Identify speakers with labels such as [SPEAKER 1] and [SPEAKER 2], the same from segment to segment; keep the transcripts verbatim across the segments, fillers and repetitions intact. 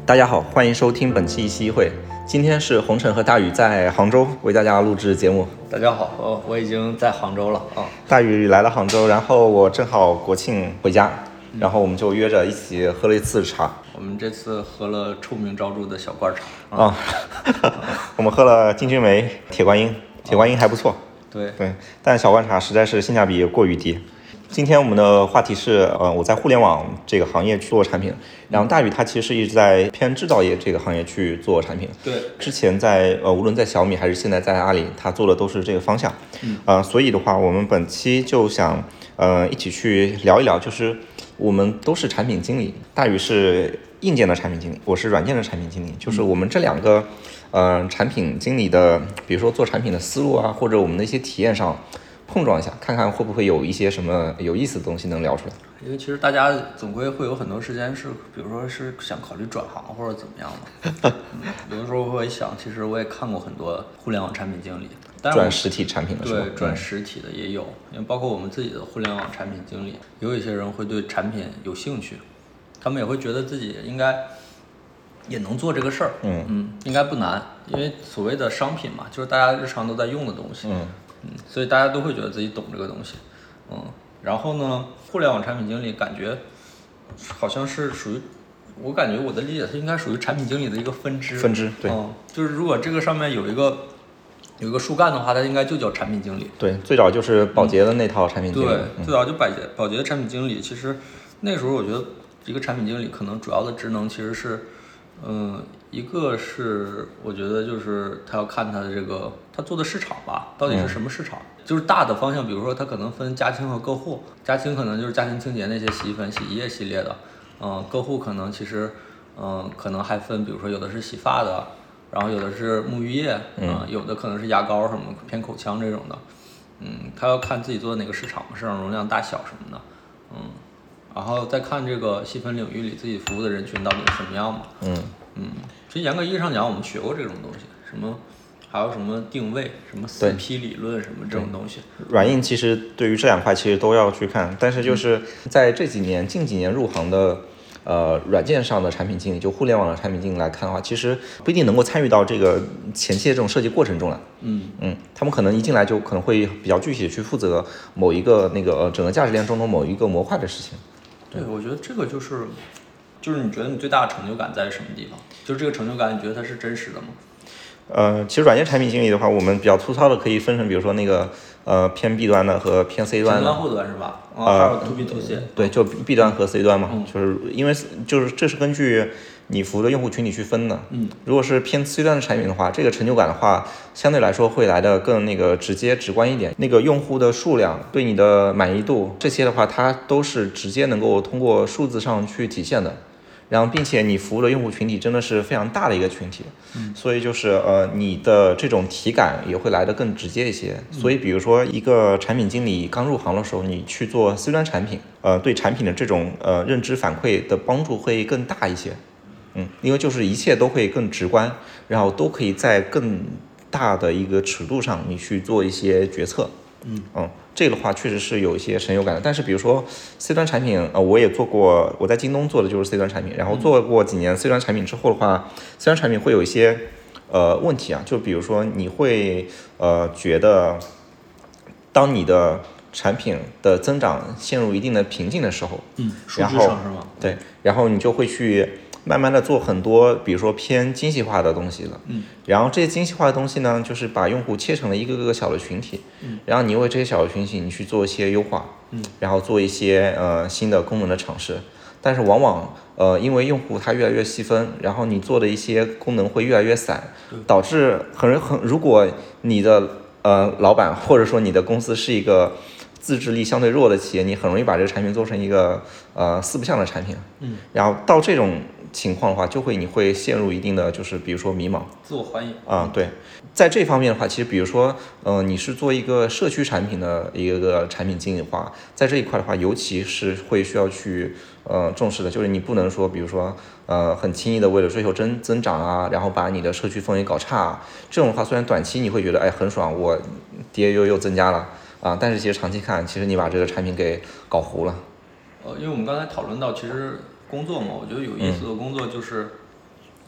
[SPEAKER 1] 大家好，欢迎收听本期一期一会。今天是红尘和大宇在杭州为大家录制节目。
[SPEAKER 2] 大家好，我我已经在杭州了啊。
[SPEAKER 1] 大宇来了杭州，然后我正好国庆回家，然后我们就约着一起喝了一次茶。
[SPEAKER 2] 我们这次喝了臭名昭著的小罐茶
[SPEAKER 1] 啊，我们喝了金骏眉、铁观音，铁观音还不错。
[SPEAKER 2] 对
[SPEAKER 1] 对，但小罐茶实在是性价比过于低。今天我们的话题是，呃，我在互联网这个行业去做产品，然后大宇他其实是一直在偏制造业这个行业去做产品。
[SPEAKER 2] 对，
[SPEAKER 1] 之前在呃，无论在小米还是现在在阿里，他做的都是这个方向。
[SPEAKER 2] 嗯，
[SPEAKER 1] 呃，所以的话，我们本期就想，呃，一起去聊一聊，就是我们都是产品经理，大宇是硬件的产品经理，我是软件的产品经理，就是我们这两个，呃，产品经理的，比如说做产品的思路啊，或者我们的一些体验上。碰撞一下，看看会不会有一些什么有意思的东西能聊出来。
[SPEAKER 2] 因为其实大家总归会有很多时间是，比如说是想考虑转行或者怎么样的。嗯、有的时候会想，其实我也看过很多互联网产品经理，但是
[SPEAKER 1] 转实体产品的是吧？
[SPEAKER 2] 对，转实体的也有，因为包括我们自己的互联网产品经理，有一些人会对产品有兴趣，他们也会觉得自己应该也能做这个事儿。
[SPEAKER 1] 嗯
[SPEAKER 2] 嗯，应该不难，因为所谓的商品嘛，就是大家日常都在用的东西。
[SPEAKER 1] 嗯。
[SPEAKER 2] 嗯，所以大家都会觉得自己懂这个东西，嗯，然后呢，互联网产品经理感觉好像是属于，我感觉我的理解是应该属于产品经理的一个分支。
[SPEAKER 1] 分支，对，
[SPEAKER 2] 嗯，就是如果这个上面有一个有一个树干的话，它应该就叫产品经理。
[SPEAKER 1] 对，最早就是宝洁的那套产品经理。
[SPEAKER 2] 对，
[SPEAKER 1] 嗯、
[SPEAKER 2] 最早就宝洁宝洁的产品经理，其实那时候我觉得一个产品经理可能主要的职能其实是。嗯，一个是我觉得就是他要看他的这个他做的市场吧，到底是什么市场，嗯、就是大的方向，比如说他可能分家清和个户，家清可能就是家庭清洁那些洗衣粉、洗衣液系列的，嗯，个户可能其实嗯可能还分，比如说有的是洗发的，然后有的是沐浴液，嗯，有的可能是牙膏什么偏口腔这种的，嗯，他要看自己做的哪个市场，市场容量大小什么的，嗯。然后再看这个细分领域里自己服务的人群到底是什么样嘛？
[SPEAKER 1] 嗯
[SPEAKER 2] 嗯，其实严格意义上讲，我们学过这种东西，什么还有什么定位，什么四 P 理论，什么这种东西。
[SPEAKER 1] 软硬其实对于这两块其实都要去看，但是就是在这几年、嗯、近几年入行的呃软件上的产品经理，就互联网的产品经理来看的话，其实不一定能够参与到这个前期的这种设计过程中来。
[SPEAKER 2] 嗯
[SPEAKER 1] 嗯，他们可能一进来就可能会比较具体的去负责某一个那个整个价值链中的某一个模块的事情。
[SPEAKER 2] 对，我觉得这个就是，就是你觉得你最大的成就感在什么地方？就是这个成就感，你觉得它是真实的吗？
[SPEAKER 1] 呃，其实软件产品经理的话，我们比较粗糙的可以分成，比如说那个呃偏 B 端的和偏 C 端的。
[SPEAKER 2] 前端后端是吧？
[SPEAKER 1] 呃，
[SPEAKER 2] 还有 to B to C。
[SPEAKER 1] 对，就 B 端和 C 端嘛，
[SPEAKER 2] 嗯、
[SPEAKER 1] 就是因为就是这是根据你服务的用户群体去分的。
[SPEAKER 2] 嗯，
[SPEAKER 1] 如果是偏 C 端的产品的话，这个成就感的话，相对来说会来的更那个直接直观一点。那个用户的数量、对你的满意度这些的话，它都是直接能够通过数字上去体现的。然后，并且你服务的用户群体真的是非常大的一个群体，
[SPEAKER 2] 嗯，
[SPEAKER 1] 所以就是呃，你的这种体感也会来得更直接一些。
[SPEAKER 2] 嗯、
[SPEAKER 1] 所以，比如说一个产品经理刚入行的时候，你去做 C 端产品，呃，对产品的这种呃认知反馈的帮助会更大一些，嗯，因为就是一切都会更直观，然后都可以在更大的一个尺度上你去做一些决策。
[SPEAKER 2] 嗯
[SPEAKER 1] 嗯，这个的话确实是有一些成就感的，但是比如说 C 端产品，呃，我也做过，我在京东做的就是 C 端产品，然后做过几年 C 端产品之后的话、嗯、，C 端产品会有一些呃问题啊，就比如说你会呃觉得，当你的产品的增长陷入一定的瓶颈的时候，
[SPEAKER 2] 嗯，
[SPEAKER 1] 然后
[SPEAKER 2] 数据上是吗？
[SPEAKER 1] 对，然后你就会去。慢慢的做很多，比如说偏精细化的东西了，
[SPEAKER 2] 嗯，
[SPEAKER 1] 然后这些精细化的东西呢，就是把用户切成了一个个小的群体，
[SPEAKER 2] 嗯，
[SPEAKER 1] 然后你为这些小的群体，你去做一些优化，
[SPEAKER 2] 嗯，
[SPEAKER 1] 然后做一些呃新的功能的尝试，但是往往呃因为用户他越来越细分，然后你做的一些功能会越来越散，导致很很如果你的呃老板或者说你的公司是一个自制力相对弱的企业，你很容易把这个产品做成一个呃四不像的产品，
[SPEAKER 2] 嗯，
[SPEAKER 1] 然后到这种情况的话，就会你会陷入一定的就是比如说迷茫，
[SPEAKER 2] 自我怀疑
[SPEAKER 1] 啊、嗯，对，在这方面的话，其实比如说，呃，你是做一个社区产品的一个产品经理的话，在这一块的话，尤其是会需要去呃重视的，就是你不能说，比如说呃很轻易的为了追求增增长啊，然后把你的社区氛围搞差、啊，这种的话虽然短期你会觉得哎很爽，我 D A U 又增加了啊，但是其实长期看，其实你把这个产品给搞糊了。
[SPEAKER 2] 呃，因为我们刚才讨论到，其实工作嘛，我觉得有意思的工作就是，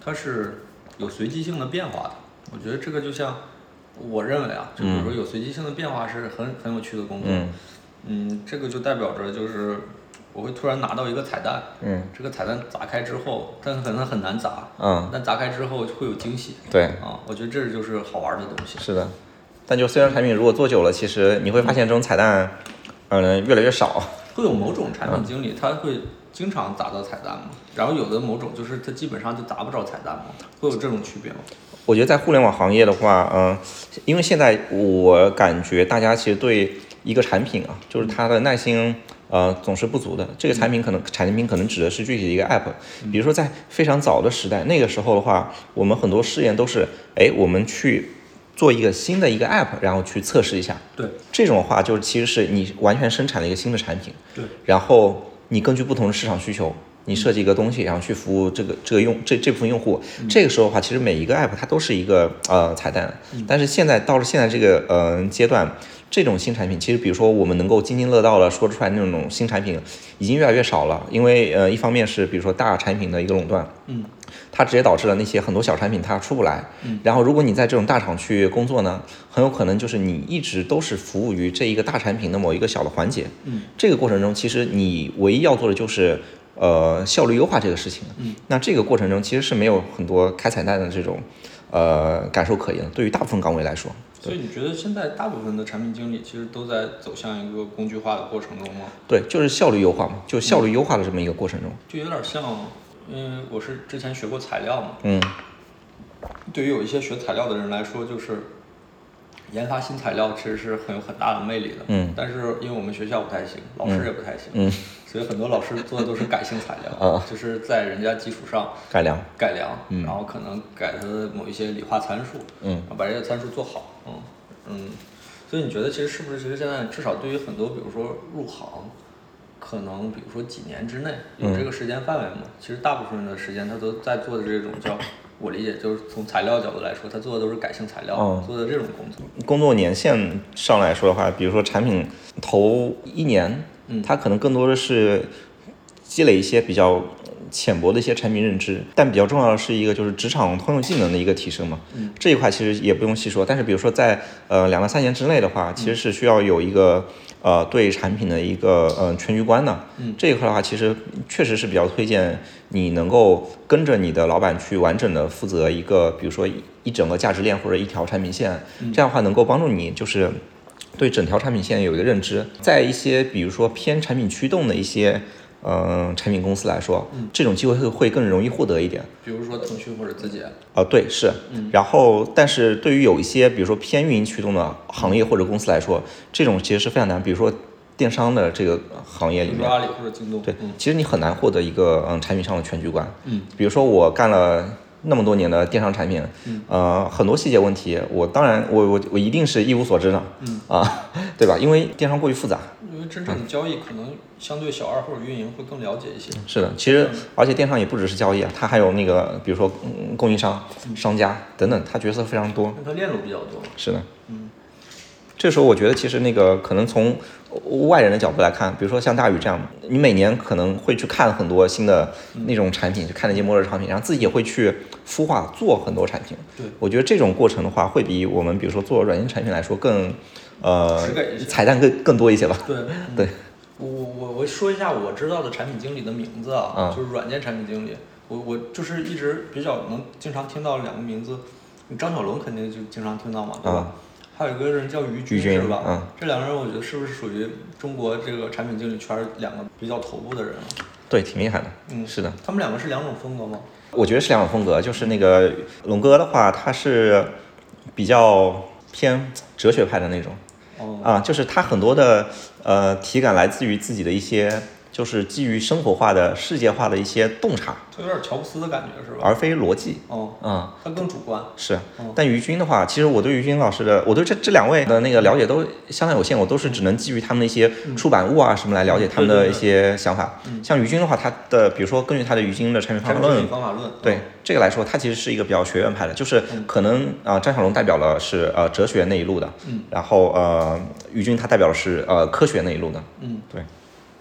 [SPEAKER 2] 它是有随机性的变化的。我觉得这个就像我认为啊，就比如说有随机性的变化是很很有趣的工作。
[SPEAKER 1] 嗯
[SPEAKER 2] 嗯，这个就代表着就是我会突然拿到一个彩蛋，
[SPEAKER 1] 嗯，
[SPEAKER 2] 这个彩蛋砸开之后，但可能很难砸，
[SPEAKER 1] 嗯，
[SPEAKER 2] 但砸开之后会有惊喜。
[SPEAKER 1] 对，
[SPEAKER 2] 啊，我觉得这就是好玩的东西。
[SPEAKER 1] 是的，但就虽然产品如果做久了，其实你会发现这种彩蛋，嗯，越来越少。
[SPEAKER 2] 会有某种产品经理，他会经常砸到彩蛋吗？然后有的某种就是他基本上就砸不着彩蛋吗？会有这种区别吗？
[SPEAKER 1] 我觉得在互联网行业的话，嗯，因为现在我感觉大家其实对一个产品啊，就是它的耐心，呃，总是不足的。这个产品可能产品可能指的是具体的一个 app， 比如说在非常早的时代，那个时候的话，我们很多试验都是，哎，我们去做一个新的一个 app， 然后去测试一下。
[SPEAKER 2] 对，
[SPEAKER 1] 这种的话就是其实是你完全生产了一个新的产品。
[SPEAKER 2] 对，
[SPEAKER 1] 然后你根据不同的市场需求。你设计一个东西，然后去服务这个这个用这这部分用户，嗯、这个时候的话，其实每一个 app 它都是一个呃彩蛋。嗯、但是现在到了现在这个呃阶段，这种新产品，其实比如说我们能够津津乐道的说出来那种新产品，已经越来越少了。因为呃一方面是比如说大产品的一个垄断，嗯，它直接导致了那些很多小产品它出不来。嗯，然后如果你在这种大厂去工作呢，很有可能就是你一直都是服务于这一个大产品的某一个小的环节。嗯，这个过程中，其实你唯一要做的就是呃，效率优化这个事情，嗯，那这个过程中其实是没有很多开彩蛋的这种，呃，感受可言。对于大部分岗位来说，
[SPEAKER 2] 所以你觉得现在大部分的产品经理其实都在走向一个工具化的过程中吗？
[SPEAKER 1] 对，就是效率优化嘛，就效率优化的这么一个过程中，
[SPEAKER 2] 嗯、就有点像，因为我是之前学过材料嘛，
[SPEAKER 1] 嗯，
[SPEAKER 2] 对于有一些学材料的人来说，就是研发新材料其实是很有很大的魅力的，嗯，但是因为我们学校不太行，老师也不太行，嗯。嗯，所以很多老师做的都是改性材料，啊、就是在人家基础上
[SPEAKER 1] 改良
[SPEAKER 2] 改良，嗯、然后可能改它的某一些理化参数，嗯，然后把这些参数做好，嗯嗯，所以你觉得其实是不是其实现在至少对于很多比如说入行，可能比如说几年之内有这个时间范围吗？嗯、其实大部分的时间他都在做的这种叫。我理解就是从材料角度来说，他做的都是改性材料，哦、做的这种工作。
[SPEAKER 1] 工作年限上来说的话，比如说产品头一年，嗯，它可能更多的是积累一些比较浅薄的一些产品认知，但比较重要的是一个就是职场通用技能的一个提升嘛。嗯，这一块其实也不用细说，但是比如说在呃两到三年之内的话，其实是需要有一个呃对产品的一个呃全局观的。嗯，这一块的话，其实确实是比较推荐你能够跟着你的老板去完整的负责一个，比如说一整个价值链或者一条产品线，嗯、这样的话能够帮助你就是对整条产品线有一个认知。在一些比如说偏产品驱动的一些嗯、呃，产品公司来说，嗯、这种机会会会更容易获得一点。
[SPEAKER 2] 比如说腾讯或者字节。
[SPEAKER 1] 呃，对，是。嗯。然后，但是对于有一些，比如说偏运营驱动的行业或者公司来说，这种其实是非常难。比如说电商的这个行业里面，
[SPEAKER 2] 比如说阿里或者京东。
[SPEAKER 1] 对，嗯、其实你很难获得一个嗯产品上的全局观。嗯。比如说我干了那么多年的电商产品，嗯、呃，很多细节问题，我当然我我我一定是一无所知的。嗯。啊，对吧？因为电商过于复杂。
[SPEAKER 2] 因为真正的交易可能相对小二或者运营会更了解一些。
[SPEAKER 1] 是的，其实而且电商也不只是交易啊，它还有那个比如说、嗯、供应商、嗯、商家等等，它角色非常多。
[SPEAKER 2] 它链路比较多。
[SPEAKER 1] 是的，嗯，这时候我觉得其实那个可能从外人的角度来看，比如说像大宇这样，你每年可能会去看很多新的那种产品，嗯、去看那些末日产品，然后自己也会去孵化做很多产品。
[SPEAKER 2] 对，
[SPEAKER 1] 我觉得这种过程的话，会比我们比如说做软件产品来说更。呃，彩蛋更更多一些吧。
[SPEAKER 2] 对对，我我我说一下我知道的产品经理的名字啊，嗯、就是软件产品经理。我我就是一直比较能经常听到两个名字，张小龙肯定就经常听到嘛，对吧？嗯、还有一个人叫于军是吧？嗯，这两个人我觉得是不是属于中国这个产品经理圈两个比较头部的人啊？
[SPEAKER 1] 对，挺厉害的。嗯，是的。他
[SPEAKER 2] 们两个是两种风格吗？
[SPEAKER 1] 我觉得是两种风格，就是那个龙哥的话，他是比较偏哲学派的那种。哦、啊，就是他很多的呃体感来自于自己的一些，就是基于生活化的世界化的一些洞察，
[SPEAKER 2] 他有点乔布斯的感觉是吧？
[SPEAKER 1] 而非逻辑。
[SPEAKER 2] 哦，嗯，他更主观。
[SPEAKER 1] 是，哦、但于军的话，其实我对于军老师的，我对这这两位的那个了解都相当有限，我都是只能基于他们的一些出版物啊什么来了解他们的一些想法。嗯、像于军的话，他的比如说根据他的于军的产品方法论，
[SPEAKER 2] 方法论，
[SPEAKER 1] 对、嗯、这个来说，他其实是一个比较学院派的，就是可能啊、呃、张小龙代表了是呃哲学那一路的，嗯，然后呃于军他代表的是呃科学那一路的，嗯，对。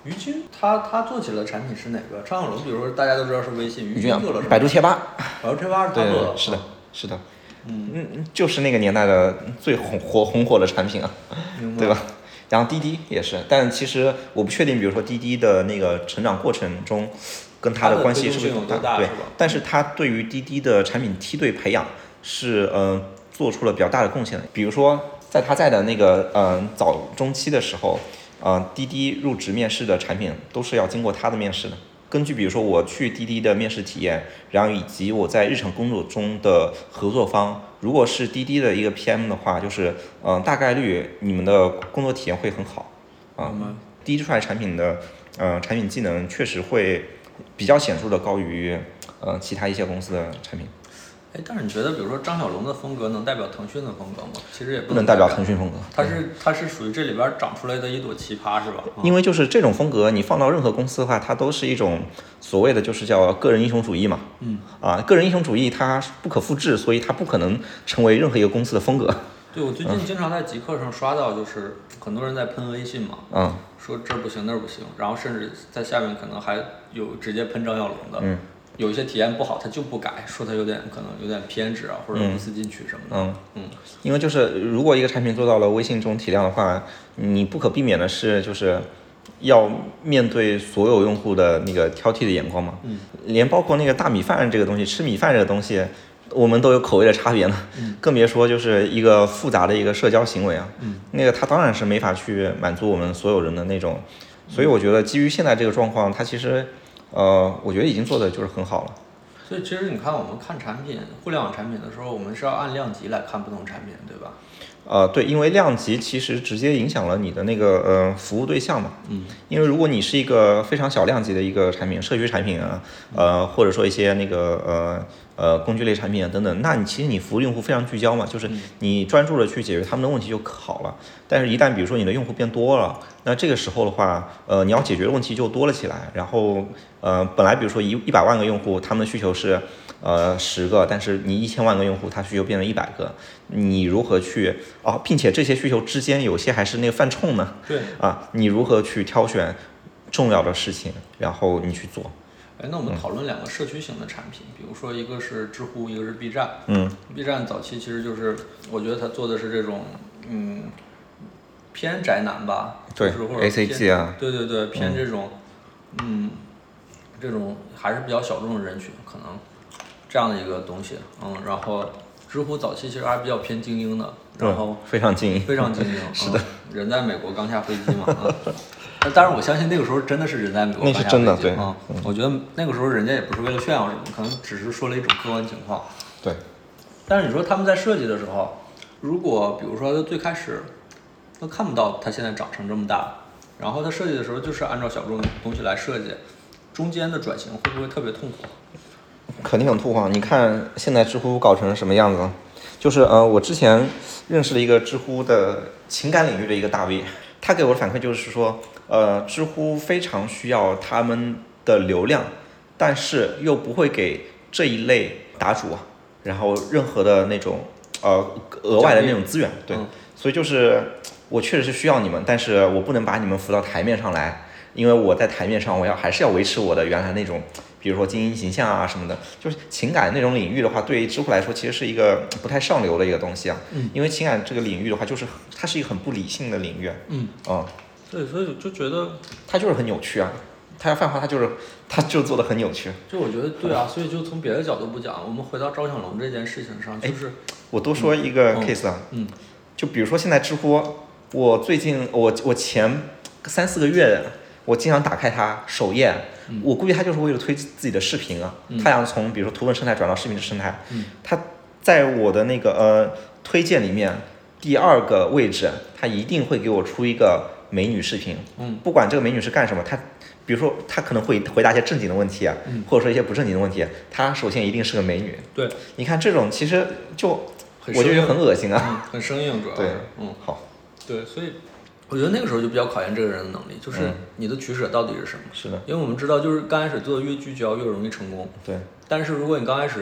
[SPEAKER 2] 于军他他做起了产品是哪个？张小龙，比如说大家都知道是微信，于军做了什么？
[SPEAKER 1] 百度贴吧，
[SPEAKER 2] 百度贴吧是他做的，
[SPEAKER 1] 是的，是的，
[SPEAKER 2] 嗯
[SPEAKER 1] 嗯，就是那个年代的最红火红火的产品啊，对吧？然后滴滴也是，但其实我不确定，比如说滴滴的那个成长过程中，跟它的关系是不是
[SPEAKER 2] 很大？
[SPEAKER 1] 对，但是它对于滴滴的产品梯队培养是嗯、呃、做出了比较大的贡献的。比如说在他在的那个嗯、呃、早中期的时候，呃滴滴入职面试的产品都是要经过他的面试的。根据比如说我去滴滴的面试体验，然后以及我在日常工作中的合作方，如果是滴滴的一个 P M 的话，就是嗯、呃、大概率你们的工作体验会很好啊。
[SPEAKER 2] 嗯、
[SPEAKER 1] 滴滴出来产品的呃产品技能确实会比较显著的高于呃其他一些公司的产品。
[SPEAKER 2] 哎，但是你觉得，比如说张小龙的风格能代表腾讯的风格吗？其实也
[SPEAKER 1] 不能代表腾讯风格，
[SPEAKER 2] 它是它是属于这里边长出来的一朵奇葩，是吧？
[SPEAKER 1] 因为就是这种风格，你放到任何公司的话，它都是一种所谓的就是叫个人英雄主义嘛。
[SPEAKER 2] 嗯。
[SPEAKER 1] 啊，个人英雄主义它不可复制，所以它不可能成为任何一个公司的风格。
[SPEAKER 2] 对，我最近经常在极客上刷到，就是很多人在喷微信嘛，
[SPEAKER 1] 嗯，
[SPEAKER 2] 说这不行那不行，然后甚至在下面可能还有直接喷张小龙的。
[SPEAKER 1] 嗯。
[SPEAKER 2] 有一些体验不好，他就不改，说他有点可能有点偏执啊，或者不思进取什么的。
[SPEAKER 1] 嗯
[SPEAKER 2] 嗯，
[SPEAKER 1] 因为就是如果一个产品做到了微信这种体量的话，你不可避免的是就是要面对所有用户的那个挑剔的眼光嘛。
[SPEAKER 2] 嗯，
[SPEAKER 1] 连包括那个大米饭这个东西，吃米饭这个东西，我们都有口味的差别呢。
[SPEAKER 2] 嗯，
[SPEAKER 1] 更别说就是一个复杂的一个社交行为啊。
[SPEAKER 2] 嗯，
[SPEAKER 1] 那个它当然是没法去满足我们所有人的那种，所以我觉得基于现在这个状况，它其实。呃，我觉得已经做的就是很好了。
[SPEAKER 2] 所以其实你看，我们看产品，互联网产品的时候，我们是要按量级来看不同产品，对吧？
[SPEAKER 1] 呃，对，因为量级其实直接影响了你的那个呃服务对象嘛。
[SPEAKER 2] 嗯。
[SPEAKER 1] 因为如果你是一个非常小量级的一个产品，社区产品啊，呃，或者说一些那个呃呃工具类产品啊等等，那你其实你服务用户非常聚焦嘛，就是你专注的去解决他们的问题就好了。但是，一旦比如说你的用户变多了，那这个时候的话，呃，你要解决的问题就多了起来。然后，呃，本来比如说一一百万个用户，他们的需求是呃十个，但是你一千万个用户，他需求变成一百个，你如何去哦，并且这些需求之间有些还是那个犯冲呢？
[SPEAKER 2] 对
[SPEAKER 1] 啊，你如何去挑选重要的事情，然后你去做？
[SPEAKER 2] 哎，那我们讨论两个社区型的产品，比如说一个是知乎，一个是 B 站。
[SPEAKER 1] 嗯
[SPEAKER 2] ，B 站早期其实就是，我觉得它做的是这种，嗯，偏宅男吧，
[SPEAKER 1] 对
[SPEAKER 2] 就是或者
[SPEAKER 1] A C G 啊，
[SPEAKER 2] 对对对，偏这种，嗯，这种还是比较小众的人群，可能这样的一个东西，嗯，然后知乎早期其实还比较偏精英的，然后
[SPEAKER 1] 非常精英，
[SPEAKER 2] 非常精英，
[SPEAKER 1] 是的、
[SPEAKER 2] 嗯，人在美国刚下飞机嘛，嗯。当然，我相信那个时候真的是人在美国刚下飞机，
[SPEAKER 1] 那是真的，对
[SPEAKER 2] 啊、嗯。我觉得那个时候人家也不是为了炫耀什么，可能只是说了一种客观情况。
[SPEAKER 1] 对。
[SPEAKER 2] 但是你说他们在设计的时候，如果比如说最开始都看不到它现在长成这么大，然后它设计的时候就是按照小众东西来设计，中间的转型会不会特别痛苦？
[SPEAKER 1] 肯定很痛苦。你看现在知乎搞成什么样子？就是呃，我之前认识了一个知乎的情感领域的一个大 V， 他给我的反馈就是说。呃，知乎非常需要他们的流量，但是又不会给这一类答主啊，然后任何的那种呃额外的那种资源，对，
[SPEAKER 2] 嗯、
[SPEAKER 1] 所以就是我确实是需要你们，但是我不能把你们扶到台面上来，因为我在台面上我要还是要维持我的原来那种，比如说精英形象啊什么的，就是情感那种领域的话，对于知乎来说其实是一个不太上流的一个东西啊，
[SPEAKER 2] 嗯，
[SPEAKER 1] 因为情感这个领域的话，就是它是一个很不理性的领域，
[SPEAKER 2] 嗯，
[SPEAKER 1] 啊、嗯。
[SPEAKER 2] 对，所以就觉得
[SPEAKER 1] 他就是很扭曲啊，他要泛化，他就是他就做的很扭曲。
[SPEAKER 2] 就我觉得对啊，所以就从别的角度不讲，我们回到赵小龙这件事情上，就是
[SPEAKER 1] 我多说一个 case 啊，
[SPEAKER 2] 嗯，
[SPEAKER 1] 就比如说现在知乎，我最近我我前三四个月，我经常打开它首页，
[SPEAKER 2] 嗯、
[SPEAKER 1] 我估计他就是为了推自己的视频啊，
[SPEAKER 2] 嗯、
[SPEAKER 1] 他想从比如说图文生态转到视频的生态，
[SPEAKER 2] 嗯，
[SPEAKER 1] 他在我的那个呃推荐里面第二个位置，他一定会给我出一个。美女视频，
[SPEAKER 2] 嗯，
[SPEAKER 1] 不管这个美女是干什么，她，比如说她可能会回答一些正经的问题啊，
[SPEAKER 2] 嗯，
[SPEAKER 1] 或者说一些不正经的问题，她首先一定是个美女。
[SPEAKER 2] 对，
[SPEAKER 1] 你看这种其实就，我就觉得很恶心啊，
[SPEAKER 2] 嗯、很生硬主要。
[SPEAKER 1] 对，
[SPEAKER 2] 嗯，
[SPEAKER 1] 好，
[SPEAKER 2] 对，所以我觉得那个时候就比较考验这个人的能力，就是你的取舍到底是什么。
[SPEAKER 1] 是的，
[SPEAKER 2] 因为我们知道，就是刚开始做的越聚焦越容易成功。
[SPEAKER 1] 对，
[SPEAKER 2] 但是如果你刚开始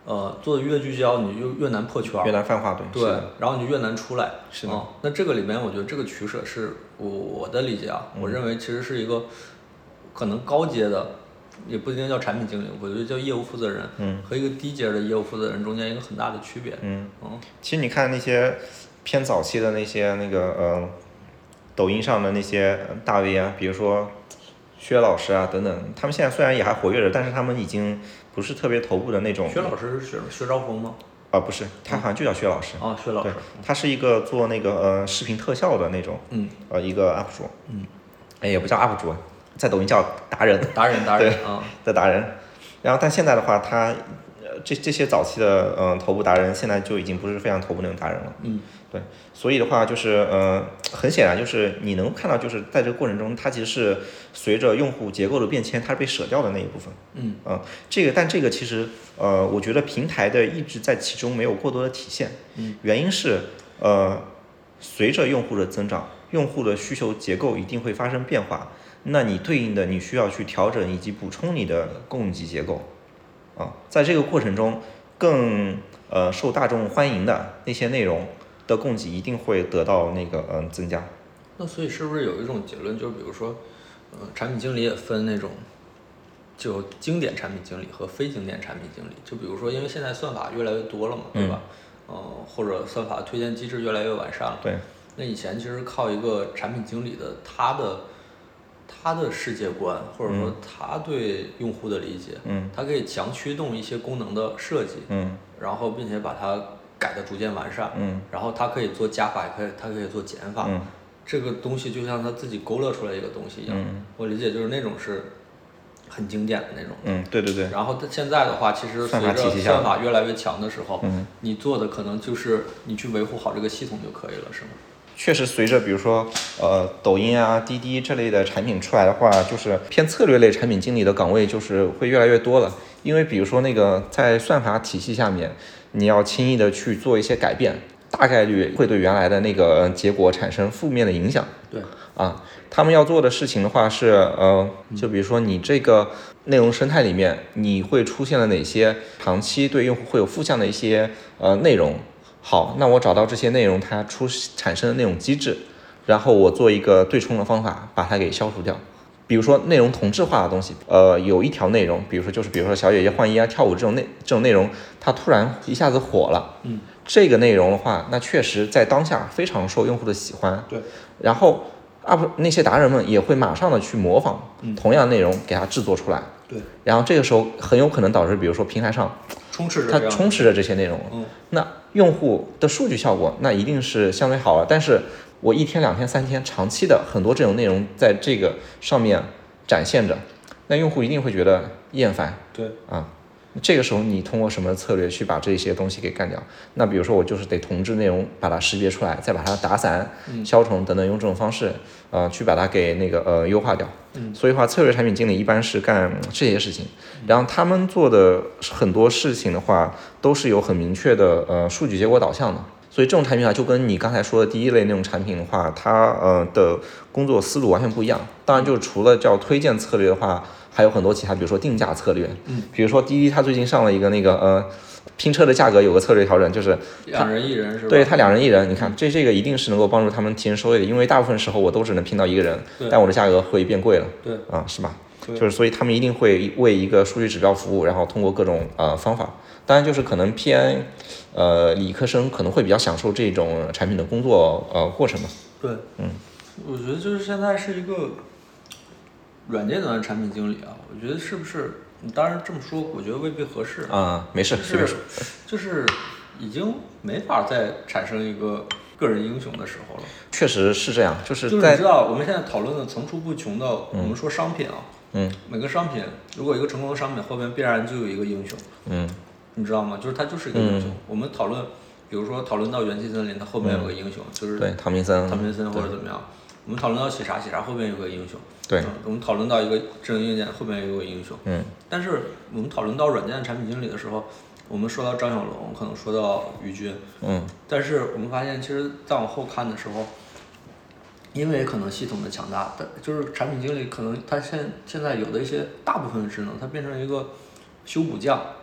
[SPEAKER 2] 呃，做的越聚焦，你就越难破圈，
[SPEAKER 1] 越难泛化，对。
[SPEAKER 2] 对，然后你就越难出来。
[SPEAKER 1] 是的。
[SPEAKER 2] 嗯，那这个里面，我觉得这个取舍是我我的理解啊，
[SPEAKER 1] 嗯、
[SPEAKER 2] 我认为其实是一个可能高阶的，也不一定叫产品经理，我觉得叫业务负责人，
[SPEAKER 1] 嗯，
[SPEAKER 2] 和一个低阶的业务负责人中间一个很大的区别。
[SPEAKER 1] 嗯
[SPEAKER 2] 嗯，
[SPEAKER 1] 其实你看那些偏早期的那些那个呃，抖音上的那些大 V 啊，比如说薛老师啊等等，他们现在虽然也还活跃着，但是他们已经不是特别头部的那种。
[SPEAKER 2] 薛老师是薛薛兆丰吗？
[SPEAKER 1] 啊，不是，他好像就叫薛老师。
[SPEAKER 2] 啊、嗯，薛老师。
[SPEAKER 1] 对，他是一个做那个呃视频特效的那种，
[SPEAKER 2] 嗯，
[SPEAKER 1] 呃一个 U P 主。
[SPEAKER 2] 嗯，
[SPEAKER 1] 哎，也不叫 U P 主，在抖音叫达人。
[SPEAKER 2] 达人，达人。
[SPEAKER 1] 对
[SPEAKER 2] 啊，
[SPEAKER 1] 的达人。然后，但现在的话，他呃这这些早期的嗯、呃、头部达人，现在就已经不是非常头部那种达人了。
[SPEAKER 2] 嗯，
[SPEAKER 1] 对，所以的话就是呃很显然就是你能看到，就是在这个过程中，它其实是随着用户结构的变迁，它是被舍掉的那一部分。
[SPEAKER 2] 嗯，
[SPEAKER 1] 呃，这个但这个其实呃我觉得平台的意志在其中没有过多的体现。
[SPEAKER 2] 嗯，
[SPEAKER 1] 原因是呃随着用户的增长，用户的需求结构一定会发生变化。那你对应的你需要去调整以及补充你的供给结构，啊，在这个过程中更呃受大众欢迎的那些内容的供给一定会得到那个嗯、呃、增加。
[SPEAKER 2] 那所以是不是有一种结论，就是比如说，呃，产品经理也分那种，就经典产品经理和非经典产品经理。就比如说，因为现在算法越来越多了嘛，对吧？嗯、呃，或者算法推荐机制越来越完善了。
[SPEAKER 1] 对。
[SPEAKER 2] 那以前其实靠一个产品经理的他的。他的世界观，或者说他对用户的理解，
[SPEAKER 1] 嗯，
[SPEAKER 2] 他可以强驱动一些功能的设计，
[SPEAKER 1] 嗯，
[SPEAKER 2] 然后并且把它改得逐渐完善，
[SPEAKER 1] 嗯，
[SPEAKER 2] 然后他可以做加法，也可以他可以做减法，
[SPEAKER 1] 嗯，
[SPEAKER 2] 这个东西就像他自己勾勒出来一个东西一样，
[SPEAKER 1] 嗯，
[SPEAKER 2] 我理解就是那种是很经典的那种，
[SPEAKER 1] 嗯，对对对。
[SPEAKER 2] 然后现在的话，其实随着算法越来越强的时候，
[SPEAKER 1] 嗯，
[SPEAKER 2] 你做的可能就是你去维护好这个系统就可以了，是吗？
[SPEAKER 1] 确实，随着比如说呃抖音啊、滴滴这类的产品出来的话，就是偏策略类产品经理的岗位就是会越来越多了。因为比如说那个在算法体系下面，你要轻易的去做一些改变，大概率会对原来的那个结果产生负面的影响。
[SPEAKER 2] 对
[SPEAKER 1] 啊，他们要做的事情的话是呃，就比如说你这个内容生态里面，你会出现了哪些长期对用户会有负向的一些呃内容。好，那我找到这些内容它出产生的那种机制，然后我做一个对冲的方法把它给消除掉。比如说内容同质化的东西，呃，有一条内容，比如说就是比如说小姐姐换衣啊、跳舞这种内这种内容，它突然一下子火了，
[SPEAKER 2] 嗯，
[SPEAKER 1] 这个内容的话，那确实在当下非常受用户的喜欢，
[SPEAKER 2] 对，
[SPEAKER 1] 然后 up 那些达人们也会马上的去模仿，
[SPEAKER 2] 嗯，
[SPEAKER 1] 同样内容给它制作出来，
[SPEAKER 2] 对，
[SPEAKER 1] 然后这个时候很有可能导致，比如说平台上
[SPEAKER 2] 充斥着
[SPEAKER 1] 它充斥着这些内容，
[SPEAKER 2] 嗯，
[SPEAKER 1] 那用户的数据效果那一定是相对好了，但是我一天两天三天长期的很多这种内容在这个上面展现着，那用户一定会觉得厌烦，
[SPEAKER 2] 对
[SPEAKER 1] 啊，这个时候你通过什么策略去把这些东西给干掉？那比如说我就是得同质内容把它识别出来，再把它打散、消虫等等，用这种方式呃去把它给那个呃优化掉。
[SPEAKER 2] 嗯，
[SPEAKER 1] 所以话策略产品经理一般是干这些事情，然后他们做的很多事情的话都是有很明确的呃数据结果导向的。所以这种产品啊，就跟你刚才说的第一类那种产品的话，它呃的工作思路完全不一样。当然，就是除了叫推荐策略的话，还有很多其他，比如说定价策略。
[SPEAKER 2] 嗯，
[SPEAKER 1] 比如说滴滴，它最近上了一个那个呃拼车的价格有个策略调整，就是
[SPEAKER 2] 两人一人是吧？
[SPEAKER 1] 对，它两人一人，你看这这个一定是能够帮助他们提升收益的，因为大部分时候我都只能拼到一个人，但我的价格会变贵了。
[SPEAKER 2] 对，
[SPEAKER 1] 啊，是吧？
[SPEAKER 2] 对，
[SPEAKER 1] 就是所以他们一定会为一个数据指标服务，然后通过各种呃方法。当然，就是可能偏，呃，理科生可能会比较享受这种产品的工作呃过程吧。
[SPEAKER 2] 对，
[SPEAKER 1] 嗯，
[SPEAKER 2] 我觉得就是现在是一个软件端的产品经理啊，我觉得是不是？你当然这么说，我觉得未必合适
[SPEAKER 1] 啊、嗯，没事，随便说。
[SPEAKER 2] 就是已经没法再产生一个个人英雄的时候了。
[SPEAKER 1] 确实是这样，就是
[SPEAKER 2] 就是你知道，我们现在讨论的层出不穷的，我们说商品啊，
[SPEAKER 1] 嗯，
[SPEAKER 2] 每个商品如果一个成功的商品后面必然就有一个英雄，
[SPEAKER 1] 嗯。
[SPEAKER 2] 你知道吗？就是它就是一个英雄。
[SPEAKER 1] 嗯、
[SPEAKER 2] 我们讨论，比如说讨论到元气森林，它后面有个英雄，嗯、就是
[SPEAKER 1] 对唐明森，
[SPEAKER 2] 唐明森或者怎么样。我们讨论到喜茶，喜茶后面有个英雄。
[SPEAKER 1] 对、
[SPEAKER 2] 嗯。我们讨论到一个智能硬件，后面有个英雄。
[SPEAKER 1] 嗯。
[SPEAKER 2] 但是我们讨论到软件产品经理的时候，我们说到张小龙，可能说到于军。
[SPEAKER 1] 嗯。
[SPEAKER 2] 但是我们发现，其实再往后看的时候，因为可能系统的强大，但就是产品经理可能他现现在有的一些大部分的职能，它变成一个修补匠。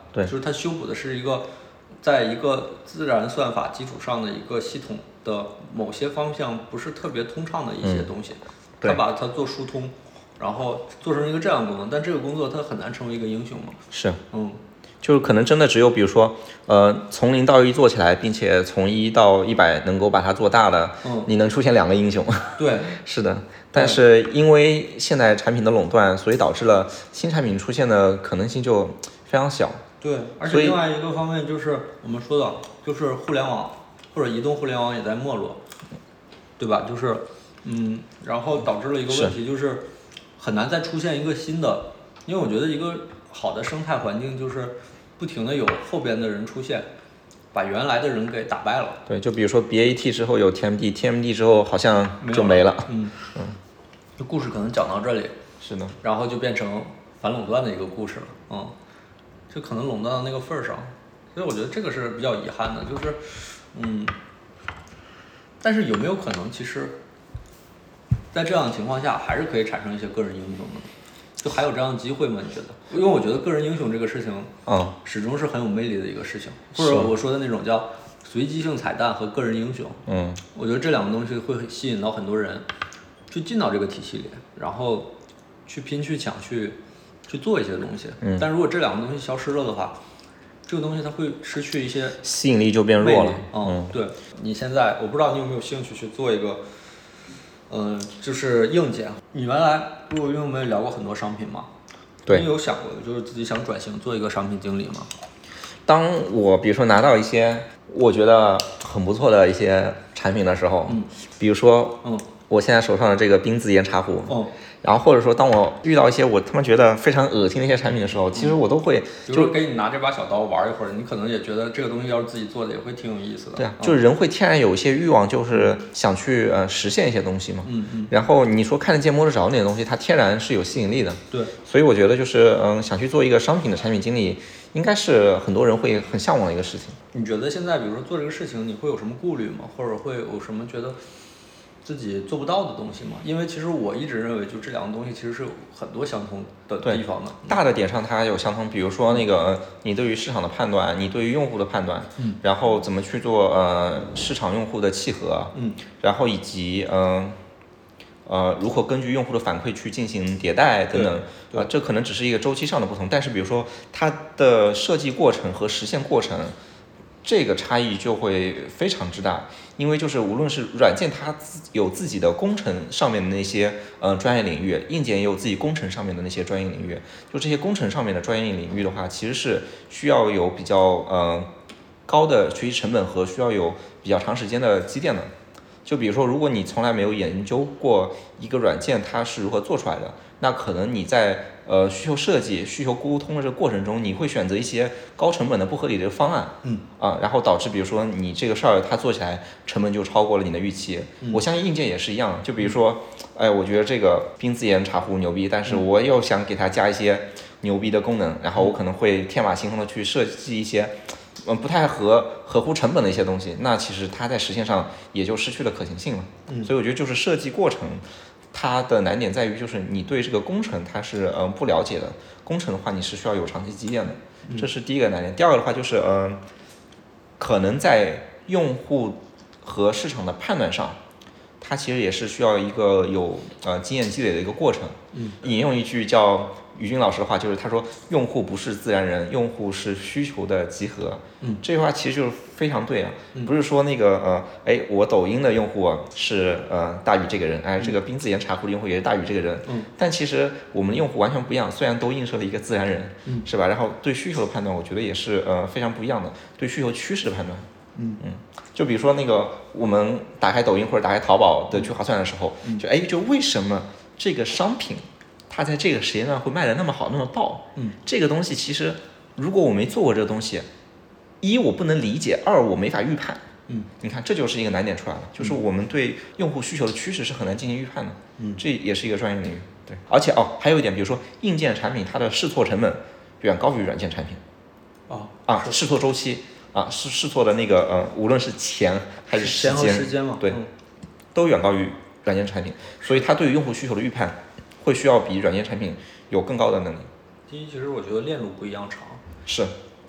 [SPEAKER 1] 对，
[SPEAKER 2] 就是它修补的是一个在一个自然算法基础上的一个系统的某些方向不是特别通畅的一些东西，
[SPEAKER 1] 嗯、
[SPEAKER 2] 它把它做疏通，然后做成一个这样的功能，但这个工作它很难成为一个英雄嘛。
[SPEAKER 1] 是，
[SPEAKER 2] 嗯。
[SPEAKER 1] 就是可能真的只有比如说，呃，从零到一做起来，并且从一到一百能够把它做大的，
[SPEAKER 2] 嗯，
[SPEAKER 1] 你能出现两个英雄。
[SPEAKER 2] 对，
[SPEAKER 1] 是的。但是因为现在产品的垄断，所以导致了新产品出现的可能性就非常小。
[SPEAKER 2] 对，而且另外一个方面就是我们说的，就是互联网或者移动互联网也在没落，对吧？就是，嗯，然后导致了一个问题，就是很难再出现一个新的，因为我觉得一个好的生态环境就是不停的有后边的人出现，把原来的人给打败了。
[SPEAKER 1] 对，就比如说 B A T 之后有 T M D，T M D 之后好像就没了。
[SPEAKER 2] 嗯嗯，这故事可能讲到这里，
[SPEAKER 1] 是的，
[SPEAKER 2] 然后就变成反垄断的一个故事了。嗯，就可能垄断到那个份儿上，所以我觉得这个是比较遗憾的，就是嗯，但是有没有可能，其实，在这样的情况下，还是可以产生一些个人英雄的？就还有这样的机会吗？你觉得？因为我觉得个人英雄这个事情，
[SPEAKER 1] 嗯，
[SPEAKER 2] 始终是很有魅力的一个事情，或者我说的那种叫随机性彩蛋和个人英雄，
[SPEAKER 1] 嗯，
[SPEAKER 2] 我觉得这两个东西会吸引到很多人去进到这个体系里，然后去拼去抢去去做一些东西。
[SPEAKER 1] 嗯，
[SPEAKER 2] 但如果这两个东西消失了的话，这个东西它会失去一些
[SPEAKER 1] 吸引力，就变弱了。
[SPEAKER 2] 嗯，
[SPEAKER 1] 嗯，
[SPEAKER 2] 对。你现在我不知道你有没有兴趣去做一个。嗯，就是硬件。你原来如果因为我们也聊过很多商品嘛，
[SPEAKER 1] 对，
[SPEAKER 2] 你有想过就是自己想转型做一个商品经理吗？
[SPEAKER 1] 当我比如说拿到一些我觉得很不错的一些产品的时候，
[SPEAKER 2] 嗯，
[SPEAKER 1] 比如说，
[SPEAKER 2] 嗯，
[SPEAKER 1] 我现在手上的这个冰自研茶壶，
[SPEAKER 2] 嗯，
[SPEAKER 1] 然后或者说当我遇到一些我他妈觉得非常恶心的一些产品的时候，其实我都会
[SPEAKER 2] 就给你拿这把小刀玩一会儿，你可能也觉得这个东西要是自己做的也会挺有意思的。
[SPEAKER 1] 对啊，就是人会天然有一些欲望，就是想去呃实现一些东西嘛。
[SPEAKER 2] 嗯嗯。
[SPEAKER 1] 然后你说看得见摸得着那些东西，它天然是有吸引力的。
[SPEAKER 2] 对。
[SPEAKER 1] 所以我觉得就是嗯，想去做一个商品的产品经理，应该是很多人会很向往的一个事情。
[SPEAKER 2] 你觉得现在比如说做这个事情，你会有什么顾虑吗？或者会有什么觉得自己做不到的东西吗？因为其实我一直认为，就这两个东西其实是有很多相通的地方的。
[SPEAKER 1] 大的点上它有相通，比如说那个你对于市场的判断，你对于用户的判断，
[SPEAKER 2] 嗯，
[SPEAKER 1] 然后怎么去做呃市场用户的契合，
[SPEAKER 2] 嗯，
[SPEAKER 1] 然后以及嗯 呃, 呃如何根据用户的反馈去进行迭代等等，呃，这可能只是一个周期上的不同，但是比如说它的设计过程和实现过程。这个差异就会非常之大，因为就是无论是软件它有自己的工程上面的那些呃专业领域，硬件也有自己工程上面的那些专业领域。就这些工程上面的专业领域的话，其实是需要有比较呃高的学习成本和需要有比较长时间的积淀的。就比如说，如果你从来没有研究过一个软件它是如何做出来的，那可能你在呃需求设计、需求沟通的这个过程中，你会选择一些高成本的不合理的方案，
[SPEAKER 2] 嗯
[SPEAKER 1] 啊，然后导致比如说你这个事儿它做起来成本就超过了你的预期。
[SPEAKER 2] 嗯、
[SPEAKER 1] 我相信硬件也是一样，就比如说，哎，我觉得这个冰自研茶壶牛逼，但是我又想给它加一些牛逼的功能，然后我可能会天马行空的去设计一些。嗯，不太合合乎成本的一些东西，那其实它在实现上也就失去了可行性了。
[SPEAKER 2] 嗯，
[SPEAKER 1] 所以我觉得就是设计过程，它的难点在于就是你对这个工程它是嗯不了解的，工程的话你是需要有长期积淀的，这是第一个难点。第二个的话就是嗯，可能在用户和市场的判断上，它其实也是需要一个有呃经验积累的一个过程。
[SPEAKER 2] 嗯，
[SPEAKER 1] 引用一句叫于军老师的话，就是他说用户不是自然人，用户是需求的集合。
[SPEAKER 2] 嗯，
[SPEAKER 1] 这句话其实就是非常对啊，
[SPEAKER 2] 嗯、
[SPEAKER 1] 不是说那个呃，哎，我抖音的用户是呃大于这个人，哎，这个冰自研茶壶的用户也是大于这个人。
[SPEAKER 2] 嗯，
[SPEAKER 1] 但其实我们的用户完全不一样，虽然都映射了一个自然人，
[SPEAKER 2] 嗯，
[SPEAKER 1] 是吧？然后对需求的判断，我觉得也是呃非常不一样的，对需求趋势的判断。
[SPEAKER 2] 嗯
[SPEAKER 1] 嗯，就比如说那个我们打开抖音或者打开淘宝的去划算的时候，
[SPEAKER 2] 嗯、
[SPEAKER 1] 就哎，就为什么这个商品它在这个时间段会卖的那么好那么爆？
[SPEAKER 2] 嗯，
[SPEAKER 1] 这个东西其实如果我没做过这个东西，一我不能理解，二我没法预判。
[SPEAKER 2] 嗯，
[SPEAKER 1] 你看这就是一个难点出来了，就是我们对用户需求的趋势是很难进行预判的。
[SPEAKER 2] 嗯，
[SPEAKER 1] 这也是一个专业领域。对，而且哦，还有一点，比如说硬件产品它的试错成本远高于软件产品。
[SPEAKER 2] 哦
[SPEAKER 1] 啊，试错周期。啊，试试错的那个呃，无论是钱还是时间，
[SPEAKER 2] 时间嘛，
[SPEAKER 1] 对，
[SPEAKER 2] 嗯、
[SPEAKER 1] 都远高于软件产品，所以它对于用户需求的预判会需要比软件产品有更高的能力。
[SPEAKER 2] 第一，其实我觉得链路不一样长。
[SPEAKER 1] 是。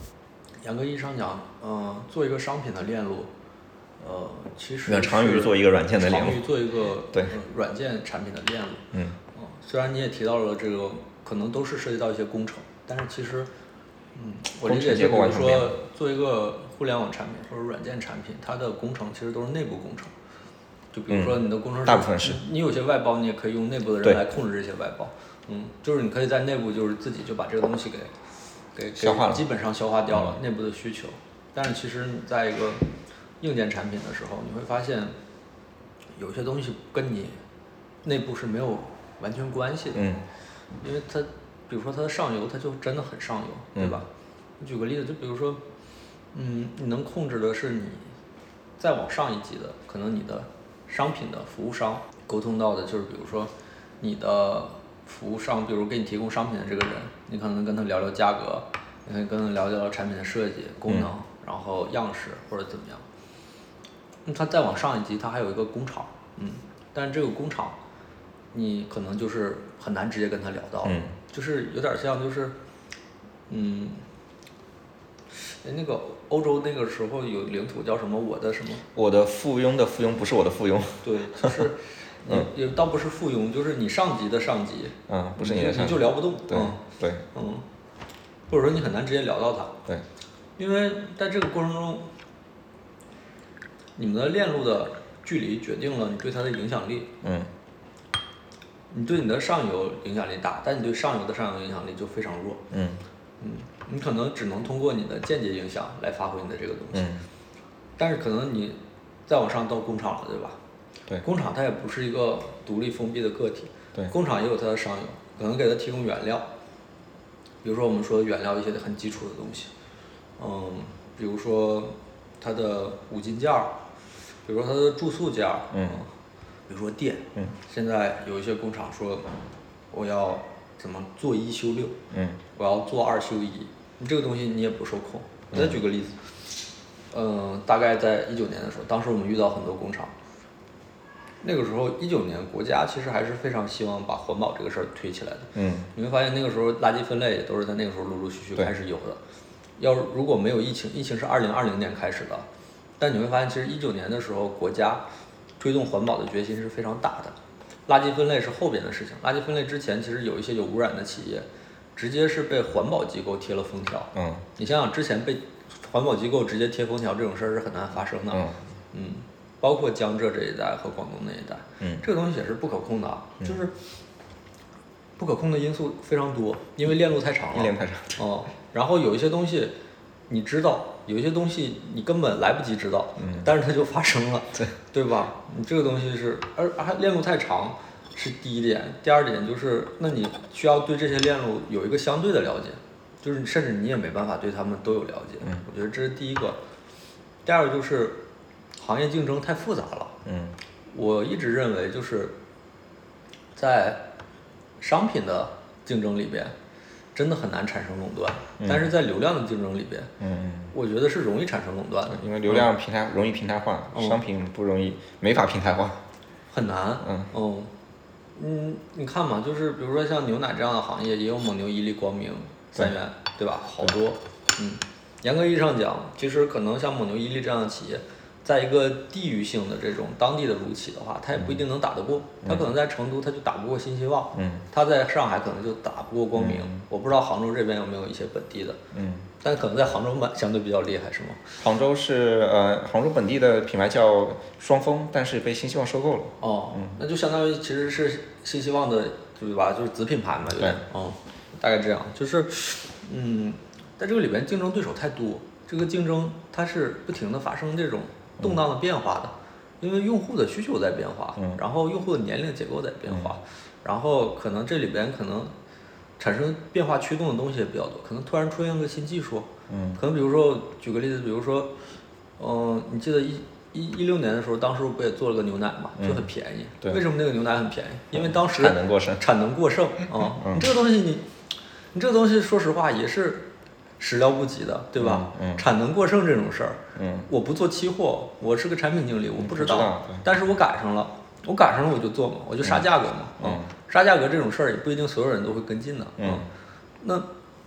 [SPEAKER 2] 严格意义上讲，嗯、呃，做一个商品的链路，呃，其实
[SPEAKER 1] 远长于做一个软件的链路，
[SPEAKER 2] 长于做一个
[SPEAKER 1] 对、
[SPEAKER 2] 呃、软件产品的链路。
[SPEAKER 1] 嗯，
[SPEAKER 2] 呃，虽然你也提到了这个，可能都是涉及到一些工程，但是其实，嗯，我理解就比如说做一个互联网产品或者软件产品，它的工程其实都是内部工程。就比如说你的工程师、
[SPEAKER 1] 嗯、大部分是
[SPEAKER 2] 你有些外包，你也可以用内部的人来控制这些外包。嗯，就是你可以在内部就是自己就把这个东西给给
[SPEAKER 1] 消化了，
[SPEAKER 2] 基本上消化掉了、嗯、内部的需求。但是其实你在一个硬件产品的时候，你会发现有些东西跟你内部是没有完全关系的。
[SPEAKER 1] 嗯，
[SPEAKER 2] 因为它比如说它的上游，它就真的很上游，对吧？你、嗯、举个例子，就比如说，嗯，你能控制的是你再往上一级的，可能你的商品的服务商沟通到的就是，比如说你的服务商，比如给你提供商品的这个人，你可能跟他聊聊价格，你可以跟他聊聊产品的设计、功能，嗯、然后样式或者怎么样。那他再往上一级，他还有一个工厂，嗯，但是这个工厂，你可能就是很难直接跟他聊到，
[SPEAKER 1] 嗯，
[SPEAKER 2] 就是有点像就是，嗯。哎，那个欧洲那个时候有领土叫什么？我的什么？
[SPEAKER 1] 我的附庸的附庸不是我的附庸。
[SPEAKER 2] 对，就是也也倒不是附庸，就是你上级的上级。
[SPEAKER 1] 嗯，不是你的上级。
[SPEAKER 2] 你就聊不动。
[SPEAKER 1] 对、
[SPEAKER 2] 嗯、
[SPEAKER 1] 对。
[SPEAKER 2] 嗯。或者说你很难直接聊到他。
[SPEAKER 1] 对。
[SPEAKER 2] 因为在这个过程中，你们的链路的距离决定了你对他的影响力。
[SPEAKER 1] 嗯。
[SPEAKER 2] 你对你的上游影响力大，但你对上游的上游影响力就非常弱。
[SPEAKER 1] 嗯。
[SPEAKER 2] 嗯，你可能只能通过你的间接影响来发挥你的这个东西，
[SPEAKER 1] 嗯，
[SPEAKER 2] 但是可能你再往上到工厂了，对吧？
[SPEAKER 1] 对，
[SPEAKER 2] 工厂它也不是一个独立封闭的个体，
[SPEAKER 1] 对，
[SPEAKER 2] 工厂也有它的上游，可能给它提供原料，比如说我们说原料一些很基础的东西，嗯，比如说它的五金件儿，比如说它的注塑件儿，
[SPEAKER 1] 嗯，
[SPEAKER 2] 比如说电，
[SPEAKER 1] 嗯，
[SPEAKER 2] 现在有一些工厂说我要怎么做一休六，
[SPEAKER 1] 嗯，
[SPEAKER 2] 我要做二休一，你这个东西你也不受控。我再举个例子，嗯、呃，大概在一九年的时候，当时我们遇到很多工厂，那个时候一九年国家其实还是非常希望把环保这个事儿推起来的。
[SPEAKER 1] 嗯，
[SPEAKER 2] 你会发现那个时候垃圾分类也都是在那个时候陆陆续续开始有的。要如果没有疫情，疫情是二零二零年开始的，但你会发现其实一九年的时候国家推动环保的决心是非常大的。垃圾分类是后边的事情，垃圾分类之前其实有一些有污染的企业，直接是被环保机构贴了封条。
[SPEAKER 1] 嗯，
[SPEAKER 2] 你想想之前被环保机构直接贴封条这种事儿是很难发生的。
[SPEAKER 1] 嗯，
[SPEAKER 2] 嗯，包括江浙这一带和广东那一带，
[SPEAKER 1] 嗯，
[SPEAKER 2] 这个东西也是不可控的，嗯、就是不可控的因素非常多，因为链路太长了。
[SPEAKER 1] 链路太长。
[SPEAKER 2] 哦，然后有一些东西你知道，有一些东西你根本来不及知道，
[SPEAKER 1] 嗯，
[SPEAKER 2] 但是它就发生了，
[SPEAKER 1] 对，
[SPEAKER 2] 对吧？你这个东西是，而而链路太长是第一点，第二点就是，那你需要对这些链路有一个相对的了解，就是甚至你也没办法对他们都有了解。
[SPEAKER 1] 嗯，
[SPEAKER 2] 我觉得这是第一个。第二个就是行业竞争太复杂了。
[SPEAKER 1] 嗯，
[SPEAKER 2] 我一直认为就是在商品的竞争里边，真的很难产生垄断，
[SPEAKER 1] 嗯、
[SPEAKER 2] 但是在流量的竞争里边，
[SPEAKER 1] 嗯，
[SPEAKER 2] 我觉得是容易产生垄断的，
[SPEAKER 1] 因为流量平台、嗯、容易平台化，
[SPEAKER 2] 嗯、
[SPEAKER 1] 商品不容易，没法平台化，
[SPEAKER 2] 很难。
[SPEAKER 1] 嗯，
[SPEAKER 2] 哦，嗯，你看嘛，就是比如说像牛奶这样的行业，也有蒙牛、伊利、光明、三元，对吧？好多。嗯，严格意义上讲，其实可能像蒙牛、伊利这样的企业，在一个地域性的这种当地的乳企的话，它也不一定能打得过。它、嗯、可能在成都，它就打不过新希望。
[SPEAKER 1] 嗯。
[SPEAKER 2] 它在上海可能就打不过光明。
[SPEAKER 1] 嗯、
[SPEAKER 2] 我不知道杭州这边有没有一些本地的。
[SPEAKER 1] 嗯。
[SPEAKER 2] 但可能在杭州买相对比较厉害，是吗？
[SPEAKER 1] 杭州是呃，杭州本地的品牌叫双峰，但是被新希望收购了。
[SPEAKER 2] 哦。嗯。那就相当于其实是新希望的，对吧？就是子品牌嘛，有点。哦、嗯。大概这样，就是，嗯，在这个里边竞争对手太多，这个竞争它是不停的发生这种动荡的变化的，因为用户的需求在变化，
[SPEAKER 1] 嗯、
[SPEAKER 2] 然后用户的年龄结构在变化，嗯、然后可能这里边可能产生变化驱动的东西也比较多，可能突然出现个新技术，
[SPEAKER 1] 嗯，
[SPEAKER 2] 可能比如说举个例子，比如说，嗯、呃，你记得一一一六年的时候，当时不也做了个牛奶嘛，就很便宜。
[SPEAKER 1] 对。
[SPEAKER 2] 为什么那个牛奶很便宜？因为当时
[SPEAKER 1] 产能过剩。
[SPEAKER 2] 产能过剩啊！
[SPEAKER 1] 嗯、
[SPEAKER 2] 你这个东西你，你这个东西说实话也是始料不及的，对吧？
[SPEAKER 1] 嗯。嗯
[SPEAKER 2] 产能过剩这种事儿，
[SPEAKER 1] 嗯，
[SPEAKER 2] 我不做期货，我是个产品经理，我不知道，
[SPEAKER 1] 知道
[SPEAKER 2] 但是我赶上了，我赶上了我就做嘛，我就杀价格嘛。
[SPEAKER 1] 嗯。
[SPEAKER 2] 嗯、杀价格这种事儿也不一定所有人都会跟进的。
[SPEAKER 1] 嗯。
[SPEAKER 2] 那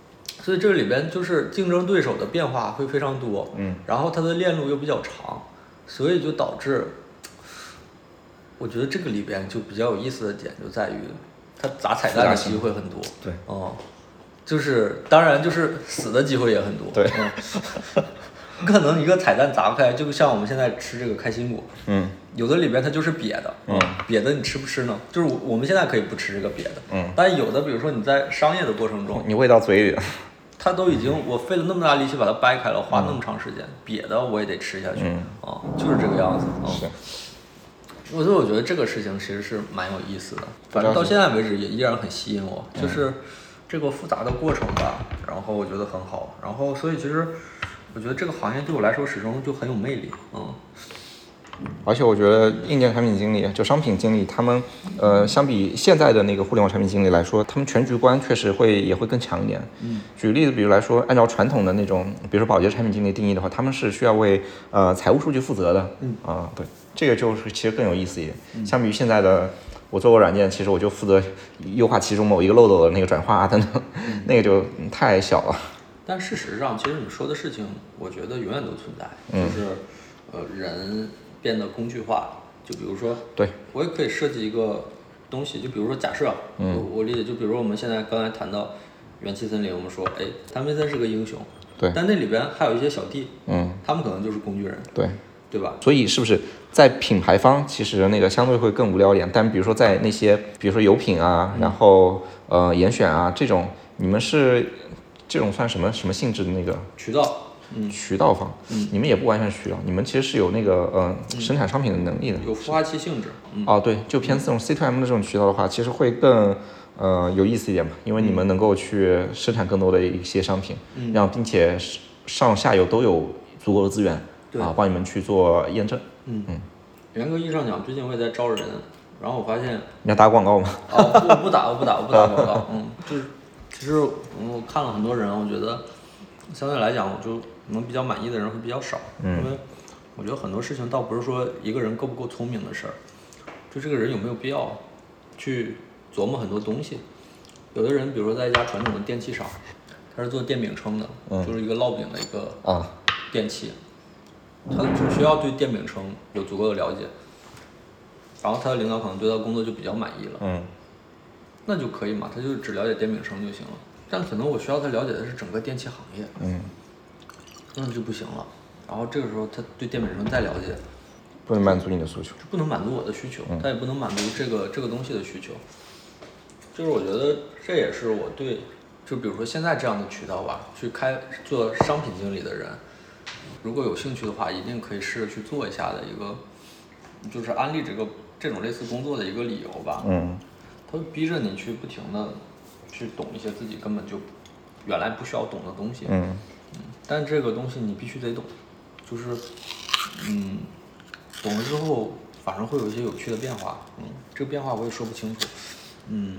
[SPEAKER 2] 所以这里边就是竞争对手的变化会非常多，
[SPEAKER 1] 嗯，
[SPEAKER 2] 然后它的链路又比较长，所以就导致，我觉得这个里边就比较有意思的点就在于，它砸彩蛋的机会很多，
[SPEAKER 1] 对，
[SPEAKER 2] 哦、嗯，就是当然就是死的机会也很多，
[SPEAKER 1] 对，
[SPEAKER 2] 嗯，可能一个彩蛋砸不开，就像我们现在吃这个开心果，
[SPEAKER 1] 嗯，
[SPEAKER 2] 有的里边它就是瘪的，
[SPEAKER 1] 嗯，
[SPEAKER 2] 瘪的你吃不吃呢？就是我我们现在可以不吃这个瘪的，
[SPEAKER 1] 嗯，
[SPEAKER 2] 但有的比如说你在商业的过程中，
[SPEAKER 1] 你喂到嘴里了。
[SPEAKER 2] 它都已经，我费了那么大力气把它掰开了，花那么长时间，瘪的我也得吃下去，
[SPEAKER 1] 嗯，
[SPEAKER 2] 啊，就是这个样子，啊，
[SPEAKER 1] 是。
[SPEAKER 2] 所以我觉得这个事情其实是蛮有意思的，反正到现在为止也依然很吸引我，就是这个复杂的过程吧，然后我觉得很好，然后所以其实我觉得这个行业对我来说始终就很有魅力，嗯。
[SPEAKER 1] 而且我觉得硬件产品经理就商品经理他们呃相比现在的那个互联网产品经理来说，他们全局观确实会也会更强一点。
[SPEAKER 2] 嗯，
[SPEAKER 1] 举例子，比如来说，按照传统的那种，比如说保洁产品经理定义的话，他们是需要为呃财务数据负责的。
[SPEAKER 2] 嗯
[SPEAKER 1] 啊、呃，对，这个就是其实更有意思一点。
[SPEAKER 2] 嗯、
[SPEAKER 1] 相比于现在的我做过软件，其实我就负责优化其中某一个漏斗的那个转化啊等等，
[SPEAKER 2] 嗯、
[SPEAKER 1] 那个就太小了。
[SPEAKER 2] 但事实上，其实你说的事情，我觉得永远都存在，嗯、就是呃人。变得工具化，就比如说，
[SPEAKER 1] 对，
[SPEAKER 2] 我也可以设计一个东西，就比如说假设，嗯，我我理解，就比如说我们现在刚才谈到元气森林，我们说，哎，谭维森是个英雄，
[SPEAKER 1] 对，
[SPEAKER 2] 但那里边还有一些小弟，
[SPEAKER 1] 嗯，
[SPEAKER 2] 他们可能就是工具人，
[SPEAKER 1] 对，
[SPEAKER 2] 对吧？
[SPEAKER 1] 所以是不是在品牌方其实那个相对会更无聊一点？但比如说在那些，比如说油品啊，嗯、然后呃严选啊这种，你们是这种算什么什么性质的那个
[SPEAKER 2] 渠道？嗯，
[SPEAKER 1] 渠道方，
[SPEAKER 2] 嗯，
[SPEAKER 1] 你们也不完全是渠道，你们其实是有那个呃、嗯、生产商品的能力的，
[SPEAKER 2] 有孵化器性质。嗯、
[SPEAKER 1] 哦，对，就偏这种 C to M 的这种渠道的话，其实会更呃有意思一点嘛，因为你们能够去生产更多的一些商品，
[SPEAKER 2] 嗯，
[SPEAKER 1] 让并且上下游都有足够的资源，啊，帮你们去做验证。
[SPEAKER 2] 嗯嗯，严格意义上讲，最近我也在招人，然后我发现
[SPEAKER 1] 你要打广告吗？
[SPEAKER 2] 哦，我不打，我不打，我不打广告。嗯，就是其实我看了很多人，我觉得相对来讲，我就能比较满意的人会比较少，
[SPEAKER 1] 嗯，
[SPEAKER 2] 因为我觉得很多事情倒不是说一个人够不够聪明的事儿，就这个人有没有必要去琢磨很多东西。有的人，比如说在一家传统的电器厂，他是做电饼铛的，
[SPEAKER 1] 嗯、
[SPEAKER 2] 就是一个烙饼的一个
[SPEAKER 1] 啊
[SPEAKER 2] 电器，他只需要对电饼铛有足够的了解，然后他的领导可能对他工作就比较满意了，
[SPEAKER 1] 嗯，
[SPEAKER 2] 那就可以嘛，他就只了解电饼铛就行了。但可能我需要他了解的是整个电器行业，
[SPEAKER 1] 嗯，
[SPEAKER 2] 那就不行了。然后这个时候他对电饼铛再了解，
[SPEAKER 1] 不能满足你的诉求，
[SPEAKER 2] 就不能满足我的需求，
[SPEAKER 1] 嗯、
[SPEAKER 2] 他也不能满足这个这个东西的需求。就是我觉得这也是我对，就比如说现在这样的渠道吧，去开做商品经理的人，如果有兴趣的话，一定可以试着去做一下的一个，就是安利这个这种类似工作的一个理由吧。
[SPEAKER 1] 嗯，
[SPEAKER 2] 他会逼着你去不停的去懂一些自己根本就原来不需要懂的东西。
[SPEAKER 1] 嗯，
[SPEAKER 2] 嗯，但这个东西你必须得懂，就是嗯，懂了之后反而会有一些有趣的变化。嗯，这个变化我也说不清楚。嗯。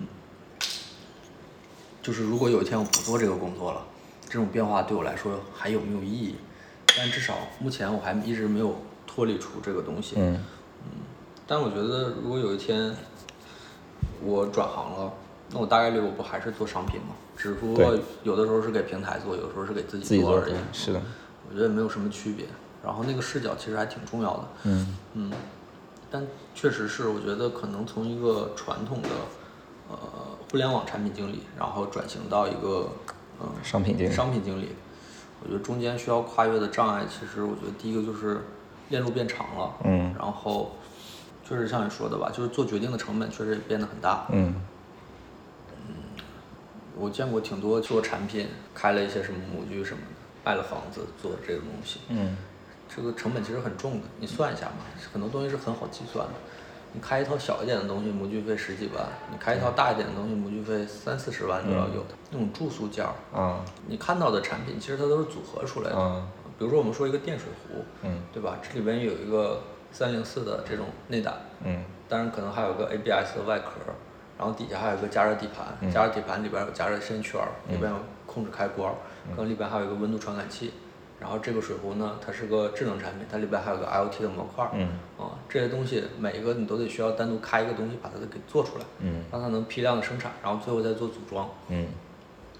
[SPEAKER 2] 就是如果有一天我不做这个工作了，这种变化对我来说还有没有意义？但至少目前我还一直没有脱离出这个东西。
[SPEAKER 1] 嗯
[SPEAKER 2] 嗯，但我觉得如果有一天我转行了，那我大概率我不还是做商品吗？只不过有的时候是给平台做，有的时候是给自己做而已。
[SPEAKER 1] 是的，
[SPEAKER 2] 我觉得没有什么区别。然后那个视角其实还挺重要的。
[SPEAKER 1] 嗯
[SPEAKER 2] 嗯，但确实是我觉得可能从一个传统的呃互联网产品经理，然后转型到一个嗯、呃、
[SPEAKER 1] 商品经理，
[SPEAKER 2] 商品经理，我觉得中间需要跨越的障碍，其实我觉得第一个就是链路变长了，
[SPEAKER 1] 嗯，
[SPEAKER 2] 然后确实像你说的吧，就是做决定的成本确实也变得很大，
[SPEAKER 1] 嗯，
[SPEAKER 2] 嗯，我见过挺多做产品开了一些什么模具什么的，卖了房子做这个东西，
[SPEAKER 1] 嗯，
[SPEAKER 2] 这个成本其实很重的，你算一下嘛，很多东西是很好计算的。你开一套小一点的东西，模具费十几万；你开一套大一点的东西，模具费三四十万都要有的。嗯、那种注塑件儿
[SPEAKER 1] 啊，
[SPEAKER 2] 你看到的产品其实它都是组合出来的。
[SPEAKER 1] 啊、
[SPEAKER 2] 比如说我们说一个电水壶，
[SPEAKER 1] 嗯，
[SPEAKER 2] 对吧？这里边有一个三零四的这种内胆，
[SPEAKER 1] 嗯，
[SPEAKER 2] 当然可能还有个 A B S 的外壳，然后底下还有一个加热底盘，
[SPEAKER 1] 嗯、
[SPEAKER 2] 加热底盘里边有加热线圈，
[SPEAKER 1] 嗯、
[SPEAKER 2] 里边有控制开关，可能里边还有一个温度传感器。然后这个水壶呢，它是个智能产品，它里边还有个 I O T 的模块，
[SPEAKER 1] 嗯，
[SPEAKER 2] 啊，这些东西每一个你都得需要单独开一个东西把它给做出来，
[SPEAKER 1] 嗯，
[SPEAKER 2] 让它能批量的生产，然后最后再做组装，
[SPEAKER 1] 嗯，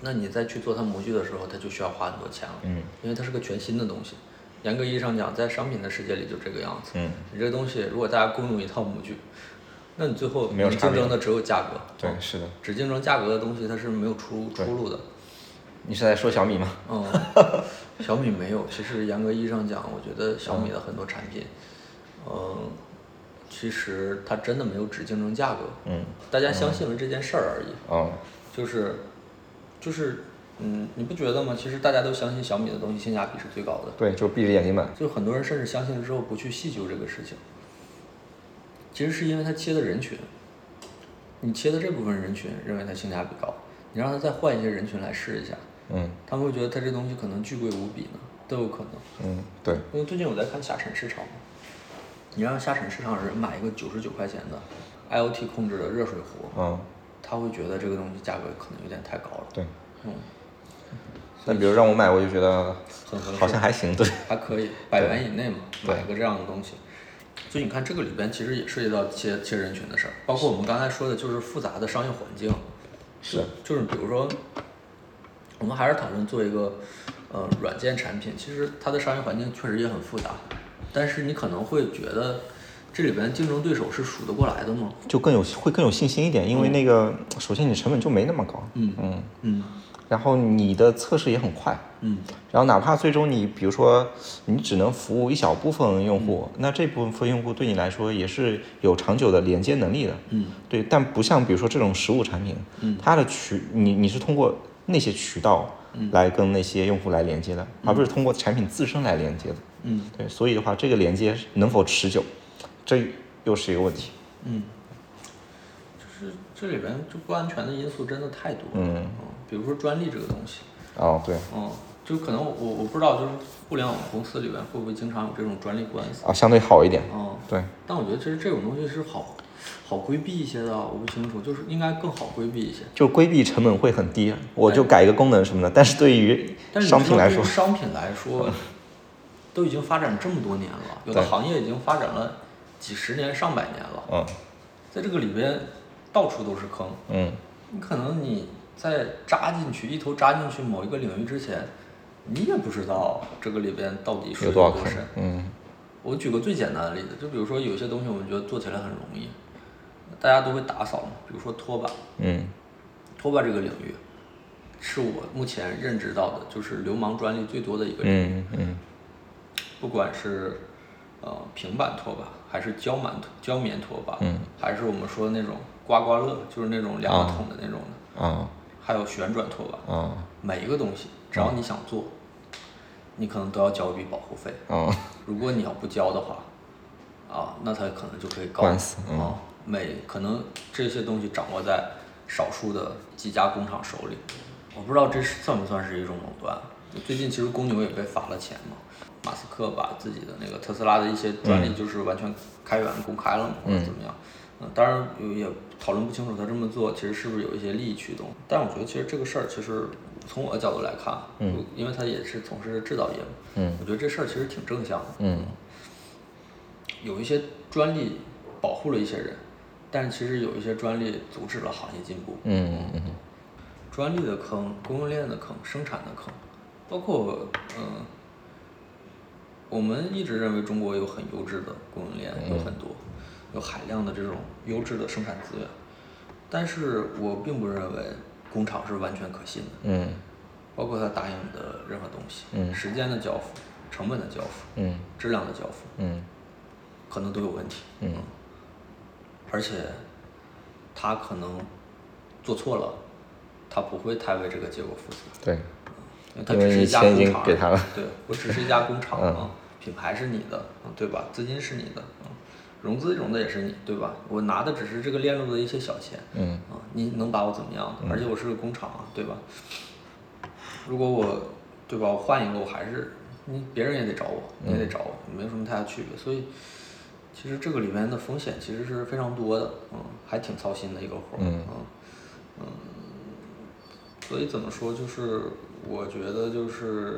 [SPEAKER 2] 那你再去做它模具的时候，它就需要花很多钱了，
[SPEAKER 1] 嗯，
[SPEAKER 2] 因为它是个全新的东西。严格意义上讲，在商品的世界里就这个样子。
[SPEAKER 1] 嗯，
[SPEAKER 2] 你这个东西如果大家共用一套模具，那你最后
[SPEAKER 1] 没有
[SPEAKER 2] 竞争的只有价格。
[SPEAKER 1] 对，是的。
[SPEAKER 2] 只竞争价格的东西，它是没有出出路的。
[SPEAKER 1] 你是在说小米吗？
[SPEAKER 2] 嗯，小米没有。其实严格意义上讲，我觉得小米的很多产品，嗯，其实它真的没有只竞争价格。
[SPEAKER 1] 嗯，
[SPEAKER 2] 大家相信了这件事儿而已。
[SPEAKER 1] 哦，
[SPEAKER 2] 就是，就是，嗯，你不觉得吗？其实大家都相信小米的东西性价比是最高的。
[SPEAKER 1] 对，就闭着眼睛买。
[SPEAKER 2] 就很多人甚至相信了之后不去细究这个事情。其实是因为它切的人群，你切的这部分人群认为它性价比高，你让他再换一些人群来试一下。
[SPEAKER 1] 嗯，他
[SPEAKER 2] 们会觉得它这东西可能巨贵无比呢，都有可能。
[SPEAKER 1] 嗯，对。
[SPEAKER 2] 因为最近我在看下沉市场嘛，你让下沉市场人买一个九十九块钱的 I O T 控制的热水壶，
[SPEAKER 1] 嗯，
[SPEAKER 2] 他会觉得这个东西价格可能有点太高了。
[SPEAKER 1] 对，
[SPEAKER 2] 嗯。
[SPEAKER 1] 那比如让我买，我就觉得好像还行，对，
[SPEAKER 2] 还可以，百元以内嘛，买一个这样的东西。所以你看这个里边其实也涉及到切切人群的事儿，包括我们刚才说的就是复杂的商业环境。
[SPEAKER 1] 是。
[SPEAKER 2] 就是比如说。我们还是讨论做一个，呃，软件产品，其实它的商业环境确实也很复杂，但是你可能会觉得这里边竞争对手是数得过来的吗？
[SPEAKER 1] 就更有会更有信心一点，因为那个、嗯、首先你成本就没那么高，
[SPEAKER 2] 嗯嗯嗯，
[SPEAKER 1] 然后你的测试也很快，
[SPEAKER 2] 嗯，
[SPEAKER 1] 然后哪怕最终你比如说你只能服务一小部分用户，嗯、那这部分用户对你来说也是有长久的连接能力的，
[SPEAKER 2] 嗯，
[SPEAKER 1] 对，但不像比如说这种实物产品，
[SPEAKER 2] 嗯，
[SPEAKER 1] 它的渠你你是通过那些渠道来跟那些用户来连接的，
[SPEAKER 2] 嗯、
[SPEAKER 1] 而不是通过产品自身来连接的。
[SPEAKER 2] 嗯，
[SPEAKER 1] 对，所以的话，这个连接能否持久，这又是一个问题。
[SPEAKER 2] 嗯，就是这里边就不安全的因素真的太多了。
[SPEAKER 1] 嗯，
[SPEAKER 2] 嗯比如说专利这个东西。
[SPEAKER 1] 哦，对。
[SPEAKER 2] 嗯，就可能我我不知道，就是互联网公司里边会不会经常有这种专利官司。
[SPEAKER 1] 啊，相对好一点。
[SPEAKER 2] 嗯，
[SPEAKER 1] 对。
[SPEAKER 2] 但我觉得其实这种东西是好。好规避一些的，我不清楚，就是应该更好规避一些。
[SPEAKER 1] 就规避成本会很低，我就改一个功能什么的。但是对于商品来说，
[SPEAKER 2] 对于商品来说，都已经发展这么多年了，有的行业已经发展了几十年、上百年了。
[SPEAKER 1] 嗯，
[SPEAKER 2] 在这个里边，到处都是坑。
[SPEAKER 1] 嗯，
[SPEAKER 2] 你可能你在扎进去，一头扎进去某一个领域之前，你也不知道这个里边到底水有多深。
[SPEAKER 1] 嗯，
[SPEAKER 2] 我举个最简单的例子，就比如说有些东西我们觉得做起来很容易。大家都会打扫嘛，比如说拖把，
[SPEAKER 1] 嗯，
[SPEAKER 2] 拖把这个领域，是我目前认知到的，就是流氓专利最多的一个领域。
[SPEAKER 1] 嗯嗯。
[SPEAKER 2] 不管是呃平板拖把，还是胶满胶棉拖把，
[SPEAKER 1] 嗯，
[SPEAKER 2] 还是我们说那种刮刮乐，就是那种两个桶的那种的，
[SPEAKER 1] 啊，
[SPEAKER 2] 还有旋转拖把，
[SPEAKER 1] 啊，
[SPEAKER 2] 每一个东西，只要你想做，你可能都要交一笔保护费。
[SPEAKER 1] 啊，
[SPEAKER 2] 如果你要不交的话，啊，那他可能就可以告
[SPEAKER 1] 官司。
[SPEAKER 2] 嗯。啊每可能这些东西掌握在少数的几家工厂手里，我不知道这算不算是一种垄断。最近其实公牛也被罚了钱嘛，马斯克把自己的那个特斯拉的一些专利就是完全开源公开了嘛，或者怎么样。嗯，当然也讨论不清楚他这么做其实是不是有一些利益驱动。但我觉得其实这个事儿，其实从我的角度来看，
[SPEAKER 1] 嗯，
[SPEAKER 2] 因为他也是从事制造业嘛，
[SPEAKER 1] 嗯，
[SPEAKER 2] 我觉得这事儿其实挺正向的。
[SPEAKER 1] 嗯，
[SPEAKER 2] 有一些专利保护了一些人。但其实有一些专利阻止了行业进步。
[SPEAKER 1] 嗯嗯嗯。
[SPEAKER 2] 专利的坑、供应链的坑、生产的坑，包括嗯，我们一直认为中国有很优质的供应链，有很多，有海量的这种优质的生产资源，但是我并不认为工厂是完全可信的。
[SPEAKER 1] 嗯。
[SPEAKER 2] 包括他答应的任何东西，
[SPEAKER 1] 嗯，
[SPEAKER 2] 时间的交付、成本的交付，
[SPEAKER 1] 嗯，
[SPEAKER 2] 质量的交付，
[SPEAKER 1] 嗯，
[SPEAKER 2] 可能都有问题。
[SPEAKER 1] 嗯。
[SPEAKER 2] 而且，他可能做错了，他不会太为这个结果负责。
[SPEAKER 1] 对，
[SPEAKER 2] 因为他只是一家工厂，
[SPEAKER 1] 给他了。
[SPEAKER 2] 对，我只是一家工厂
[SPEAKER 1] 嗯、
[SPEAKER 2] 啊，品牌是你的，对吧？资金是你的，嗯，融资融的也是你，对吧？我拿的只是这个链路的一些小钱，
[SPEAKER 1] 嗯，
[SPEAKER 2] 啊，你能把我怎么样？而且我是个工厂啊，对吧？如果我，对吧？我换一个，我还是你别人也得找我，你也得找我，没有什么太大区别，所以。其实这个里面的风险其实是非常多的，嗯，还挺操心的一个活儿，嗯嗯，所以怎么说，就是我觉得就是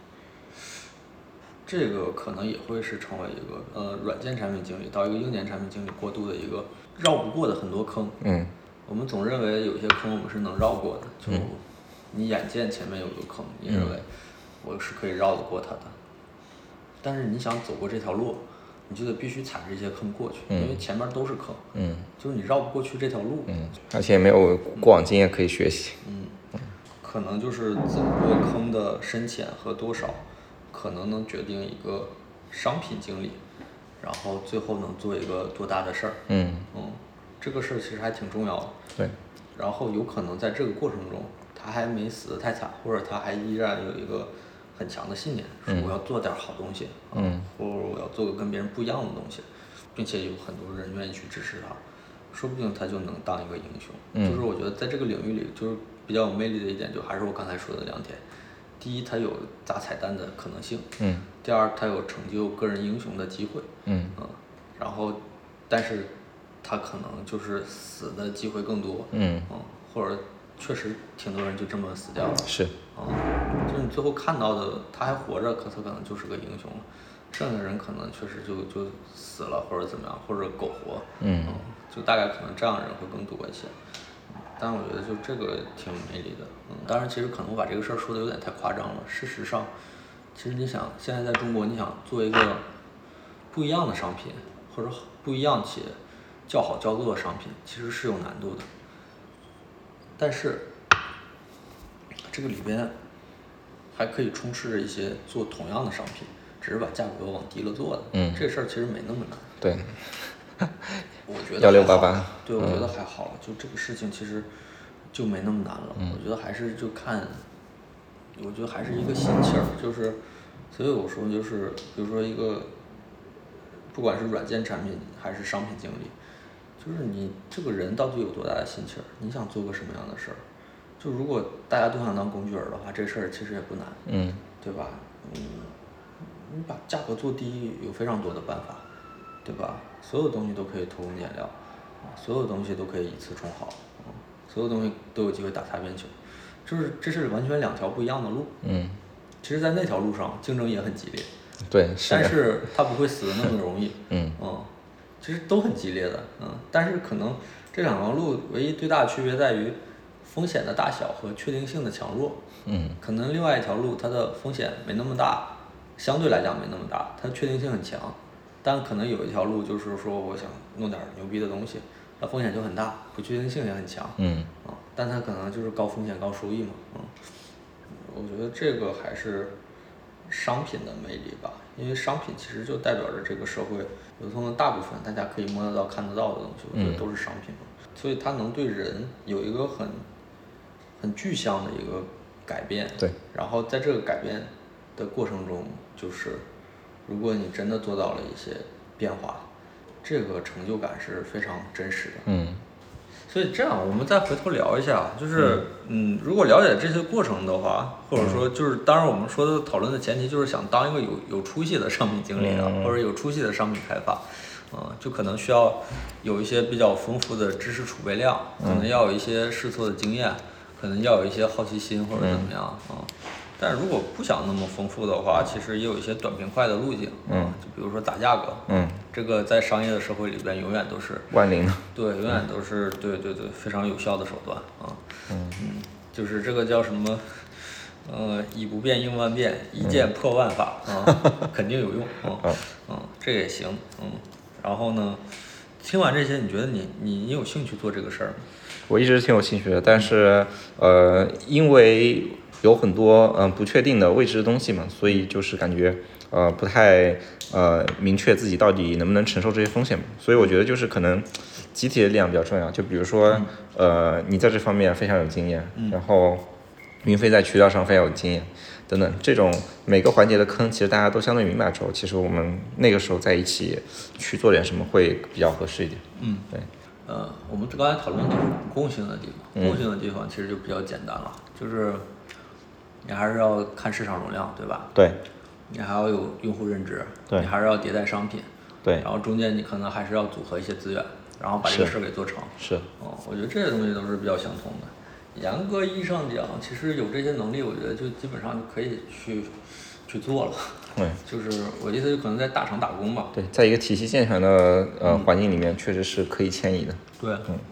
[SPEAKER 2] 这个可能也会是成为一个呃软件产品经理到一个硬件产品经理过渡的一个绕不过的很多坑，
[SPEAKER 1] 嗯，
[SPEAKER 2] 我们总认为有些坑我们是能绕过的，就你眼见前面有个坑，你认为我是可以绕得过它的，但是你想走过这条路，你就得必须踩这些坑过去，
[SPEAKER 1] 嗯、
[SPEAKER 2] 因为前面都是坑，
[SPEAKER 1] 嗯，
[SPEAKER 2] 就是你绕不过去这条路，
[SPEAKER 1] 嗯，而且没有过往经验可以学习，
[SPEAKER 2] 嗯，嗯可能就是走过坑的深浅和多少，可能能决定一个商品经理，然后最后能做一个多大的事儿，
[SPEAKER 1] 嗯
[SPEAKER 2] 嗯，这个事儿其实还挺重要的，
[SPEAKER 1] 对，
[SPEAKER 2] 然后有可能在这个过程中，他还没死得太惨，或者他还依然有一个很强的信念，说我要做点好东西，
[SPEAKER 1] 嗯，
[SPEAKER 2] 或者我要做个跟别人不一样的东西，并且有很多人愿意去支持他，说不定他就能当一个英雄。
[SPEAKER 1] 嗯，
[SPEAKER 2] 就是我觉得在这个领域里，就是比较有魅力的一点，就还是我刚才说的两点：第一，他有砸彩蛋的可能性；
[SPEAKER 1] 嗯，
[SPEAKER 2] 第二，他有成就个人英雄的机会。
[SPEAKER 1] 嗯
[SPEAKER 2] 嗯，然后，但是他可能就是死的机会更多。
[SPEAKER 1] 嗯
[SPEAKER 2] 嗯，或者确实挺多人就这么死掉了。
[SPEAKER 1] 是。
[SPEAKER 2] 嗯，就是你最后看到的他还活着，可他可能就是个英雄了。剩下的人可能确实就就死了，或者怎么样，或者苟活。
[SPEAKER 1] 嗯，
[SPEAKER 2] 嗯就大概可能这样的人会更多一些。但我觉得就这个挺有魅力的。嗯，当然其实可能我把这个事儿说的有点太夸张了。事实上，其实你想现在在中国，你想做一个不一样的商品，或者不一样且较好交作的商品，其实是有难度的。但是这个里边还可以充斥着一些做同样的商品，只是把价格往低了做的。
[SPEAKER 1] 嗯，
[SPEAKER 2] 这事儿其实没那么难。
[SPEAKER 1] 对。
[SPEAKER 2] 我觉得
[SPEAKER 1] 幺六八八。
[SPEAKER 2] 对，我觉得还好了。就这个事情其实就没那么难了。
[SPEAKER 1] 嗯、
[SPEAKER 2] 我觉得还是就看，我觉得还是一个心气儿，就是，所以我说就是，比如说一个，不管是软件产品还是商品经理，就是你这个人到底有多大的心气儿，你想做个什么样的事儿？就如果大家都想当工具人的话，这事儿其实也不难，
[SPEAKER 1] 嗯，
[SPEAKER 2] 对吧？嗯，你把价格做低有非常多的办法，对吧？所有东西都可以偷工减料，所有东西都可以以次充好，所有东西都有机会打擦边球，就是这是完全两条不一样的路。
[SPEAKER 1] 嗯，
[SPEAKER 2] 其实，在那条路上竞争也很激烈，
[SPEAKER 1] 对，是
[SPEAKER 2] 但是它不会死的那么容易。
[SPEAKER 1] 嗯
[SPEAKER 2] 嗯，其实都很激烈的，嗯，但是可能这两条路唯一最大的区别在于风险的大小和确定性的强弱。
[SPEAKER 1] 嗯，
[SPEAKER 2] 可能另外一条路它的风险没那么大，相对来讲没那么大，它确定性很强。但可能有一条路就是说我想弄点牛逼的东西，它风险就很大，不确定性也很强。
[SPEAKER 1] 嗯，
[SPEAKER 2] 啊，但它可能就是高风险高收益嘛。嗯，我觉得这个还是商品的魅力吧，因为商品其实就代表着这个社会流通的大部分大家可以摸得到看得到的东西，我觉得都是商品嘛。所以它能对人有一个很很具象的一个改变。
[SPEAKER 1] 对。
[SPEAKER 2] 然后在这个改变的过程中，就是如果你真的做到了一些变化，这个成就感是非常真实的。
[SPEAKER 1] 嗯。
[SPEAKER 2] 所以这样，我们再回头聊一下，就是嗯，如果了解这些过程的话，或者说就是，当然我们说的讨论的前提就是想当一个有有出息的商品经理啊，或者有出息的商品开发，嗯，就可能需要有一些比较丰富的知识储备量，可能要有一些试错的经验，可能要有一些好奇心或者怎么样啊。但如果不想那么丰富的话，其实也有一些短平快的路径，
[SPEAKER 1] 嗯，
[SPEAKER 2] 就比如说打价格，
[SPEAKER 1] 嗯，
[SPEAKER 2] 这个在商业的社会里边永远都是
[SPEAKER 1] 万灵的，
[SPEAKER 2] 对，永远都是对对对非常有效的手段啊，
[SPEAKER 1] 嗯
[SPEAKER 2] 嗯，就是这个叫什么，呃，以不变应万变，一剑破万法啊，肯定有用啊，嗯，这个也行，嗯，然后呢，听完这些，你觉得你你你有兴趣做这个事儿吗？
[SPEAKER 1] 我一直挺有兴趣的，但是呃，因为有很多嗯、呃、不确定的未知的东西嘛，所以就是感觉呃不太呃明确自己到底能不能承受这些风险嘛，所以我觉得就是可能集体的力量比较重要，就比如说呃你在这方面非常有经验，然后云飞在渠道上非常有经验等等，这种每个环节的坑其实大家都相对明白之后，其实我们那个时候在一起去做点什么会比较合适一点。
[SPEAKER 2] 嗯，
[SPEAKER 1] 对。
[SPEAKER 2] 呃，我们刚才讨论的是共性的地方，共性的地方其实就比较简单了，就是你还是要看市场容量，对吧？
[SPEAKER 1] 对。
[SPEAKER 2] 你还要有用户认知，
[SPEAKER 1] 对。
[SPEAKER 2] 你还是要迭代商品，
[SPEAKER 1] 对。
[SPEAKER 2] 然后中间你可能还是要组合一些资源，然后把这个事儿给做成。
[SPEAKER 1] 是。
[SPEAKER 2] 哦，我觉得这些东西都是比较相通的。严格意义上讲，其实有这些能力，我觉得就基本上就可以去去做了。
[SPEAKER 1] 对，
[SPEAKER 2] 就是我意思，就可能在大厂打工吧。
[SPEAKER 1] 对，在一个体系健全的呃环境里面，确实是可以迁移的。
[SPEAKER 2] 对，
[SPEAKER 1] 嗯，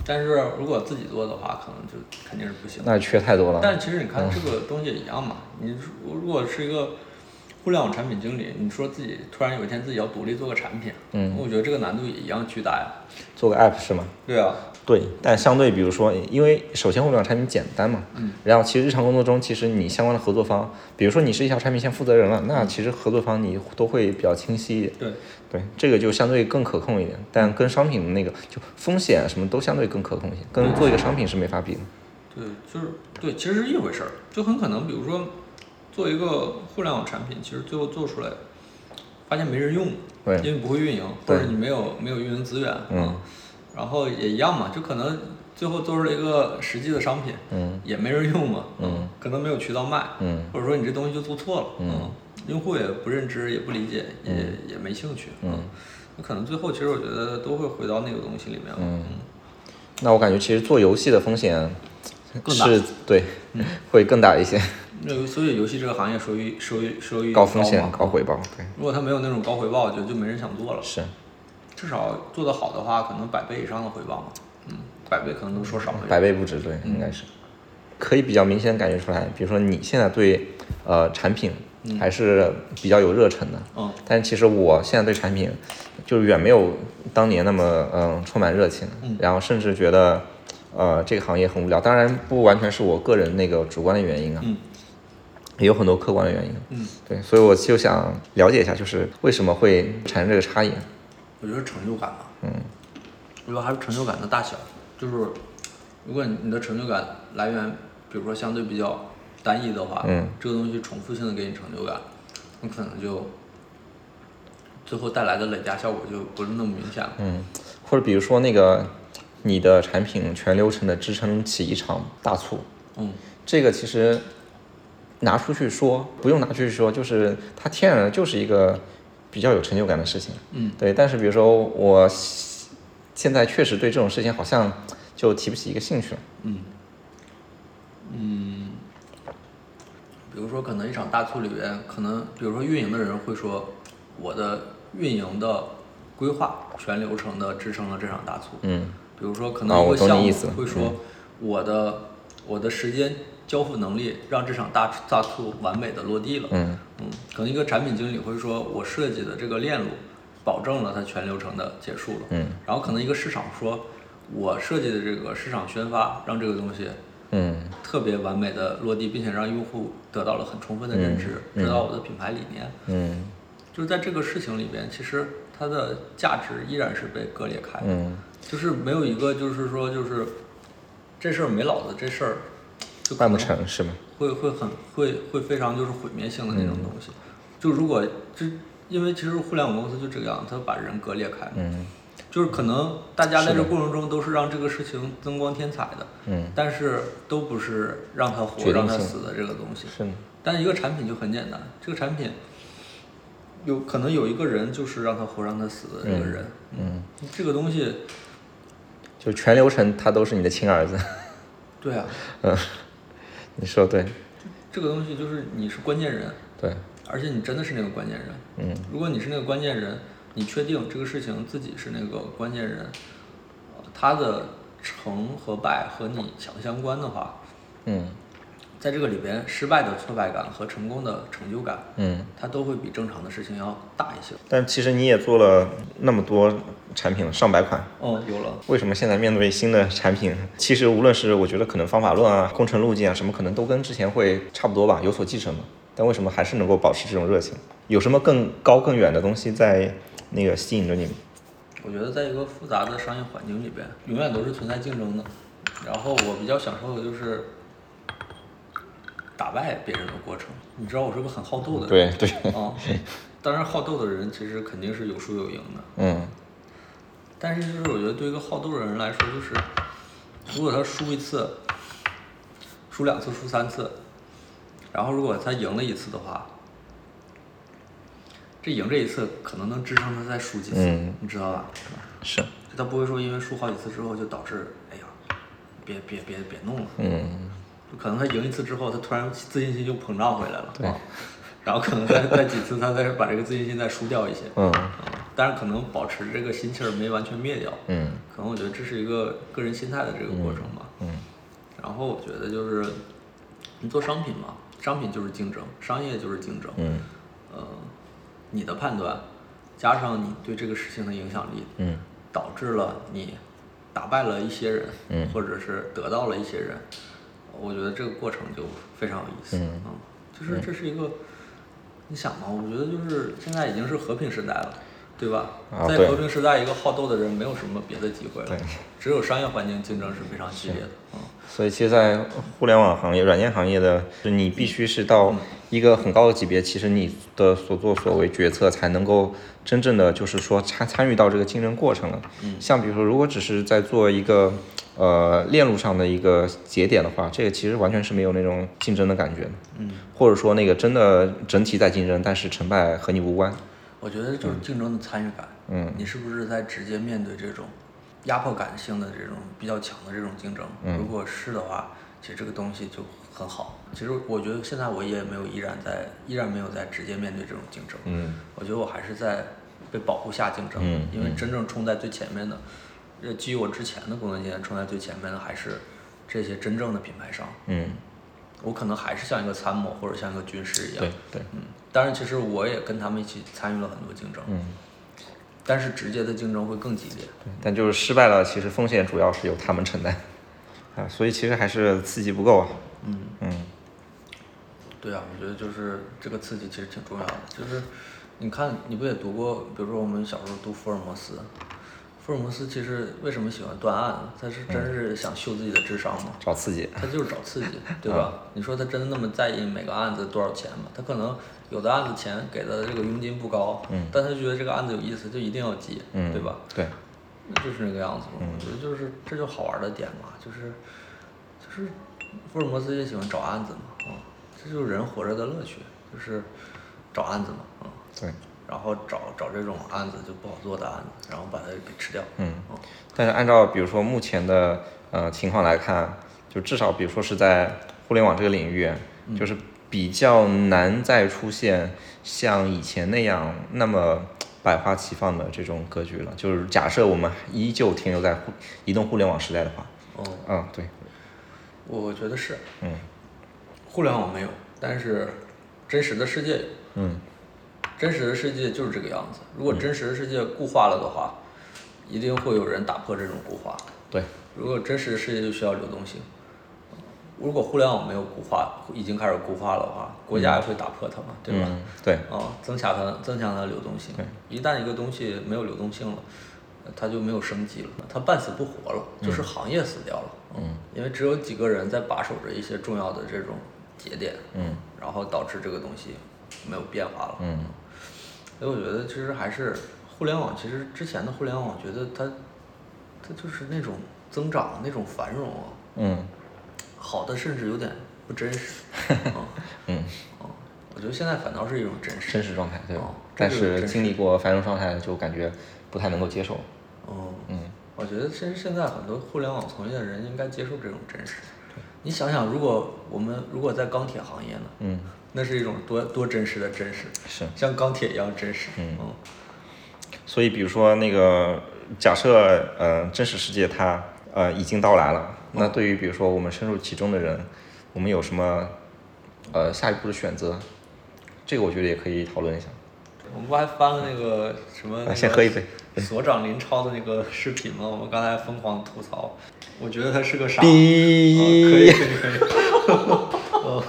[SPEAKER 2] 但是如果自己做的话，可能就肯定是不行。
[SPEAKER 1] 那缺太多了。
[SPEAKER 2] 但其实你看这个东西也一样嘛，嗯、你如果是一个互联网产品经理，你说自己突然有一天自己要独立做个产品，嗯，我觉得这个难度也一样巨大呀。
[SPEAKER 1] 做个 app 是吗？
[SPEAKER 2] 对啊。
[SPEAKER 1] 对，但相对比如说，因为首先互联网产品简单嘛，嗯，然后其实日常工作中，其实你相关的合作方，比如说你是一条产品线负责人了，那其实合作方你都会比较清晰一点。
[SPEAKER 2] 对，
[SPEAKER 1] 对，这个就相对更可控一点，但跟商品的那个就风险什么都相对更可控一些，跟做一个商品是没法比的。
[SPEAKER 2] 对，就是对，其实是一回事儿，就很可能，比如说做一个互联网产品，其实最后做出来，发现没人用，
[SPEAKER 1] 对，
[SPEAKER 2] 因为不会运营，或者你没有没有运营资源，嗯。然后也一样嘛，就可能最后做出了一个实际的商品，嗯，也没人用嘛，嗯，可能没有渠道卖，嗯，或者说你这东西就做错了，嗯，用户也不认知，也不理解，也、嗯、也没兴趣，嗯，那可能最后其实我觉得都会回到那个东西里面，嗯，
[SPEAKER 1] 那我感觉其实做游戏的风险
[SPEAKER 2] 更大，
[SPEAKER 1] 是对，嗯，会更大一些。
[SPEAKER 2] 那所以游戏这个行业收益收益收益
[SPEAKER 1] 高风险高回报，对，
[SPEAKER 2] 如果它没有那种高回报，我觉得就没人想做了，
[SPEAKER 1] 是。
[SPEAKER 2] 至少做得好的话，可能百倍以上的回报嘛，嗯，百倍可能都说少了，
[SPEAKER 1] 百倍不止，对，应该是，可以比较明显感觉出来。比如说你现在对呃产品还是比较有热忱的，嗯，但是其实我现在对产品就远没有当年那么嗯充满热情，嗯，然后甚至觉得呃这个行业很无聊。当然不完全是我个人那个主观的原因啊，嗯，也有很多客观的原因，嗯，对，所以我就想了解一下，就是为什么会产生这个差异。
[SPEAKER 2] 我觉得成就感吧，嗯，我觉得还是成就感的大小，就是如果你的成就感来源，比如说相对比较单一的话，嗯，这个东西重复性的给你成就感，你可能就最后带来的累加效果就不是那么明显了，
[SPEAKER 1] 嗯，或者比如说那个你的产品全流程的支撑起一场大促，嗯，这个其实拿出去说不用拿出去说，就是它天然的就是一个比较有成就感的事情，嗯，对。但是比如说我现在确实对这种事情好像就提不起一个兴趣了，
[SPEAKER 2] 嗯，嗯，比如说可能一场大促里边，可能比如说运营的人会说，我的运营的规划全流程的支撑了这场大促，嗯，比如说可能一个项目会说，我的、嗯、我的时间交付能力让这场大大促完美的落地了，嗯嗯，可能一个产品经理会说，我设计的这个链路保证了它全流程的结束了，嗯，然后可能一个市场说，我设计的这个市场宣发让这个东西，嗯，特别完美的落地，并且让用户得到了很充分的认知，嗯、知道我的品牌理念，嗯，就是在这个事情里边，其实它的价值依然是被割裂开的，嗯，就是没有一个就是说就是这事儿没老子这事儿。就
[SPEAKER 1] 办不成是吗？
[SPEAKER 2] 会会很会会非常就是毁灭性的那种东西，嗯、就如果就因为其实互联网公司就这个样，它把人割裂开，嗯，就是可能大家在这过程中都是让这个事情增光添彩的，嗯，但是都不是让它活让它死的这个东西，
[SPEAKER 1] 是。
[SPEAKER 2] 但一个产品就很简单，这个产品有可能有一个人就是让它活让它死的这个人，嗯，嗯这个东西
[SPEAKER 1] 就全流程他都是你的亲儿子，
[SPEAKER 2] 对啊，
[SPEAKER 1] 嗯。你说对，
[SPEAKER 2] 这个东西就是你是关键人，
[SPEAKER 1] 对，
[SPEAKER 2] 而且你真的是那个关键人，嗯，如果你是那个关键人，你确定这个事情自己是那个关键人，他的成和败和你强相关的话，嗯，在这个里边失败的挫败感和成功的成就感，嗯，它都会比正常的事情要大一些。
[SPEAKER 1] 但其实你也做了那么多产品了，上百款，
[SPEAKER 2] 哦，有了。
[SPEAKER 1] 为什么现在面对新的产品，其实无论是我觉得可能方法论啊、工程路径啊什么，可能都跟之前会差不多吧，有所继承嘛。但为什么还是能够保持这种热情？有什么更高更远的东西在那个吸引着你们？
[SPEAKER 2] 我觉得在一个复杂的商业环境里边，永远都是存在竞争的。然后我比较享受的就是打败别人的过程。你知道我是个很好斗的
[SPEAKER 1] 人，对对
[SPEAKER 2] 啊。当然好斗的人其实肯定是有输有赢的，嗯。但是就是我觉得对一个好斗的人来说，就是如果他输一次、输两次、输三次，然后如果他赢了一次的话，这赢这一次可能能支撑他再输几次，嗯、你知道吧？
[SPEAKER 1] 是。
[SPEAKER 2] 他不会说因为输好几次之后就导致，哎呀，别别别别弄了，嗯。可能他赢一次之后，他突然自信心就膨胀回来了，
[SPEAKER 1] 对。
[SPEAKER 2] 然后可能再再几次，他再把这个自信心再输掉一些，嗯。 但是可能保持这个心气儿没完全灭掉。
[SPEAKER 1] 嗯，
[SPEAKER 2] 可能我觉得这是一个个人心态的这个过程吧。
[SPEAKER 1] 嗯。嗯
[SPEAKER 2] 然后我觉得就是你做商品嘛，商品就是竞争，商业就是竞争。
[SPEAKER 1] 嗯。
[SPEAKER 2] 呃，你的判断加上你对这个事情的影响力，
[SPEAKER 1] 嗯，
[SPEAKER 2] 导致了你打败了一些人，
[SPEAKER 1] 嗯，
[SPEAKER 2] 或者是得到了一些人。我觉得这个过程就非常有意思。
[SPEAKER 1] 嗯，
[SPEAKER 2] 嗯就是这是一个，你想嘛，我觉得就是现在已经是和平时代了，对吧？
[SPEAKER 1] 啊、
[SPEAKER 2] 在和平时代，一个好斗的人没有什么别的机会了，只有商业环境竞争是非常激烈的。嗯，
[SPEAKER 1] 所以其实，在互联网行业、软件行业的，你必须是到一个很高的级别，其实你的所作所为、决策才能够真正的就是说参参与到这个竞争过程了。
[SPEAKER 2] 嗯，
[SPEAKER 1] 像比如说，如果只是在做一个呃链路上的一个节点的话，这个其实完全是没有那种竞争的感觉的。
[SPEAKER 2] 嗯，
[SPEAKER 1] 或者说那个真的整体在竞争，但是成败和你无关。
[SPEAKER 2] 我觉得就是竞争的参与感。
[SPEAKER 1] 嗯，
[SPEAKER 2] 你是不是在直接面对这种压迫感性的这种比较强的这种竞争？
[SPEAKER 1] 嗯，
[SPEAKER 2] 如果是的话，其实这个东西就很好。其实我觉得现在我也没有依然在依然没有在直接面对这种竞争。
[SPEAKER 1] 嗯，
[SPEAKER 2] 我觉得我还是在被保护下竞争。
[SPEAKER 1] 嗯，
[SPEAKER 2] 因为真正冲在最前面的，呃，基于我之前的工作经验，冲在最前面的还是这些真正的品牌商。
[SPEAKER 1] 嗯，
[SPEAKER 2] 我可能还是像一个参谋或者像一个军师一样。
[SPEAKER 1] 对对，
[SPEAKER 2] 嗯，当然其实我也跟他们一起参与了很多竞争。
[SPEAKER 1] 嗯。
[SPEAKER 2] 但是直接的竞争会更激烈。
[SPEAKER 1] 对，但就是失败了，其实风险主要是由他们承担，啊，所以其实还是刺激不够啊。
[SPEAKER 2] 嗯
[SPEAKER 1] 嗯，
[SPEAKER 2] 对啊，我觉得就是这个刺激其实挺重要的。就是你看，你不也读过，比如说我们小时候读福尔摩斯，福尔摩斯其实为什么喜欢断案？他是真是想秀自己的智商吗？
[SPEAKER 1] 找刺激。
[SPEAKER 2] 他就是找刺激，对吧？你说他真的那么在意每个案子多少钱吗？他可能有的案子钱给的这个佣金不高，
[SPEAKER 1] 嗯，
[SPEAKER 2] 但他就觉得这个案子有意思，就一定要记，
[SPEAKER 1] 嗯，
[SPEAKER 2] 对吧？
[SPEAKER 1] 对，
[SPEAKER 2] 就是那个样子嘛。我觉得就是这就好玩的点嘛，就是就是福尔摩斯也喜欢找案子嘛，啊、嗯，这就是人活着的乐趣，就是找案子嘛，啊、嗯，
[SPEAKER 1] 对。
[SPEAKER 2] 然后找找这种案子就不好做的案子，然后把它给吃掉。
[SPEAKER 1] 嗯，但是按照比如说目前的呃情况来看，就至少比如说是在互联网这个领域，
[SPEAKER 2] 嗯、
[SPEAKER 1] 就是比较难再出现像以前那样那么百花齐放的这种格局了。就是假设我们依旧停留在互移动互联网时代的话，
[SPEAKER 2] 哦，
[SPEAKER 1] 嗯，对，
[SPEAKER 2] 我觉得是，
[SPEAKER 1] 嗯，
[SPEAKER 2] 互联网没有，但是真实的世界有，
[SPEAKER 1] 嗯。
[SPEAKER 2] 真实的世界就是这个样子。如果真实的世界固化了的话，一定会有人打破这种固化。
[SPEAKER 1] 对。
[SPEAKER 2] 如果真实的世界就需要流动性，如果互联网没有固化，已经开始固化了的话，国家也会打破它嘛，对吧？
[SPEAKER 1] 嗯，对。
[SPEAKER 2] 啊，增强它，增强它的流动性。
[SPEAKER 1] 对。
[SPEAKER 2] 一旦一个东西没有流动性了，它就没有生机了，它半死不活了，就是行业死掉了。
[SPEAKER 1] 嗯。
[SPEAKER 2] 因为只有几个人在把守着一些重要的这种节点。
[SPEAKER 1] 嗯。
[SPEAKER 2] 然后导致这个东西没有变化了。
[SPEAKER 1] 嗯。
[SPEAKER 2] 所以我觉得其实还是互联网，其实之前的互联网，我觉得它，它就是那种增长那种繁荣啊。
[SPEAKER 1] 嗯。
[SPEAKER 2] 好的甚至有点不真实。
[SPEAKER 1] 嗯。嗯。
[SPEAKER 2] 我觉得现在反倒是一种真实。
[SPEAKER 1] 真实状态，对。
[SPEAKER 2] 哦、
[SPEAKER 1] 但是经历过繁荣状态，就感觉不太能够接受。
[SPEAKER 2] 哦。
[SPEAKER 1] 嗯。
[SPEAKER 2] 我觉得其实现在很多互联网从业的人应该接受这种真实。你想想，如果我们如果在钢铁行业呢？
[SPEAKER 1] 嗯。
[SPEAKER 2] 那是一种多多真实的真实，
[SPEAKER 1] 是
[SPEAKER 2] 像钢铁一样真实。
[SPEAKER 1] 嗯。
[SPEAKER 2] 嗯
[SPEAKER 1] 所以，比如说那个假设，呃，真实世界它呃已经到来了，那对于比如说我们深入其中的人，我们有什么呃下一步的选择？这个我觉得也可以讨论一下。
[SPEAKER 2] 我们不还翻了那个什么、那个？
[SPEAKER 1] 先喝一杯。
[SPEAKER 2] 所长林超的那个视频吗？我们刚才疯狂吐槽，我觉得他是个傻。
[SPEAKER 1] 逼、
[SPEAKER 2] 啊。可以可以可以。哦。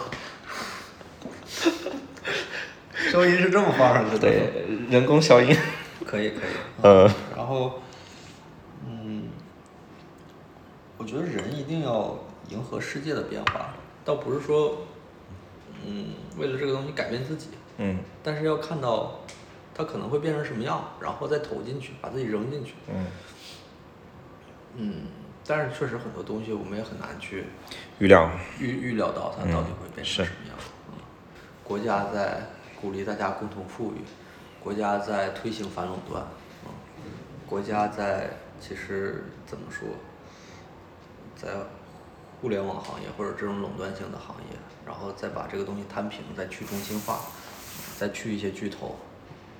[SPEAKER 2] 收音是这么放上去的。
[SPEAKER 1] 对，人工消音。
[SPEAKER 2] 可以可以。
[SPEAKER 1] 呃。
[SPEAKER 2] 然后，嗯，我觉得人一定要迎合世界的变化，倒不是说，嗯，为了这个东西改变自己。
[SPEAKER 1] 嗯。
[SPEAKER 2] 但是要看到它可能会变成什么样，然后再投进去，把自己扔进去。
[SPEAKER 1] 嗯。
[SPEAKER 2] 嗯，但是确实很多东西我们也很难去
[SPEAKER 1] 预料
[SPEAKER 2] 预预料到它到底会变成什么样。嗯。国家在鼓励大家共同富裕，国家在推行反垄断，嗯，国家在其实怎么说，在互联网行业或者这种垄断性的行业，然后再把这个东西摊平，再去中心化，再去一些巨头，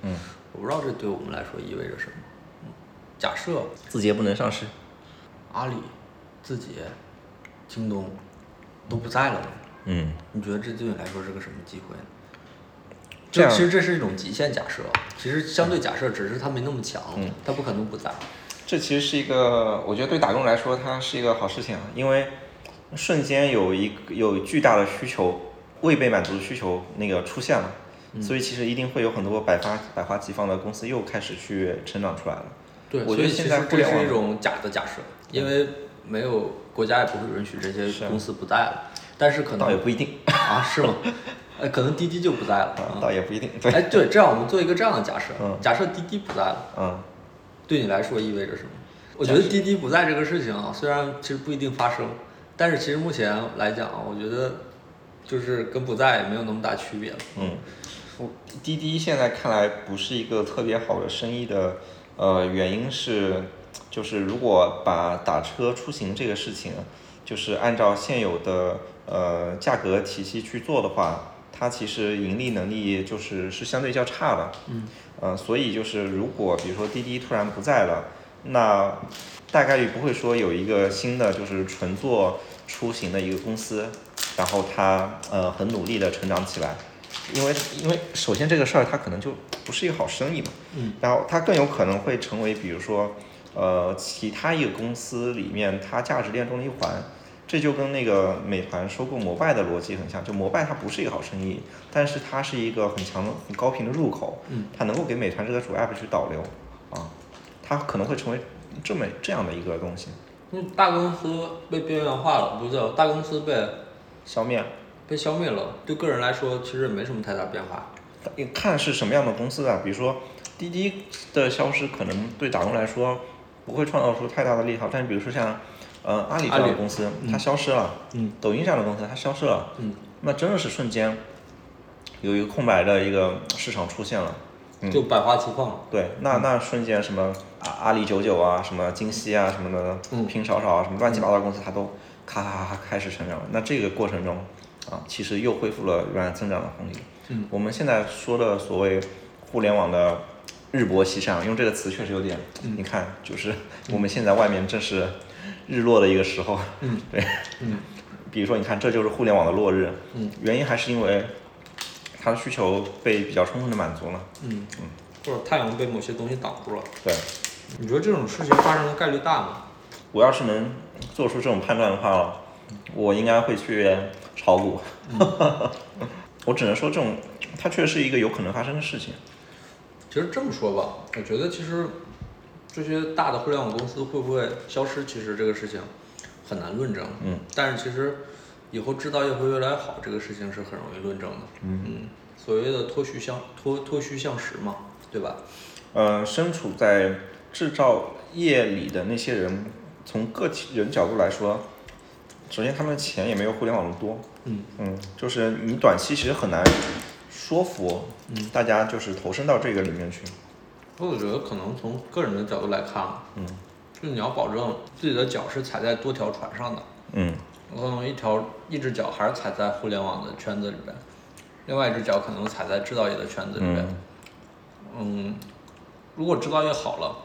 [SPEAKER 1] 嗯，
[SPEAKER 2] 我不知道这对我们来说意味着什么。嗯，假设
[SPEAKER 1] 字节不能上市，
[SPEAKER 2] 阿里、字节、京东都不在了呢，
[SPEAKER 1] 嗯，
[SPEAKER 2] 你觉得这对你来说是个什么机会呢？
[SPEAKER 1] 这样
[SPEAKER 2] 其实这是一种极限假设，其实相对假设只是它没那么强，
[SPEAKER 1] 嗯，
[SPEAKER 2] 它不可能不在。
[SPEAKER 1] 这其实是一个，我觉得对打工来说，它是一个好事情啊，因为瞬间有一个有巨大的需求未被满足的需求那个出现了，
[SPEAKER 2] 嗯，
[SPEAKER 1] 所以其实一定会有很多百花百花齐放的公司又开始去成长出来了。
[SPEAKER 2] 对，
[SPEAKER 1] 我觉得现在
[SPEAKER 2] 所以其实这是一种假的假设，因为没有国家也不会允许这些公司不在了，但是可能
[SPEAKER 1] 倒也不一定
[SPEAKER 2] 啊，是吗？呃，可能滴滴就不在了，
[SPEAKER 1] 啊，倒也不一定。对，
[SPEAKER 2] 哎，对，这样我们做一个这样的假设，
[SPEAKER 1] 嗯，
[SPEAKER 2] 假设滴滴不在了，
[SPEAKER 1] 嗯，
[SPEAKER 2] 对你来说意味着什么？我觉得滴滴不在这个事情啊，虽然其实不一定发生，但是其实目前来讲，我觉得就是跟不在也没有那么大区别了。
[SPEAKER 1] 嗯，我滴滴现在看来不是一个特别好的生意的，呃，原因是，就是如果把打车出行这个事情，就是按照现有的呃价格体系去做的话，它其实盈利能力就是是相对较差的。
[SPEAKER 2] 嗯，
[SPEAKER 1] 呃，所以就是如果比如说滴滴突然不在了，那大概率不会说有一个新的就是纯做出行的一个公司，然后它呃很努力的成长起来，因为因为首先这个事儿它可能就不是一个好生意嘛，
[SPEAKER 2] 嗯，
[SPEAKER 1] 然后它更有可能会成为比如说呃其他一个公司里面它价值链中的一环，这就跟那个美团收购摩拜的逻辑很像，就摩拜它不是一个好生意，但是它是一个很强很高频的入口，
[SPEAKER 2] 嗯，
[SPEAKER 1] 它能够给美团这个主 app 去导流啊。它可能会成为这么这样的一个东西。
[SPEAKER 2] 因为大公司被边缘化了，不是大公司被
[SPEAKER 1] 消灭，
[SPEAKER 2] 被消灭了，对个人来说其实也没什么太大变化。
[SPEAKER 1] 看是什么样的公司啊，比如说滴滴的消失，可能对打工来说不会创造出太大的利好，但是比如说像呃阿里这样的公司，它消失了，
[SPEAKER 2] 嗯，
[SPEAKER 1] 抖音这样的公司它消失了，
[SPEAKER 2] 嗯，
[SPEAKER 1] 那真的是瞬间有一个空白的一个市场出现了。
[SPEAKER 2] 嗯、就百花齐放。
[SPEAKER 1] 对，那那瞬间什么阿阿里九九啊，什么京西啊，什么的，
[SPEAKER 2] 嗯，
[SPEAKER 1] 拼少少啊，什么乱七八糟的公司，它都咔咔咔咔开始成长了。那这个过程中，啊，其实又恢复了原来增长的红利。
[SPEAKER 2] 嗯，
[SPEAKER 1] 我们现在说的所谓互联网的日薄西山，用这个词确实有点，
[SPEAKER 2] 嗯、
[SPEAKER 1] 你看，就是我们现在外面正是日落的一个时候。
[SPEAKER 2] 嗯，
[SPEAKER 1] 对，
[SPEAKER 2] 嗯，
[SPEAKER 1] 比如说你看，这就是互联网的落日。
[SPEAKER 2] 嗯，
[SPEAKER 1] 原因还是因为它的需求被比较充分的满足了。
[SPEAKER 2] 嗯嗯，或者太阳被某些东西挡住了。
[SPEAKER 1] 对，
[SPEAKER 2] 你觉得这种事情发生的概率大吗？
[SPEAKER 1] 我要是能做出这种判断的话，我应该会去炒股。嗯、我只能说，这种它确实是一个有可能发生的事情。
[SPEAKER 2] 其实这么说吧，我觉得其实这些大的互联网公司会不会消失，其实这个事情很难论证。
[SPEAKER 1] 嗯，
[SPEAKER 2] 但是其实以后制造业会越来越好，这个事情是很容易论证的。
[SPEAKER 1] 嗯
[SPEAKER 2] 嗯，所谓的脱虚向脱脱虚向实嘛，对吧？
[SPEAKER 1] 呃，身处在制造业里的那些人，从个体人角度来说，首先他们的钱也没有互联网的多。
[SPEAKER 2] 嗯
[SPEAKER 1] 嗯，就是你短期其实很难说服大家就是投身到这个里面去。
[SPEAKER 2] 我觉得可能从个人的角度来看，
[SPEAKER 1] 嗯，
[SPEAKER 2] 就你要保证自己的脚是踩在多条船上的。
[SPEAKER 1] 嗯，
[SPEAKER 2] 可能一条一只脚还是踩在互联网的圈子里边，另外一只脚可能踩在制造业的圈子里边。嗯，嗯，如果制造业好了，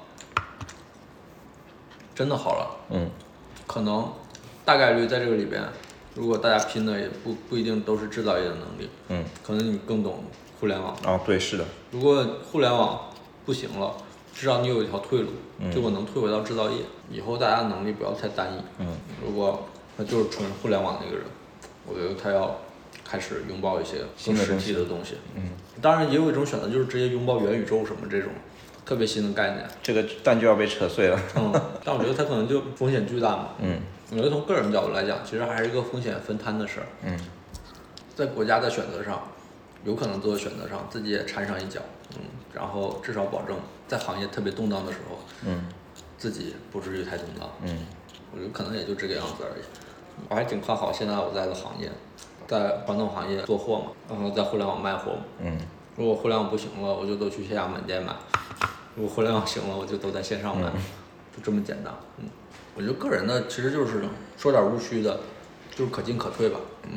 [SPEAKER 2] 真的好了，
[SPEAKER 1] 嗯，
[SPEAKER 2] 可能大概率在这个里边，如果大家拼的也不不一定都是制造业的能力，
[SPEAKER 1] 嗯，
[SPEAKER 2] 可能你更懂互联网。
[SPEAKER 1] 哦，对，是的。
[SPEAKER 2] 如果互联网不行了，至少你有一条退路，
[SPEAKER 1] 嗯、
[SPEAKER 2] 就我能退回到制造业。以后大家能力不要太单一。
[SPEAKER 1] 嗯，
[SPEAKER 2] 如果他就是纯互联网的一个人，我觉得他要开始拥抱一些更实际的东西。
[SPEAKER 1] 嗯，
[SPEAKER 2] 当然也有一种选择，就是直接拥抱元宇宙什么这种特别新的概念。
[SPEAKER 1] 这个蛋就要被扯碎了。
[SPEAKER 2] 嗯，但我觉得它可能就风险巨大嘛。
[SPEAKER 1] 嗯，
[SPEAKER 2] 我觉得从个人角度来讲，其实还是一个风险分摊的事儿。
[SPEAKER 1] 嗯，
[SPEAKER 2] 在国家的选择上，有可能做的选择上自己也掺上一脚。嗯，然后至少保证在行业特别动荡的时候，
[SPEAKER 1] 嗯，
[SPEAKER 2] 自己不至于太动荡。
[SPEAKER 1] 嗯，
[SPEAKER 2] 我觉得可能也就这个样子而已。我还挺看好现在我在的行业，在传统行业做货嘛，然后在互联网卖货嘛。
[SPEAKER 1] 嗯，
[SPEAKER 2] 如果互联网不行了，我就都去线下门店买；如果互联网行了，我就都在线上买，
[SPEAKER 1] 嗯、
[SPEAKER 2] 就这么简单。嗯，我觉得个人的其实就是说点无虚的，就是可进可退吧。嗯，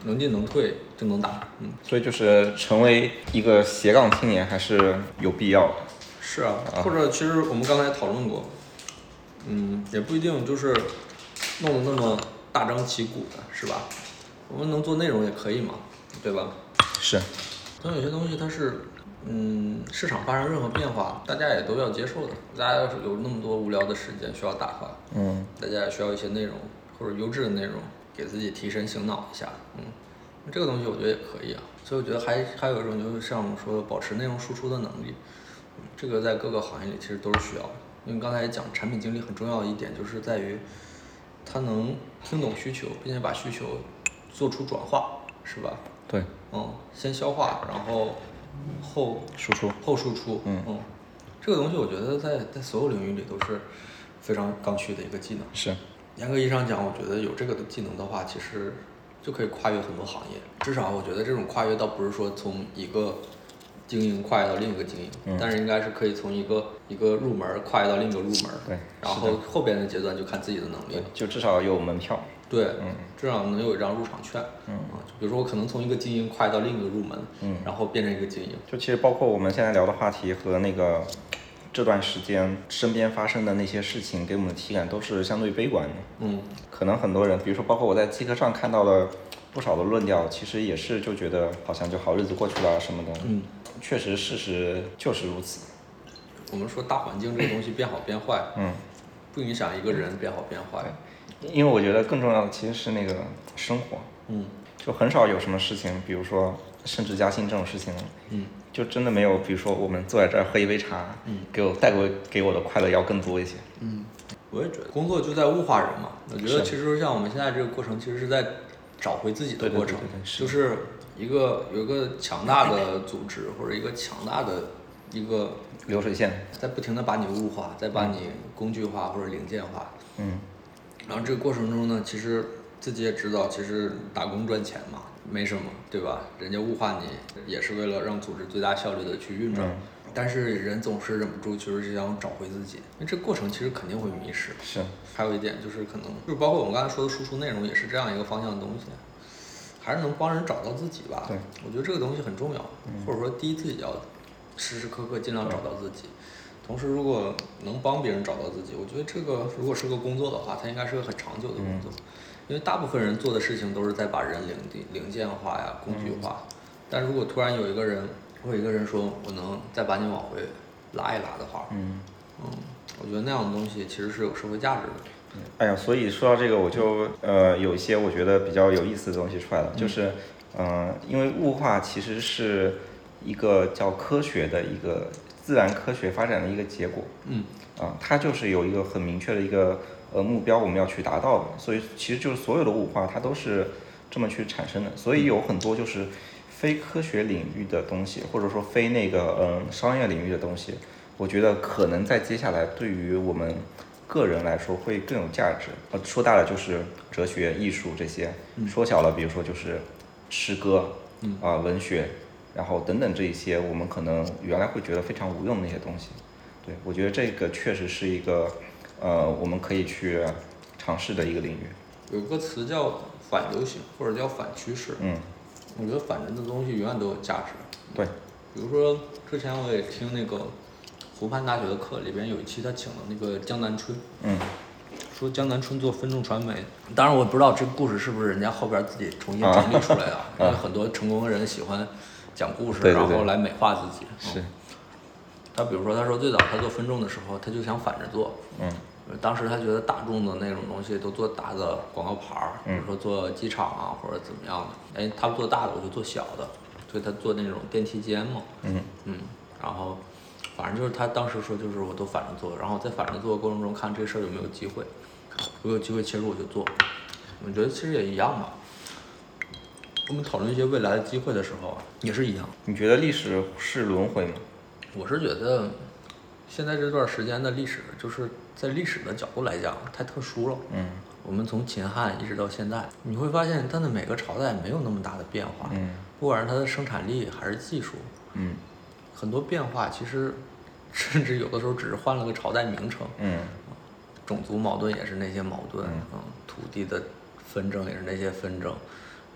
[SPEAKER 2] 能进能退就能打。嗯，
[SPEAKER 1] 所以就是成为一个斜杠青年还是有必要的。
[SPEAKER 2] 是啊，或者其实我们刚才讨论过，嗯，也不一定就是弄得那么大张旗鼓的，是吧？我们能做内容也可以嘛，对吧？
[SPEAKER 1] 是。
[SPEAKER 2] 但有些东西它是，嗯，市场发生任何变化，大家也都要接受的。大家要是有那么多无聊的时间需要打发，
[SPEAKER 1] 嗯，
[SPEAKER 2] 大家也需要一些内容或者优质的内容，给自己提神醒脑一下。嗯，这个东西我觉得也可以啊。所以我觉得还还有一种就是像我们说的，保持内容输出的能力。嗯，这个在各个行业里其实都是需要的。因为刚才讲产品经理很重要的一点就是在于，他能听懂需求，并且把需求做出转化，是吧？
[SPEAKER 1] 对。
[SPEAKER 2] 嗯，先消化，然后后
[SPEAKER 1] 输出，
[SPEAKER 2] 后输出。
[SPEAKER 1] 嗯
[SPEAKER 2] 嗯，这个东西我觉得在在所有领域里都是非常刚需的一个技能。
[SPEAKER 1] 是。
[SPEAKER 2] 严格意义上讲，我觉得有这个的技能的话，其实就可以跨越很多行业。至少我觉得这种跨越倒不是说从一个经营跨越到另一个经营，
[SPEAKER 1] 嗯、
[SPEAKER 2] 但是应该是可以从一个一个入门跨越到另一个入门。
[SPEAKER 1] 对。
[SPEAKER 2] 然后后边的阶段就看自己的能力了。
[SPEAKER 1] 就至少有门票。
[SPEAKER 2] 对，
[SPEAKER 1] 嗯，
[SPEAKER 2] 至少能有一张入场券。
[SPEAKER 1] 嗯
[SPEAKER 2] 啊，就比如说我可能从一个经营跨越到另一个入门，
[SPEAKER 1] 嗯，
[SPEAKER 2] 然后变成一个经营。
[SPEAKER 1] 就其实包括我们现在聊的话题和那个这段时间身边发生的那些事情，给我们的体感都是相对悲观的。
[SPEAKER 2] 嗯，
[SPEAKER 1] 可能很多人，比如说包括我在极客上看到了不少的论调，其实也是就觉得好像就好日子过去了什么的。
[SPEAKER 2] 嗯，
[SPEAKER 1] 确实事实就是如此。
[SPEAKER 2] 我们说大环境这个东西变好变坏，
[SPEAKER 1] 嗯，
[SPEAKER 2] 不影响一个人变好变坏。
[SPEAKER 1] 因为我觉得更重要的其实是那个生活。
[SPEAKER 2] 嗯，
[SPEAKER 1] 就很少有什么事情，比如说升职加薪这种事情，
[SPEAKER 2] 嗯，
[SPEAKER 1] 就真的没有，比如说我们坐在这儿喝一杯茶，
[SPEAKER 2] 嗯，
[SPEAKER 1] 给我带过给我的快乐要更多一些。
[SPEAKER 2] 嗯，我也觉得工作就在物化人嘛。我觉得其实像我们现在这个过程，其实是在找回自己的过程，
[SPEAKER 1] 对对对对对，
[SPEAKER 2] 就是一个有一个强大的组织或者一个强大的一个
[SPEAKER 1] 流水线，
[SPEAKER 2] 在不停的把你物化，再把你工具化或者零件化。
[SPEAKER 1] 嗯，
[SPEAKER 2] 然后这个过程中呢，其实自己也知道，其实打工赚钱嘛，没什么，对吧？人家物化你也是为了让组织最大效率的去运转。嗯，但是人总是忍不住，就是想找回自己，因为这个过程其实肯定会迷失。
[SPEAKER 1] 是。
[SPEAKER 2] 还有一点就是可能就是包括我们刚才说的输出内容，也是这样一个方向的东西，还是能帮人找到自己吧。
[SPEAKER 1] 对，
[SPEAKER 2] 我觉得这个东西很重要，
[SPEAKER 1] 嗯、
[SPEAKER 2] 或者说第一自己要时时刻刻尽量找到自己。同时，如果能帮别人找到自己，我觉得这个如果是个工作的话，它应该是个很长久的工作，嗯、因为大部分人做的事情都是在把人零零件化呀、工具化。嗯、但如果突然有一个人，有一个人说我能再把你往回拉一拉的话，
[SPEAKER 1] 嗯
[SPEAKER 2] 嗯，我觉得那样的东西其实是有社会价值的。
[SPEAKER 1] 哎呀，所以说到这个，我就呃有一些我觉得比较有意思的东西出来了，嗯、就是嗯、呃，因为物化其实是一个叫科学的一个。自然科学发展的一个结果，
[SPEAKER 2] 嗯，
[SPEAKER 1] 啊，它就是有一个很明确的一个呃目标，我们要去达到的，所以其实就是所有的物化它都是这么去产生的，所以有很多就是非科学领域的东西，或者说非那个嗯、呃、商业领域的东西，我觉得可能在接下来对于我们个人来说会更有价值。呃，说大了就是哲学、艺术这些，
[SPEAKER 2] 嗯、
[SPEAKER 1] 说小了比如说就是诗歌，
[SPEAKER 2] 嗯
[SPEAKER 1] 啊、呃、文学。然后等等这一些，我们可能原来会觉得非常无用的那些东西，对，我觉得这个确实是一个，呃，我们可以去尝试的一个领域。
[SPEAKER 2] 有一个词叫反流行，或者叫反趋势。
[SPEAKER 1] 嗯，
[SPEAKER 2] 我觉得反人的东西永远都有价值。
[SPEAKER 1] 对，
[SPEAKER 2] 比如说之前我也听那个湖畔大学的课，里边有一期他请了那个江南春。
[SPEAKER 1] 嗯。
[SPEAKER 2] 说江南春做分众传媒，当然我不知道这个故事是不是人家后边自己重新整理出来的，啊、因为很多成功的人喜欢讲故事，
[SPEAKER 1] 对对对，
[SPEAKER 2] 然后来美化自己。
[SPEAKER 1] 是。
[SPEAKER 2] 嗯、他比如说，他说最早他做分众的时候，他就想反着做。
[SPEAKER 1] 嗯。
[SPEAKER 2] 当时他觉得大众的那种东西都做大的广告牌，比如说做机场啊或者怎么样的，哎，他做大的我就做小的，所以他做那种电梯间嘛。
[SPEAKER 1] 嗯
[SPEAKER 2] 嗯，然后反正就是他当时说就是我都反着做，然后在反着做的过程中看这事儿有没有机会，如果有机会切入我就做。我觉得其实也一样吧。我们讨论一些未来的机会的时候也是一样。
[SPEAKER 1] 你觉得历史是轮回吗？
[SPEAKER 2] 我是觉得现在这段时间的历史，就是在历史的角度来讲太特殊了。
[SPEAKER 1] 嗯，
[SPEAKER 2] 我们从秦汉一直到现在，你会发现它的每个朝代没有那么大的变化。
[SPEAKER 1] 嗯，
[SPEAKER 2] 不管是它的生产力还是技术，
[SPEAKER 1] 嗯，
[SPEAKER 2] 很多变化其实甚至有的时候只是换了个朝代名称。
[SPEAKER 1] 嗯，种
[SPEAKER 2] 族矛盾也是那些矛盾，嗯，土地的纷争也是那些纷争，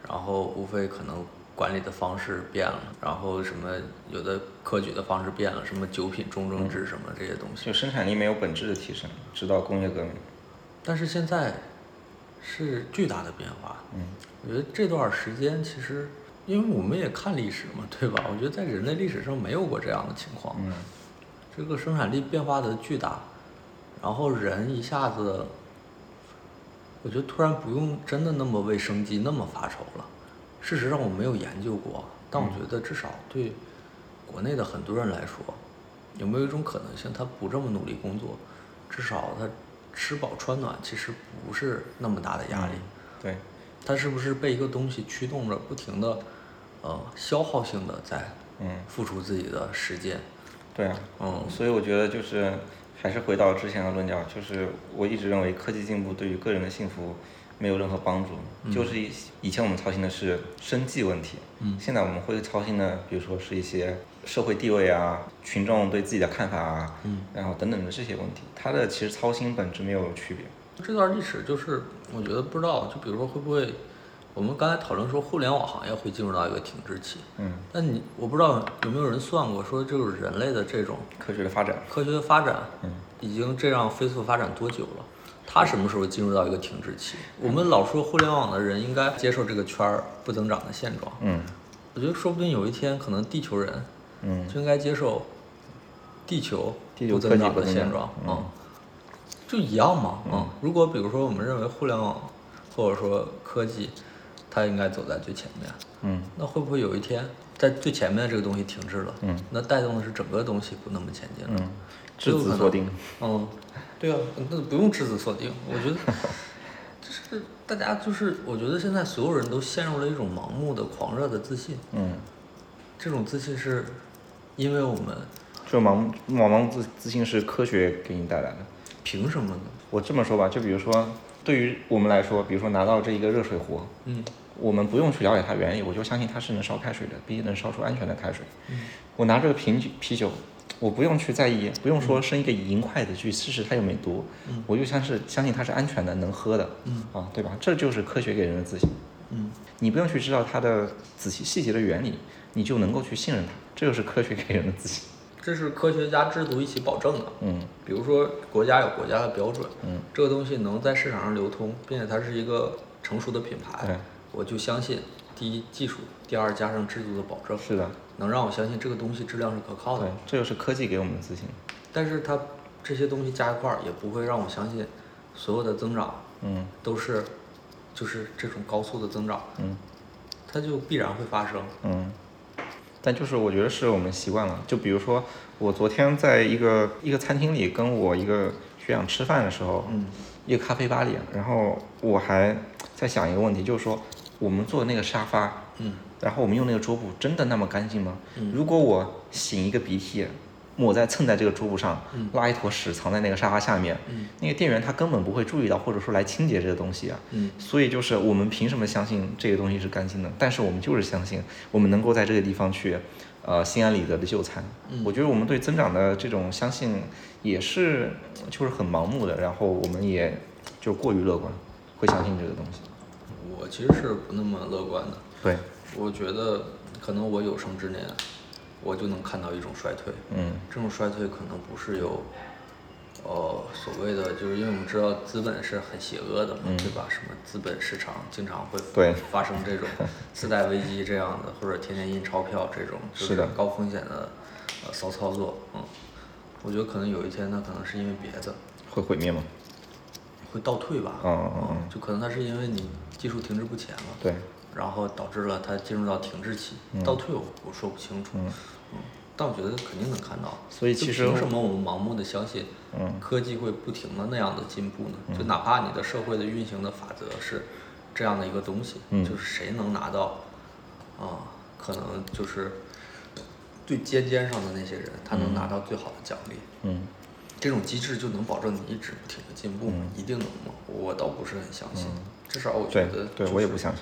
[SPEAKER 2] 然后无非可能管理的方式变了，然后什么有的科举的方式变了，什么九品中正制什么这些东西，
[SPEAKER 1] 就生产力没有本质的提升，直到工业革命。
[SPEAKER 2] 但是现在是巨大的变化。
[SPEAKER 1] 嗯，
[SPEAKER 2] 我觉得这段时间其实，因为我们也看历史嘛，对吧？我觉得在人类历史上没有过这样的情况。
[SPEAKER 1] 嗯，
[SPEAKER 2] 这个生产力变化的巨大，然后人一下子，我觉得突然不用真的那么为生计那么发愁了。事实上我没有研究过，但我觉得至少对国内的很多人来说，有没有一种可能性，他不这么努力工作，至少他吃饱穿暖其实不是那么大的压力。
[SPEAKER 1] 嗯、对，
[SPEAKER 2] 他是不是被一个东西驱动着，不停的呃消耗性的在
[SPEAKER 1] 嗯
[SPEAKER 2] 付出自己的时间？
[SPEAKER 1] 对啊，
[SPEAKER 2] 嗯，
[SPEAKER 1] 所以我觉得就是还是回到之前的论调，就是我一直认为科技进步对于个人的幸福没有任何帮助。
[SPEAKER 2] 嗯、
[SPEAKER 1] 就是以前我们操心的是生计问题，
[SPEAKER 2] 嗯，
[SPEAKER 1] 现在我们会操心的，比如说是一些社会地位啊、群众对自己的看法啊，
[SPEAKER 2] 嗯，
[SPEAKER 1] 然后等等的这些问题，它的其实操心本质没有区别。
[SPEAKER 2] 这段历史就是我觉得不知道，就比如说会不会，我们刚才讨论说互联网行业会进入到一个停滞期，
[SPEAKER 1] 嗯，
[SPEAKER 2] 但你我不知道有没有人算过，说就是人类的这种
[SPEAKER 1] 科学的发展，
[SPEAKER 2] 科学的发展，
[SPEAKER 1] 嗯，
[SPEAKER 2] 已经这样飞速发展多久了？它什么时候进入到一个停滞期？我们老说互联网的人应该接受这个圈儿不增长的现状，
[SPEAKER 1] 嗯，
[SPEAKER 2] 我觉得说不定有一天可能地球人，
[SPEAKER 1] 嗯，
[SPEAKER 2] 就应该接受地球
[SPEAKER 1] 不
[SPEAKER 2] 增长的现状，
[SPEAKER 1] 嗯，
[SPEAKER 2] 就一样嘛，嗯，如果比如说我们认为互联网或者说科技，它应该走在最前面，
[SPEAKER 1] 嗯，
[SPEAKER 2] 那会不会有一天在最前面的这个东西停滞了，
[SPEAKER 1] 嗯，
[SPEAKER 2] 那带动的是整个东西不那么前进了，
[SPEAKER 1] 嗯，质子锁定，
[SPEAKER 2] 嗯，对啊，那不用质子锁定，我觉得就是大家就是我觉得现在所有人都陷入了一种盲目的狂热的自信，
[SPEAKER 1] 嗯，
[SPEAKER 2] 这种自信是因为我们
[SPEAKER 1] 这盲盲盲自自信是科学给你带来的，
[SPEAKER 2] 凭什么呢？
[SPEAKER 1] 我这么说吧，就比如说对于我们来说，比如说拿到这一个热水壶，
[SPEAKER 2] 嗯，
[SPEAKER 1] 我们不用去了解它原理，我就相信它是能烧开水的，并且能烧出安全的开水。
[SPEAKER 2] 嗯，
[SPEAKER 1] 我拿这个瓶啤酒，我不用去在意，不用说生一个银筷子去试试它有没有毒，
[SPEAKER 2] 嗯，
[SPEAKER 1] 我就像是相信它是安全的，能喝的，
[SPEAKER 2] 嗯，
[SPEAKER 1] 啊，对吧？这就是科学给人的自信。
[SPEAKER 2] 嗯，
[SPEAKER 1] 你不用去知道它的仔细细节的原理，你就能够去信任它，这就是科学给人的自信。
[SPEAKER 2] 这是科学家制度一起保证的。
[SPEAKER 1] 嗯，
[SPEAKER 2] 比如说国家有国家的标准，
[SPEAKER 1] 嗯，
[SPEAKER 2] 这个东西能在市场上流通，并且它是一个成熟的品牌，
[SPEAKER 1] 对，
[SPEAKER 2] 我就相信第一技术，第二加上制度的保证，
[SPEAKER 1] 是的，
[SPEAKER 2] 能让我相信这个东西质量是可靠的。
[SPEAKER 1] 对，这就是科技给我们的自信。
[SPEAKER 2] 但是它这些东西加一块儿，也不会让我相信所有的增长，
[SPEAKER 1] 嗯，
[SPEAKER 2] 都是就是这种高速的增长，
[SPEAKER 1] 嗯，
[SPEAKER 2] 它就必然会发生。
[SPEAKER 1] 嗯。但就是我觉得是我们习惯了，就比如说我昨天在一个一个餐厅里跟我一个学长吃饭的时候，
[SPEAKER 2] 嗯，
[SPEAKER 1] 一个咖啡吧里，然后我还在想一个问题，就是说我们坐的那个沙发，
[SPEAKER 2] 嗯，
[SPEAKER 1] 然后我们用那个桌布真的那么干净吗？
[SPEAKER 2] 嗯，
[SPEAKER 1] 如果我擤一个鼻涕，抹在蹭在这个桌布上，
[SPEAKER 2] 嗯，
[SPEAKER 1] 拉一坨屎藏在那个沙发下面，
[SPEAKER 2] 嗯，
[SPEAKER 1] 那个店员他根本不会注意到，或者说来清洁这个东西啊，
[SPEAKER 2] 嗯，
[SPEAKER 1] 所以就是我们凭什么相信这个东西是干净的？但是我们就是相信我们能够在这个地方去，呃，心安理得的就餐。
[SPEAKER 2] 嗯，
[SPEAKER 1] 我觉得我们对增长的这种相信也是就是很盲目的，然后我们也就过于乐观，会相信这个东西。
[SPEAKER 2] 我其实是不那么乐观的。
[SPEAKER 1] 对，
[SPEAKER 2] 我觉得可能我有生之年，我就能看到一种衰退。
[SPEAKER 1] 嗯，
[SPEAKER 2] 这种衰退可能不是由，呃，所谓的，就是因为我们知道资本是很邪恶的嘛，
[SPEAKER 1] 嗯、
[SPEAKER 2] 对吧？什么资本市场经常会
[SPEAKER 1] 对
[SPEAKER 2] 发生这种次贷危机这样的，或者天天印钞票这种，就是高风险的呃骚操作。嗯，我觉得可能有一天它可能是因为别的。
[SPEAKER 1] 会毁灭吗？
[SPEAKER 2] 会倒退吧。
[SPEAKER 1] 嗯嗯嗯，
[SPEAKER 2] 就可能它是因为你技术停滞不前了。
[SPEAKER 1] 对。
[SPEAKER 2] 然后导致了它进入到停滞期，
[SPEAKER 1] 嗯、
[SPEAKER 2] 倒退我我说不清楚。
[SPEAKER 1] 嗯。
[SPEAKER 2] 嗯，但我觉得肯定能看到。
[SPEAKER 1] 所以其实
[SPEAKER 2] 凭什么我们盲目的相信，
[SPEAKER 1] 嗯，
[SPEAKER 2] 科技会不停的那样的进步呢？
[SPEAKER 1] 嗯、
[SPEAKER 2] 就哪怕你的社会的运行的法则是这样的一个东西，
[SPEAKER 1] 嗯，
[SPEAKER 2] 就是谁能拿到，啊，可能就是最尖尖上的那些人，他能拿到最好的奖励。
[SPEAKER 1] 嗯。
[SPEAKER 2] 这种机制就能保证你一直不停的进步吗？
[SPEAKER 1] 嗯、
[SPEAKER 2] 一定能吗？我倒不是很相信。
[SPEAKER 1] 嗯、
[SPEAKER 2] 至少我觉得、
[SPEAKER 1] 就是，对，对我也不相信。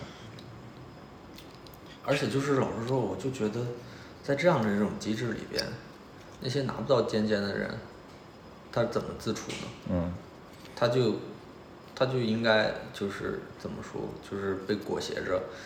[SPEAKER 2] 而且就是老实说，我就觉得，在这样的这种机制里边，那些拿不到尖尖的人，他怎么自处呢？
[SPEAKER 1] 嗯，
[SPEAKER 2] 他就，他就应该就是怎么说，就是被裹挟着，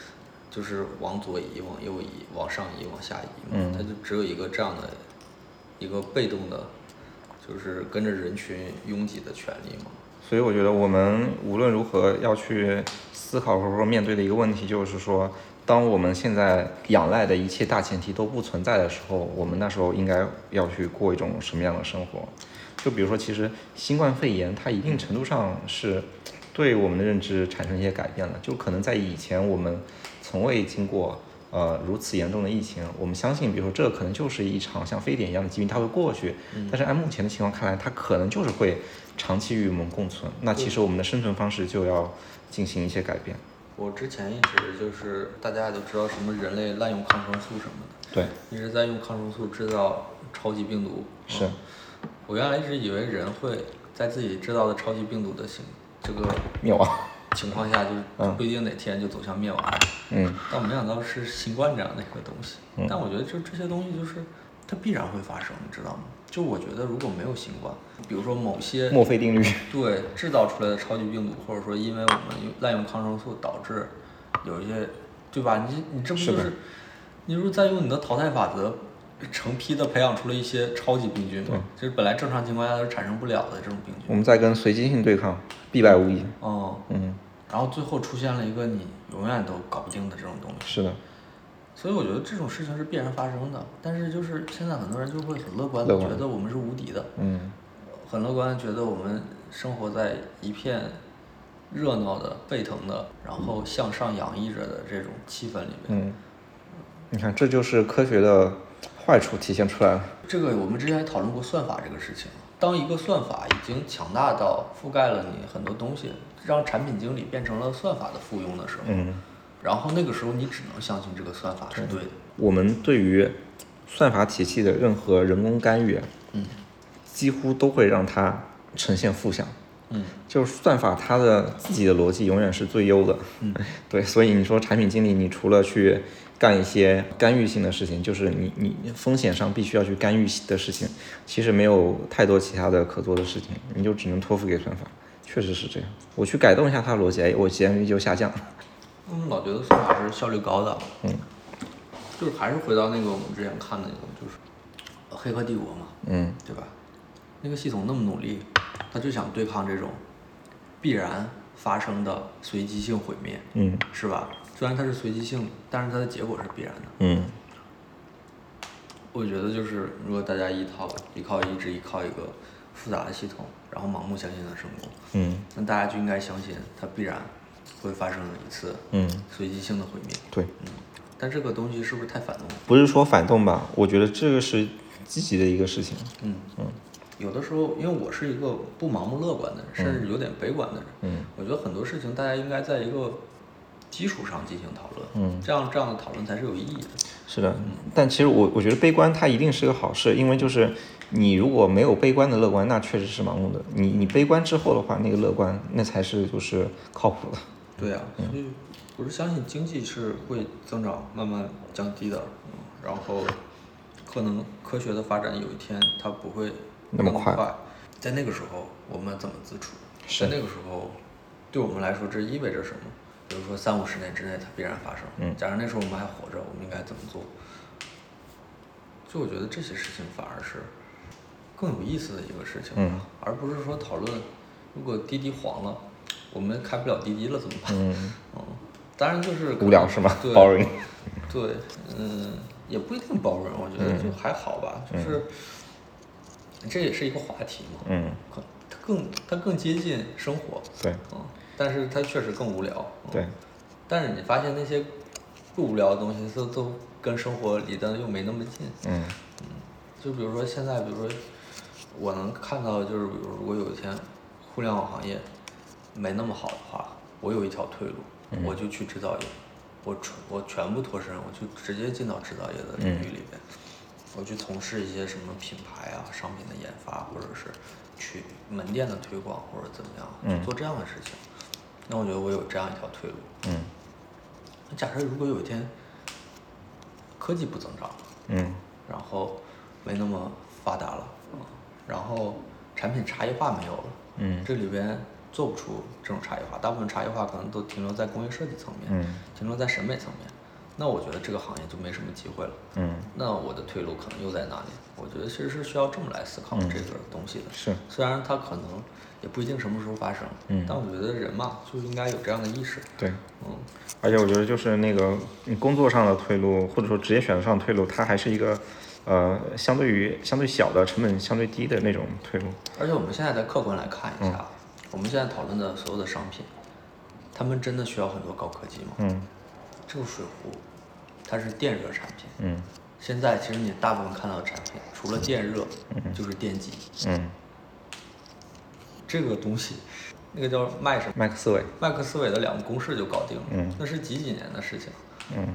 [SPEAKER 2] 就是往左移、往右移、往上移、往下移嘛，
[SPEAKER 1] 嗯，
[SPEAKER 2] 它就只有一个这样的一个被动的，就是跟着人群拥挤的权利嘛。
[SPEAKER 1] 所以我觉得我们无论如何要去思考或者说面对的一个问题，就是说，当我们现在仰赖的一切大前提都不存在的时候，我们那时候应该要去过一种什么样的生活？就比如说，其实新冠肺炎它一定程度上是对我们的认知产生一些改变了，就可能在以前我们从未经过呃如此严重的疫情，我们相信，比如说这可能就是一场像非典一样的疾病，它会过去。
[SPEAKER 2] 嗯、
[SPEAKER 1] 但是按目前的情况看来，它可能就是会长期与我们共存。那其实我们的生存方式就要进行一些改变。
[SPEAKER 2] 我之前一直就是大家也都知道什么人类滥用抗生素什么的，
[SPEAKER 1] 对，
[SPEAKER 2] 一直在用抗生素制造超级病毒。
[SPEAKER 1] 是。
[SPEAKER 2] 嗯、我原来一直以为人会在自己制造的超级病毒的形这个
[SPEAKER 1] 灭亡
[SPEAKER 2] 情况下，就是不一定哪天就走向灭亡。
[SPEAKER 1] 嗯。
[SPEAKER 2] 但我没想到是新冠这样的一个东西。
[SPEAKER 1] 嗯。
[SPEAKER 2] 但我觉得就这些东西就是它必然会发生，你知道吗？就我觉得如果没有新冠，比如说某些
[SPEAKER 1] 墨菲定律，
[SPEAKER 2] 对制造出来的超级病毒，或者说因为我们用滥用抗生素导致有一些，对吧？你你这不就是，是你如果再用你的淘汰法则，成批的培养出了一些超级病菌嘛？就是本来正常情况下是产生不了的这种病菌。
[SPEAKER 1] 我们在跟随机性对抗，必败无疑。
[SPEAKER 2] 哦，
[SPEAKER 1] 嗯。
[SPEAKER 2] 然后最后出现了一个你永远都搞不定的这种东西。
[SPEAKER 1] 是的。
[SPEAKER 2] 所以我觉得这种事情是必然发生的，但是就是现在很多人就会很乐观的觉得我们是无敌的，
[SPEAKER 1] 嗯，
[SPEAKER 2] 很乐观的觉得我们生活在一片热闹的、沸腾的，然后向上洋溢着的这种气氛里面。
[SPEAKER 1] 嗯，你看，这就是科学的坏处体现出来了。
[SPEAKER 2] 这个我们之前也讨论过算法这个事情，当一个算法已经强大到覆盖了你很多东西，让产品经理变成了算法的附庸的时候，
[SPEAKER 1] 嗯。
[SPEAKER 2] 然后那个时候你只能相信这个算法是对的。
[SPEAKER 1] 我们对于算法体系的任何人工干预，
[SPEAKER 2] 嗯，
[SPEAKER 1] 几乎都会让它呈现负向。
[SPEAKER 2] 嗯，
[SPEAKER 1] 就是算法它的自己的逻辑永远是最优的。
[SPEAKER 2] 嗯，
[SPEAKER 1] 对，所以你说产品经理，你除了去干一些干预性的事情，就是你你风险上必须要去干预的事情，其实没有太多其他的可做的事情，你就只能托付给算法。确实是这样，我去改动一下它的逻辑，哎，我结案率就下降。
[SPEAKER 2] 嗯，老觉得算法是效率高的。
[SPEAKER 1] 嗯，
[SPEAKER 2] 就是还是回到那个我们之前看的那个，就是《黑客帝国》嘛。
[SPEAKER 1] 嗯，
[SPEAKER 2] 对吧？那个系统那么努力，他就想对抗这种必然发生的随机性毁灭。
[SPEAKER 1] 嗯，
[SPEAKER 2] 是吧？虽然它是随机性，但是它的结果是必然的。
[SPEAKER 1] 嗯，
[SPEAKER 2] 我觉得就是如果大家依靠依靠一直依靠一个复杂的系统，然后盲目相信它成功，
[SPEAKER 1] 嗯，
[SPEAKER 2] 那大家就应该相信它必然会发生一次
[SPEAKER 1] 嗯
[SPEAKER 2] 随机性的毁灭。
[SPEAKER 1] 对，
[SPEAKER 2] 嗯，但这个东西是不是太反动了？
[SPEAKER 1] 不是说反动吧，我觉得这个是积极的一个事情。
[SPEAKER 2] 嗯
[SPEAKER 1] 嗯，
[SPEAKER 2] 有的时候，因为我是一个不盲目乐观的人，甚至有点悲观的人。
[SPEAKER 1] 嗯，
[SPEAKER 2] 我觉得很多事情大家应该在一个基础上进行讨论。
[SPEAKER 1] 嗯，
[SPEAKER 2] 这样这样的讨论才是有意义的。
[SPEAKER 1] 是的，但其实我我觉得悲观它一定是个好事，因为就是你如果没有悲观的乐观，那确实是盲目的。你你悲观之后的话，那个乐观那才是就是靠谱的。
[SPEAKER 2] 对啊，所以我是相信经济是会增长，慢慢降低的。嗯，然后可能科学的发展有一天它不会
[SPEAKER 1] 那么快。
[SPEAKER 2] 在那个时候，我们怎么自处？在那个时候，对我们来说，这意味着什么？比如说三五十年之内它必然发生。
[SPEAKER 1] 嗯，
[SPEAKER 2] 假如那时候我们还活着，我们应该怎么做？就我觉得这些事情反而是更有意思的一个事情。
[SPEAKER 1] 嗯，
[SPEAKER 2] 而不是说讨论如果滴滴黄了，我们开不了滴滴了怎么办？
[SPEAKER 1] 嗯，
[SPEAKER 2] 嗯，当然就是
[SPEAKER 1] 无聊是吗？
[SPEAKER 2] 对
[SPEAKER 1] boring。
[SPEAKER 2] 对，嗯，也不一定 boring，我觉得就还好吧，
[SPEAKER 1] 嗯、
[SPEAKER 2] 就是、嗯、这也是一个话题嘛。
[SPEAKER 1] 嗯，
[SPEAKER 2] 它更它更接近生活。
[SPEAKER 1] 对。
[SPEAKER 2] 嗯，但是它确实更无聊。嗯、
[SPEAKER 1] 对。
[SPEAKER 2] 但是你发现那些不无聊的东西都都跟生活离得又没那么近。
[SPEAKER 1] 嗯。
[SPEAKER 2] 嗯，就比如说现在，比如说我能看到，就是比如如果有一天互联网行业没那么好的话，我有一条退路，
[SPEAKER 1] 嗯、
[SPEAKER 2] 我就去制造业。我全我全部脱身，我就直接进到制造业的领域里边，嗯、我去从事一些什么品牌啊、商品的研发，或者是去门店的推广，或者怎么样，
[SPEAKER 1] 嗯、
[SPEAKER 2] 去做这样的事情。那我觉得我有这样一条退路。
[SPEAKER 1] 嗯。
[SPEAKER 2] 假设如果有一天科技不增长了，
[SPEAKER 1] 嗯，
[SPEAKER 2] 然后没那么发达了，然后产品差异化没有了，
[SPEAKER 1] 嗯，
[SPEAKER 2] 这里边做不出这种差异化，大部分差异化可能都停留在工业设计层面，
[SPEAKER 1] 嗯，
[SPEAKER 2] 停留在审美层面。 那我觉得这个行业就没什么机会了。
[SPEAKER 1] 嗯，
[SPEAKER 2] 那我的退路可能又在哪里？我觉得其实是需要这么来思考这个东西的。
[SPEAKER 1] 嗯、是，
[SPEAKER 2] 虽然它可能也不一定什么时候发生，
[SPEAKER 1] 嗯，
[SPEAKER 2] 但我觉得人嘛就应该有这样的意识。
[SPEAKER 1] 对，
[SPEAKER 2] 嗯，
[SPEAKER 1] 而且我觉得就是那个你工作上的退路，或者说职业选择上的退路，它还是一个呃相对于相对小的成本相对低的那种退路。
[SPEAKER 2] 而且我们现在再客观来看一下，嗯、我们现在讨论的所有的商品，他们真的需要很多高科技吗？
[SPEAKER 1] 嗯，
[SPEAKER 2] 这个水壶，它是电热产品。
[SPEAKER 1] 嗯，
[SPEAKER 2] 现在其实你大部分看到的产品，除了电热，
[SPEAKER 1] 嗯、
[SPEAKER 2] 就是电机。
[SPEAKER 1] 嗯，
[SPEAKER 2] 这个东西，那个叫麦什么？
[SPEAKER 1] 麦克斯韦。
[SPEAKER 2] 麦克斯韦的两个公式就搞定了。
[SPEAKER 1] 嗯，
[SPEAKER 2] 那是几几年的事情。
[SPEAKER 1] 嗯，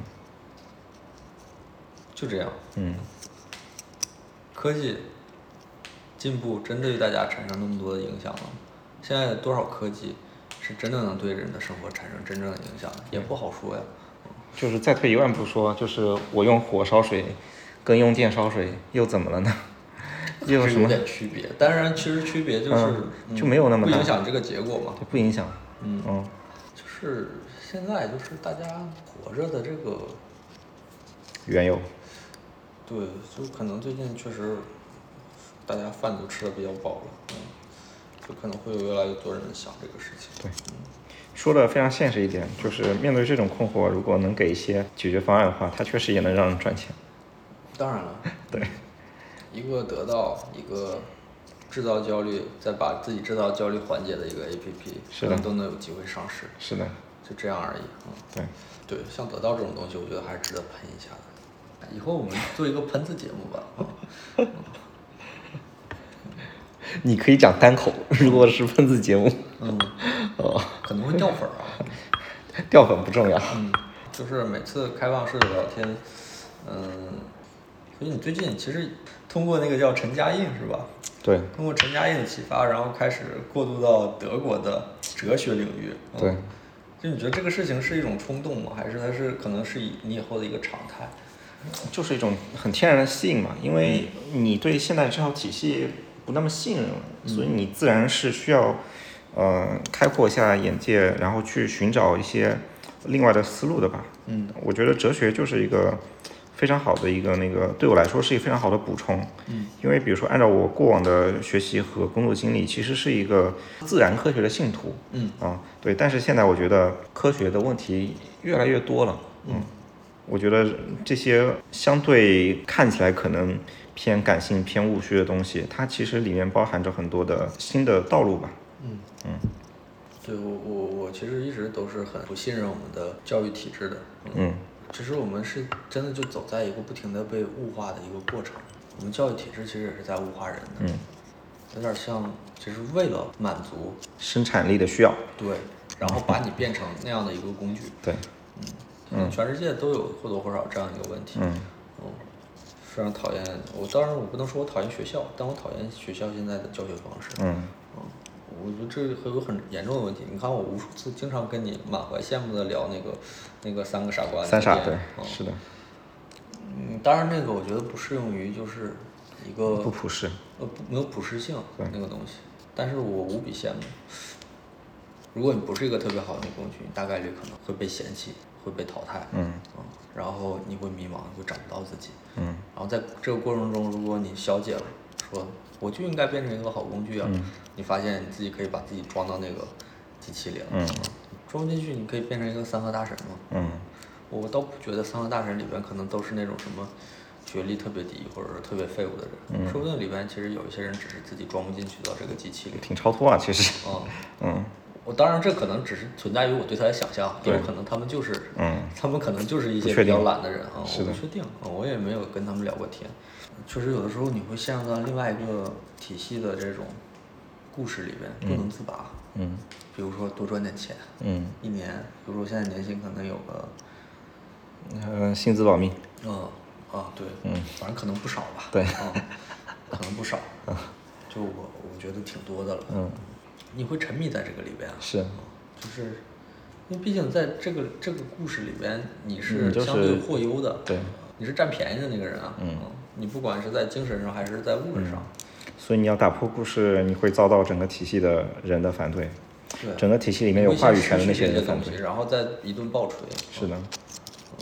[SPEAKER 2] 就这样。
[SPEAKER 1] 嗯，
[SPEAKER 2] 科技进步真对大家产生那么多的影响吗？现在有多少科技是真的能对人的生活产生真正的影响？也不好说呀。
[SPEAKER 1] 就是再退一万步说，就是我用火烧水，跟用电烧水又怎么了呢？又有什么？
[SPEAKER 2] 有点区别，当然其实区别就是、
[SPEAKER 1] 嗯
[SPEAKER 2] 嗯、
[SPEAKER 1] 就没有那么大，
[SPEAKER 2] 不影响这个结果嘛。
[SPEAKER 1] 不影响。
[SPEAKER 2] 嗯
[SPEAKER 1] 嗯，
[SPEAKER 2] 就是现在就是大家活着的这个
[SPEAKER 1] 缘由。
[SPEAKER 2] 对，就可能最近确实大家饭都吃的比较饱了，嗯，就可能会有越来越多人想这个事情。
[SPEAKER 1] 对，嗯，说的非常现实一点，就是面对这种困惑，如果能给一些解决方案的话，它确实也能让人赚钱。
[SPEAKER 2] 当然了。
[SPEAKER 1] 对。
[SPEAKER 2] 一个得到，一个制造焦虑，再把自己制造焦虑缓解的一个 A P P， 可能都能有机会上市。
[SPEAKER 1] 是的。
[SPEAKER 2] 就这样而已。嗯。对。对，像得到这种东西，我觉得还是值得喷一下的。以后我们做一个喷子节目吧。嗯。
[SPEAKER 1] 你可以讲单口，如果是喷子节目。
[SPEAKER 2] 嗯。哦。可能会掉粉啊。
[SPEAKER 1] 掉粉不重要。
[SPEAKER 2] 嗯。就是每次开放式的聊天，嗯。所以你最近其实通过那个叫陈嘉映是吧？
[SPEAKER 1] 对。
[SPEAKER 2] 通过陈嘉映的启发，然后开始过渡到德国的哲学领域。嗯、
[SPEAKER 1] 对。
[SPEAKER 2] 就你觉得这个事情是一种冲动吗？还是它是可能是你以后的一个常态？
[SPEAKER 1] 就是一种很天然的吸引嘛，因为你对现在这套体系不那么信任了，嗯、所以你自然是需要，呃，开阔一下眼界，然后去寻找一些另外的思路的吧。
[SPEAKER 2] 嗯。
[SPEAKER 1] 我觉得哲学就是一个非常好的一个那个，对我来说是一个非常好的补充。
[SPEAKER 2] 嗯。
[SPEAKER 1] 因为比如说按照我过往的学习和工作经历，其实是一个自然科学的信徒。
[SPEAKER 2] 嗯。
[SPEAKER 1] 啊，对，但是现在我觉得科学的问题越来越多了。嗯。我觉得这些相对看起来可能偏感性、偏务虚的东西，它其实里面包含着很多的新的道路吧。
[SPEAKER 2] 嗯
[SPEAKER 1] 嗯。
[SPEAKER 2] 对，我我我其实一直都是很不信任我们的教育体制的。嗯。嗯，其实我们是真的就走在一个不停的被物化的一个过程。我们教育体制其实也是在物化人的。
[SPEAKER 1] 嗯。
[SPEAKER 2] 有点像，就是为了满足
[SPEAKER 1] 生产力的需要。
[SPEAKER 2] 对，然后把你变成那样的一个工具。
[SPEAKER 1] 对。
[SPEAKER 2] 嗯。嗯，全世界都有或多或少这样一个问题。
[SPEAKER 1] 嗯。
[SPEAKER 2] 嗯，非常讨厌。我当然我不能说我讨厌学校，但我讨厌学校现在的教学方式。
[SPEAKER 1] 嗯。
[SPEAKER 2] 嗯，我觉得这会有很严重的问题。你看我无数次经常跟你满怀羡慕的聊那个那个三个傻瓜。
[SPEAKER 1] 三傻，对，
[SPEAKER 2] 嗯，
[SPEAKER 1] 是的。
[SPEAKER 2] 嗯，当然那个我觉得不适用于就是一个
[SPEAKER 1] 不普适。
[SPEAKER 2] 呃，不没有普适性那个东西，但是我无比羡慕。如果你不是一个特别好的工具，你大概率可能会被嫌弃。会被淘汰。
[SPEAKER 1] 嗯。
[SPEAKER 2] 嗯，然后你会迷茫，会找不到自己。
[SPEAKER 1] 嗯。
[SPEAKER 2] 然后在这个过程中，如果你消解了，说我就应该变成一个好工具啊，
[SPEAKER 1] 嗯、
[SPEAKER 2] 你发现你自己可以把自己装到那个机器里了。
[SPEAKER 1] 嗯。
[SPEAKER 2] 装进去，你可以变成一个三和大神嘛。
[SPEAKER 1] 嗯。
[SPEAKER 2] 我倒不觉得三和大神里边可能都是那种什么学历特别低或者是特别废物的人，
[SPEAKER 1] 嗯、
[SPEAKER 2] 说不定里边其实有一些人只是自己装不进去到这个机器里。
[SPEAKER 1] 挺超脱啊，其实。
[SPEAKER 2] 嗯。
[SPEAKER 1] 嗯。
[SPEAKER 2] 我当然，这可能只是存在于我对他的想象，也有可能他们就是，
[SPEAKER 1] 嗯，
[SPEAKER 2] 他们可能就是一些比较懒的人啊，
[SPEAKER 1] 我
[SPEAKER 2] 不确定，我也没有跟他们聊过天。确实，有的时候你会陷入到另外一个体系的这种故事里边，不能自拔。
[SPEAKER 1] 嗯。
[SPEAKER 2] 比如说多赚点钱。
[SPEAKER 1] 嗯。
[SPEAKER 2] 一年，比如说现在年薪可能有个，
[SPEAKER 1] 呃，薪资保密。
[SPEAKER 2] 嗯，啊，对，
[SPEAKER 1] 嗯，
[SPEAKER 2] 反正可能不少吧。
[SPEAKER 1] 对。
[SPEAKER 2] 嗯，可能不少。
[SPEAKER 1] 嗯。
[SPEAKER 2] 就我，我觉得挺多的了。
[SPEAKER 1] 嗯。
[SPEAKER 2] 你会沉迷在这个里边啊？
[SPEAKER 1] 是，
[SPEAKER 2] 就是，因为毕竟在这个这个故事里边，你是相对获优的，
[SPEAKER 1] 对，
[SPEAKER 2] 你是占便宜的那个人啊。
[SPEAKER 1] 嗯，
[SPEAKER 2] 你不管是在精神上还是在物质上，
[SPEAKER 1] 所以你要打破故事，你会遭到整个体系的人的反对，
[SPEAKER 2] 对，
[SPEAKER 1] 整个体系里面有话语权的那些人的反对，
[SPEAKER 2] 然后再一顿暴锤。
[SPEAKER 1] 是的，
[SPEAKER 2] 嗯，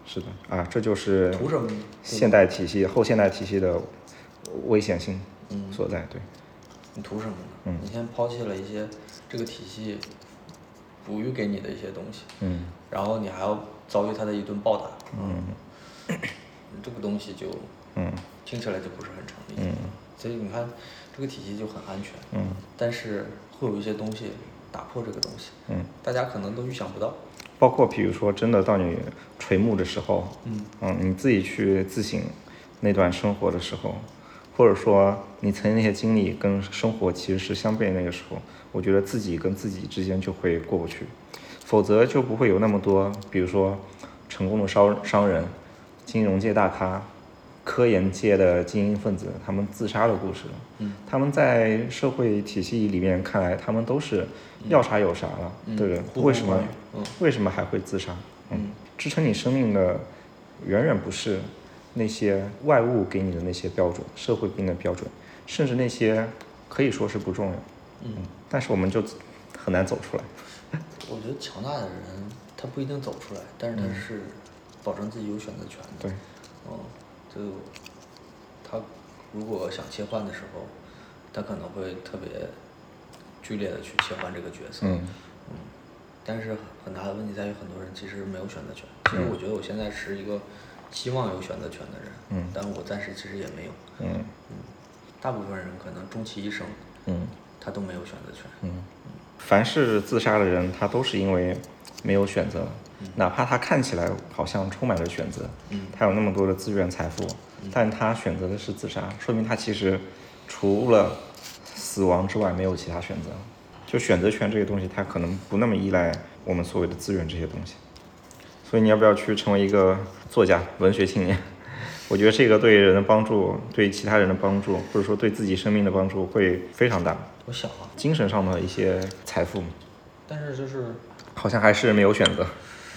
[SPEAKER 1] 是的啊，这就是
[SPEAKER 2] 图什么？
[SPEAKER 1] 现代体系、后现代体系的危险性所在。对，
[SPEAKER 2] 你图什么呢？
[SPEAKER 1] 嗯，
[SPEAKER 2] 你先抛弃了一些这个体系哺育给你的一些东西，
[SPEAKER 1] 嗯，
[SPEAKER 2] 然后你还要遭遇他的一顿暴打，
[SPEAKER 1] 嗯，
[SPEAKER 2] 这个东西就，
[SPEAKER 1] 嗯，
[SPEAKER 2] 听起来就不是很成立，
[SPEAKER 1] 嗯，
[SPEAKER 2] 所以你看这个体系就很安全，
[SPEAKER 1] 嗯，
[SPEAKER 2] 但是会有一些东西打破这个东西，
[SPEAKER 1] 嗯，
[SPEAKER 2] 大家可能都预想不到。
[SPEAKER 1] 包括比如说真的到你垂暮的时候，
[SPEAKER 2] 嗯
[SPEAKER 1] 嗯，你自己去自省那段生活的时候，或者说你曾经那些经历跟生活其实是相悖那个时候，我觉得自己跟自己之间就会过不去，否则就不会有那么多比如说成功的商商人、金融界大咖、科研界的精英分子他们自杀的故事。
[SPEAKER 2] 嗯，
[SPEAKER 1] 他们在社会体系里面看来他们都是要啥有啥了，
[SPEAKER 2] 嗯、
[SPEAKER 1] 对的，
[SPEAKER 2] 嗯、
[SPEAKER 1] 为什么、
[SPEAKER 2] 嗯、
[SPEAKER 1] 为什么还会自杀？
[SPEAKER 2] 嗯，
[SPEAKER 1] 支撑你生命的远远不是那些外物给你的那些标准，社会给你的标准，甚至那些可以说是不重要，
[SPEAKER 2] 嗯，
[SPEAKER 1] 但是我们就很难走出来。
[SPEAKER 2] 我觉得强大的人他不一定走出来，但是他是保证自己有选择权的。
[SPEAKER 1] 对，
[SPEAKER 2] 嗯，就他如果想切换的时候，他可能会特别剧烈的去切换这个角色。
[SPEAKER 1] 嗯
[SPEAKER 2] 嗯，但是很大的问题在于很多人其实没有选择权。其实我觉得我现在是一个希望有选择权的人，
[SPEAKER 1] 嗯，
[SPEAKER 2] 但我暂时其实也没有。
[SPEAKER 1] 嗯
[SPEAKER 2] 嗯，大部分人可能终其一生，
[SPEAKER 1] 嗯，
[SPEAKER 2] 他都没有选择权。
[SPEAKER 1] 嗯，凡是自杀的人，他都是因为没有选择，
[SPEAKER 2] 嗯、
[SPEAKER 1] 哪怕他看起来好像充满了选择，
[SPEAKER 2] 嗯，
[SPEAKER 1] 他有那么多的资源财富，
[SPEAKER 2] 嗯、
[SPEAKER 1] 但他选择的是自杀，说明他其实除了死亡之外没有其他选择。就选择权这个东西，它可能不那么依赖我们所谓的资源这些东西。所以你要不要去成为一个作家、文学青年？我觉得这个对人的帮助，对其他人的帮助，或者说对自己生命的帮助会非常大。
[SPEAKER 2] 我想啊，
[SPEAKER 1] 精神上的一些财富，
[SPEAKER 2] 但是就是
[SPEAKER 1] 好像还是没有选择。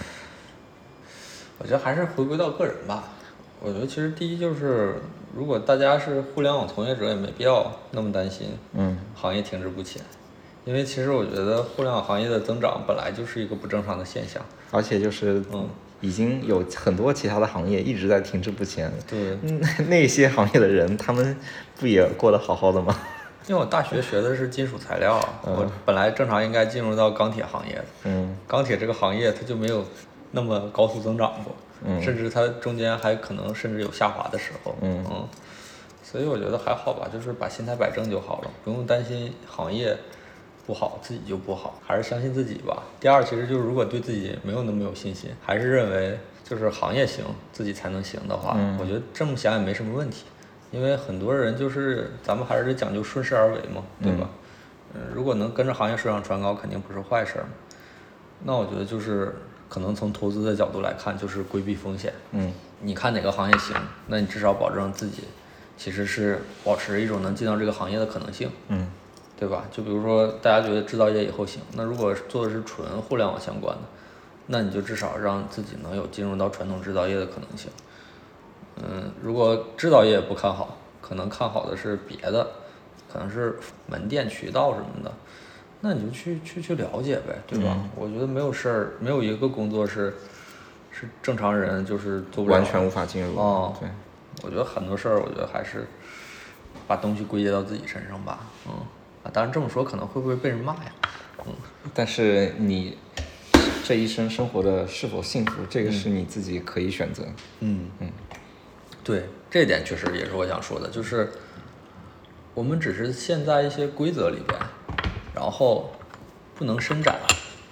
[SPEAKER 2] 我觉得还是回归到个人吧。我觉得其实第一就是，如果大家是互联网从业者，也没必要那么担心，
[SPEAKER 1] 嗯，
[SPEAKER 2] 行业停滞不前，因为其实我觉得互联网行业的增长本来就是一个不正常的现象，
[SPEAKER 1] 而且就是嗯，已经有很多其他的行业一直在停滞不前。
[SPEAKER 2] 对，
[SPEAKER 1] 嗯，那些行业的人，他们不也过得好好的吗？
[SPEAKER 2] 因为我大学学的是金属材料，嗯、我本来正常应该进入到钢铁行业的，
[SPEAKER 1] 嗯，
[SPEAKER 2] 钢铁这个行业它就没有那么高速增长过，
[SPEAKER 1] 嗯，
[SPEAKER 2] 甚至它中间还可能甚至有下滑的时候，
[SPEAKER 1] 嗯
[SPEAKER 2] 嗯，所以我觉得还好吧，就是把心态摆正就好了，不用担心行业不好自己就不好，还是相信自己吧。第二，其实就是如果对自己没有那么有信心，还是认为就是行业行自己才能行的话，
[SPEAKER 1] 嗯、
[SPEAKER 2] 我觉得这么想也没什么问题。因为很多人就是咱们还是得讲究顺势而为嘛，对吧？嗯，如果能跟着行业水涨船高，肯定不是坏事儿。那我觉得就是可能从投资的角度来看，就是规避风险。
[SPEAKER 1] 嗯，
[SPEAKER 2] 你看哪个行业行，那你至少保证自己其实是保持一种能进到这个行业的可能性。
[SPEAKER 1] 嗯，
[SPEAKER 2] 对吧？就比如说大家觉得制造业以后行，那如果做的是纯互联网相关的，那你就至少让自己能有进入到传统制造业的可能性。嗯，如果制造业不看好，可能看好的是别的，可能是门店渠道什么的，那你就去去去了解呗，对吧？
[SPEAKER 1] 嗯、
[SPEAKER 2] 我觉得没有事儿，没有一个工作是是正常人就是做不了，
[SPEAKER 1] 完全无法进入。
[SPEAKER 2] 哦，
[SPEAKER 1] 对，
[SPEAKER 2] 我觉得很多事儿，我觉得还是把东西归结到自己身上吧。嗯，啊，当然这么说可能会不会被人骂呀？嗯，
[SPEAKER 1] 但是你这一生生活的是否幸福，这个是你自己可以选择。
[SPEAKER 2] 嗯嗯。对，这一点确实也是我想说的，就是我们只是陷在一些规则里边，然后不能伸展。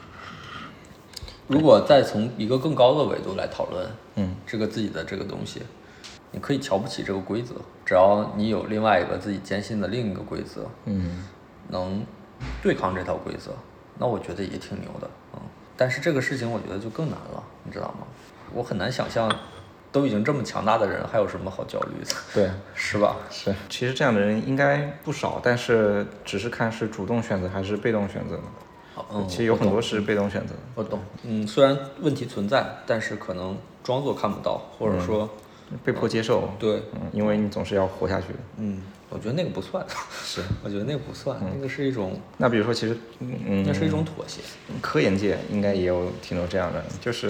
[SPEAKER 2] 如果再从一个更高的维度来讨论，
[SPEAKER 1] 嗯，
[SPEAKER 2] 这个自己的这个东西，你可以瞧不起这个规则，只要你有另外一个自己坚信的另一个规则，
[SPEAKER 1] 嗯，
[SPEAKER 2] 能对抗这套规则，那我觉得也挺牛的，嗯。但是这个事情我觉得就更难了，你知道吗？我很难想象。都已经这么强大的人，还有什么好焦虑的？
[SPEAKER 1] 对，
[SPEAKER 2] 是吧？
[SPEAKER 1] 是。其实这样的人应该不少，但是只是看是主动选择还是被动选择呢？
[SPEAKER 2] 嗯，
[SPEAKER 1] 其实有很多是被动选择。
[SPEAKER 2] 我懂。嗯，虽然问题存在，但是可能装作看不到，或者说、
[SPEAKER 1] 嗯、被迫接受。
[SPEAKER 2] 对，
[SPEAKER 1] 嗯，因为你总是要活下去的。
[SPEAKER 2] 嗯，我觉得那个不算。
[SPEAKER 1] 是，
[SPEAKER 2] 我觉得那个不算，
[SPEAKER 1] 嗯、
[SPEAKER 2] 那个是一种。
[SPEAKER 1] 那比如说，其实，嗯，
[SPEAKER 2] 那是一种妥协。
[SPEAKER 1] 科研界应该也有挺多这样的，就是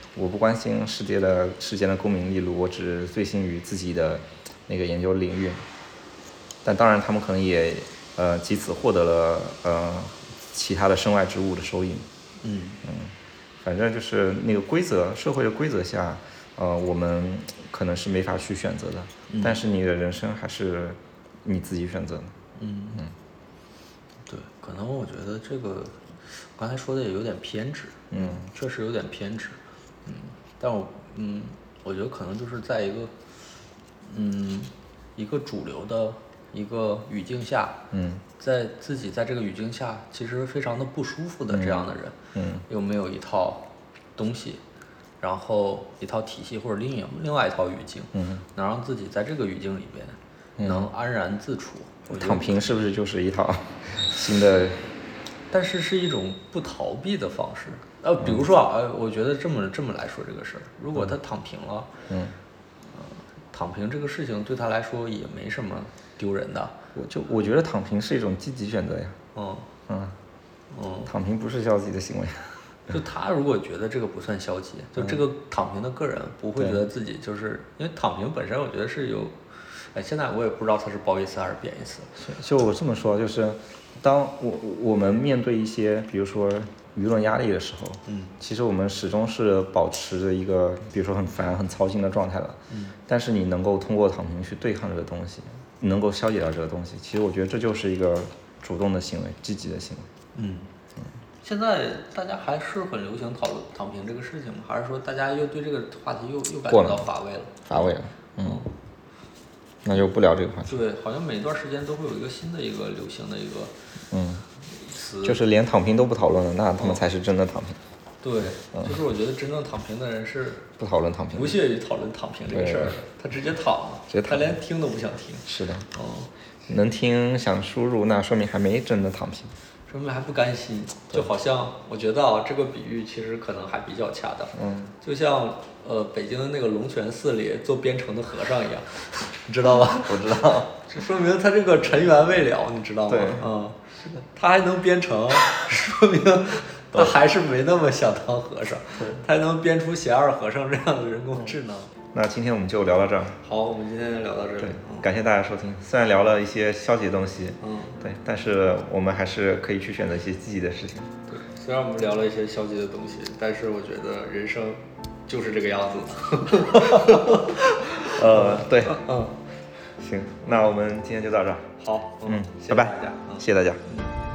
[SPEAKER 1] 我不关心世界的世间的功名利禄，我只醉心于自己的那个研究领域。但当然，他们可能也呃藉此获得了呃其他的身外之物的收益。
[SPEAKER 2] 嗯
[SPEAKER 1] 嗯，反正就是那个规则，社会的规则下，呃，我们可能是没法去选择的，
[SPEAKER 2] 嗯、
[SPEAKER 1] 但是你的人生还是你自己选择的。
[SPEAKER 2] 嗯嗯，对，可能我觉得这个刚才说的也有点偏执，
[SPEAKER 1] 嗯，
[SPEAKER 2] 确实有点偏执，嗯，但我嗯，我觉得可能就是在一个嗯一个主流的一个语境下，
[SPEAKER 1] 嗯，
[SPEAKER 2] 在自己在这个语境下其实非常的不舒服的这样的人，
[SPEAKER 1] 嗯，
[SPEAKER 2] 有没有一套东西，然后一套体系或者另一另外一套语境，
[SPEAKER 1] 嗯，
[SPEAKER 2] 能让自己在这个语境里边能安然自处。我觉得
[SPEAKER 1] 躺平是不是就是一套新的？
[SPEAKER 2] 但是是一种不逃避的方式。呃，比如说啊，呃，我觉得这么这么来说这个事儿，如果他躺平了，
[SPEAKER 1] 嗯，
[SPEAKER 2] 呃，躺平这个事情对他来说也没什么丢人的。
[SPEAKER 1] 我就我觉得躺平是一种积极选择呀。
[SPEAKER 2] 嗯
[SPEAKER 1] 嗯
[SPEAKER 2] 嗯，
[SPEAKER 1] 躺平不是消极的行为。
[SPEAKER 2] 就他如果觉得这个不算消极，就这个躺平的个人不会觉得自己就是因为躺平本身，我觉得是有，哎，现在我也不知道它是褒义词还是贬义词。
[SPEAKER 1] 就我这么说，就是当我我们面对一些比如说舆论压力的时候，
[SPEAKER 2] 嗯，
[SPEAKER 1] 其实我们始终是保持着一个比如说很烦很操心的状态了，
[SPEAKER 2] 嗯，但
[SPEAKER 1] 是你能够通过躺平去对抗这个东西，你能够消解掉这个东西，其实我觉得这就是一个主动的行为，积极的行为。
[SPEAKER 2] 嗯嗯，现在大家还是很流行讨论躺平这个事情吗？还是说大家又对这个话题又又感觉到乏味了？
[SPEAKER 1] 乏味了，嗯，那就不聊这个话题。
[SPEAKER 2] 对，好像每一段时间都会有一个新的一个流行的一个
[SPEAKER 1] 嗯
[SPEAKER 2] 词，
[SPEAKER 1] 就是连躺平都不讨论了，那他们才是真的躺平。
[SPEAKER 2] 对，就是我觉得真正躺平的人是
[SPEAKER 1] 不讨论躺平，
[SPEAKER 2] 不屑于讨论躺平这个事儿，他直接躺了，
[SPEAKER 1] 直接躺，
[SPEAKER 2] 他连听都不想听。
[SPEAKER 1] 是的，
[SPEAKER 2] 哦，
[SPEAKER 1] 能听想输入，那说明还没真的躺平，
[SPEAKER 2] 说明还不甘心。就好像我觉得啊，这个比喻其实可能还比较恰当。
[SPEAKER 1] 嗯，
[SPEAKER 2] 就像呃北京的那个龙泉寺里做编程的和尚一样，你知道吧？
[SPEAKER 1] 我知道，
[SPEAKER 2] 这说明他这个尘缘未了，你知道吗？
[SPEAKER 1] 对，
[SPEAKER 2] 嗯，是的，他还能编程，说明他还是没那么想当和尚，他还能编出贤二和尚这样的人工智能。
[SPEAKER 1] 那今天我们就聊到这儿。
[SPEAKER 2] 好，我们今天就聊到这里。
[SPEAKER 1] 嗯、感谢大家收听。虽然聊了一些消极的东西，
[SPEAKER 2] 嗯，对，
[SPEAKER 1] 但是我们还是可以去选择一些积极的事情。
[SPEAKER 2] 对，虽然我们聊了一些消极的东西，但是我觉得人生就是这个样子的。
[SPEAKER 1] 呃，对，
[SPEAKER 2] 嗯，
[SPEAKER 1] 行，那我们今天就到这儿。
[SPEAKER 2] 好，
[SPEAKER 1] 嗯，
[SPEAKER 2] 拜拜，
[SPEAKER 1] 谢谢大家。嗯。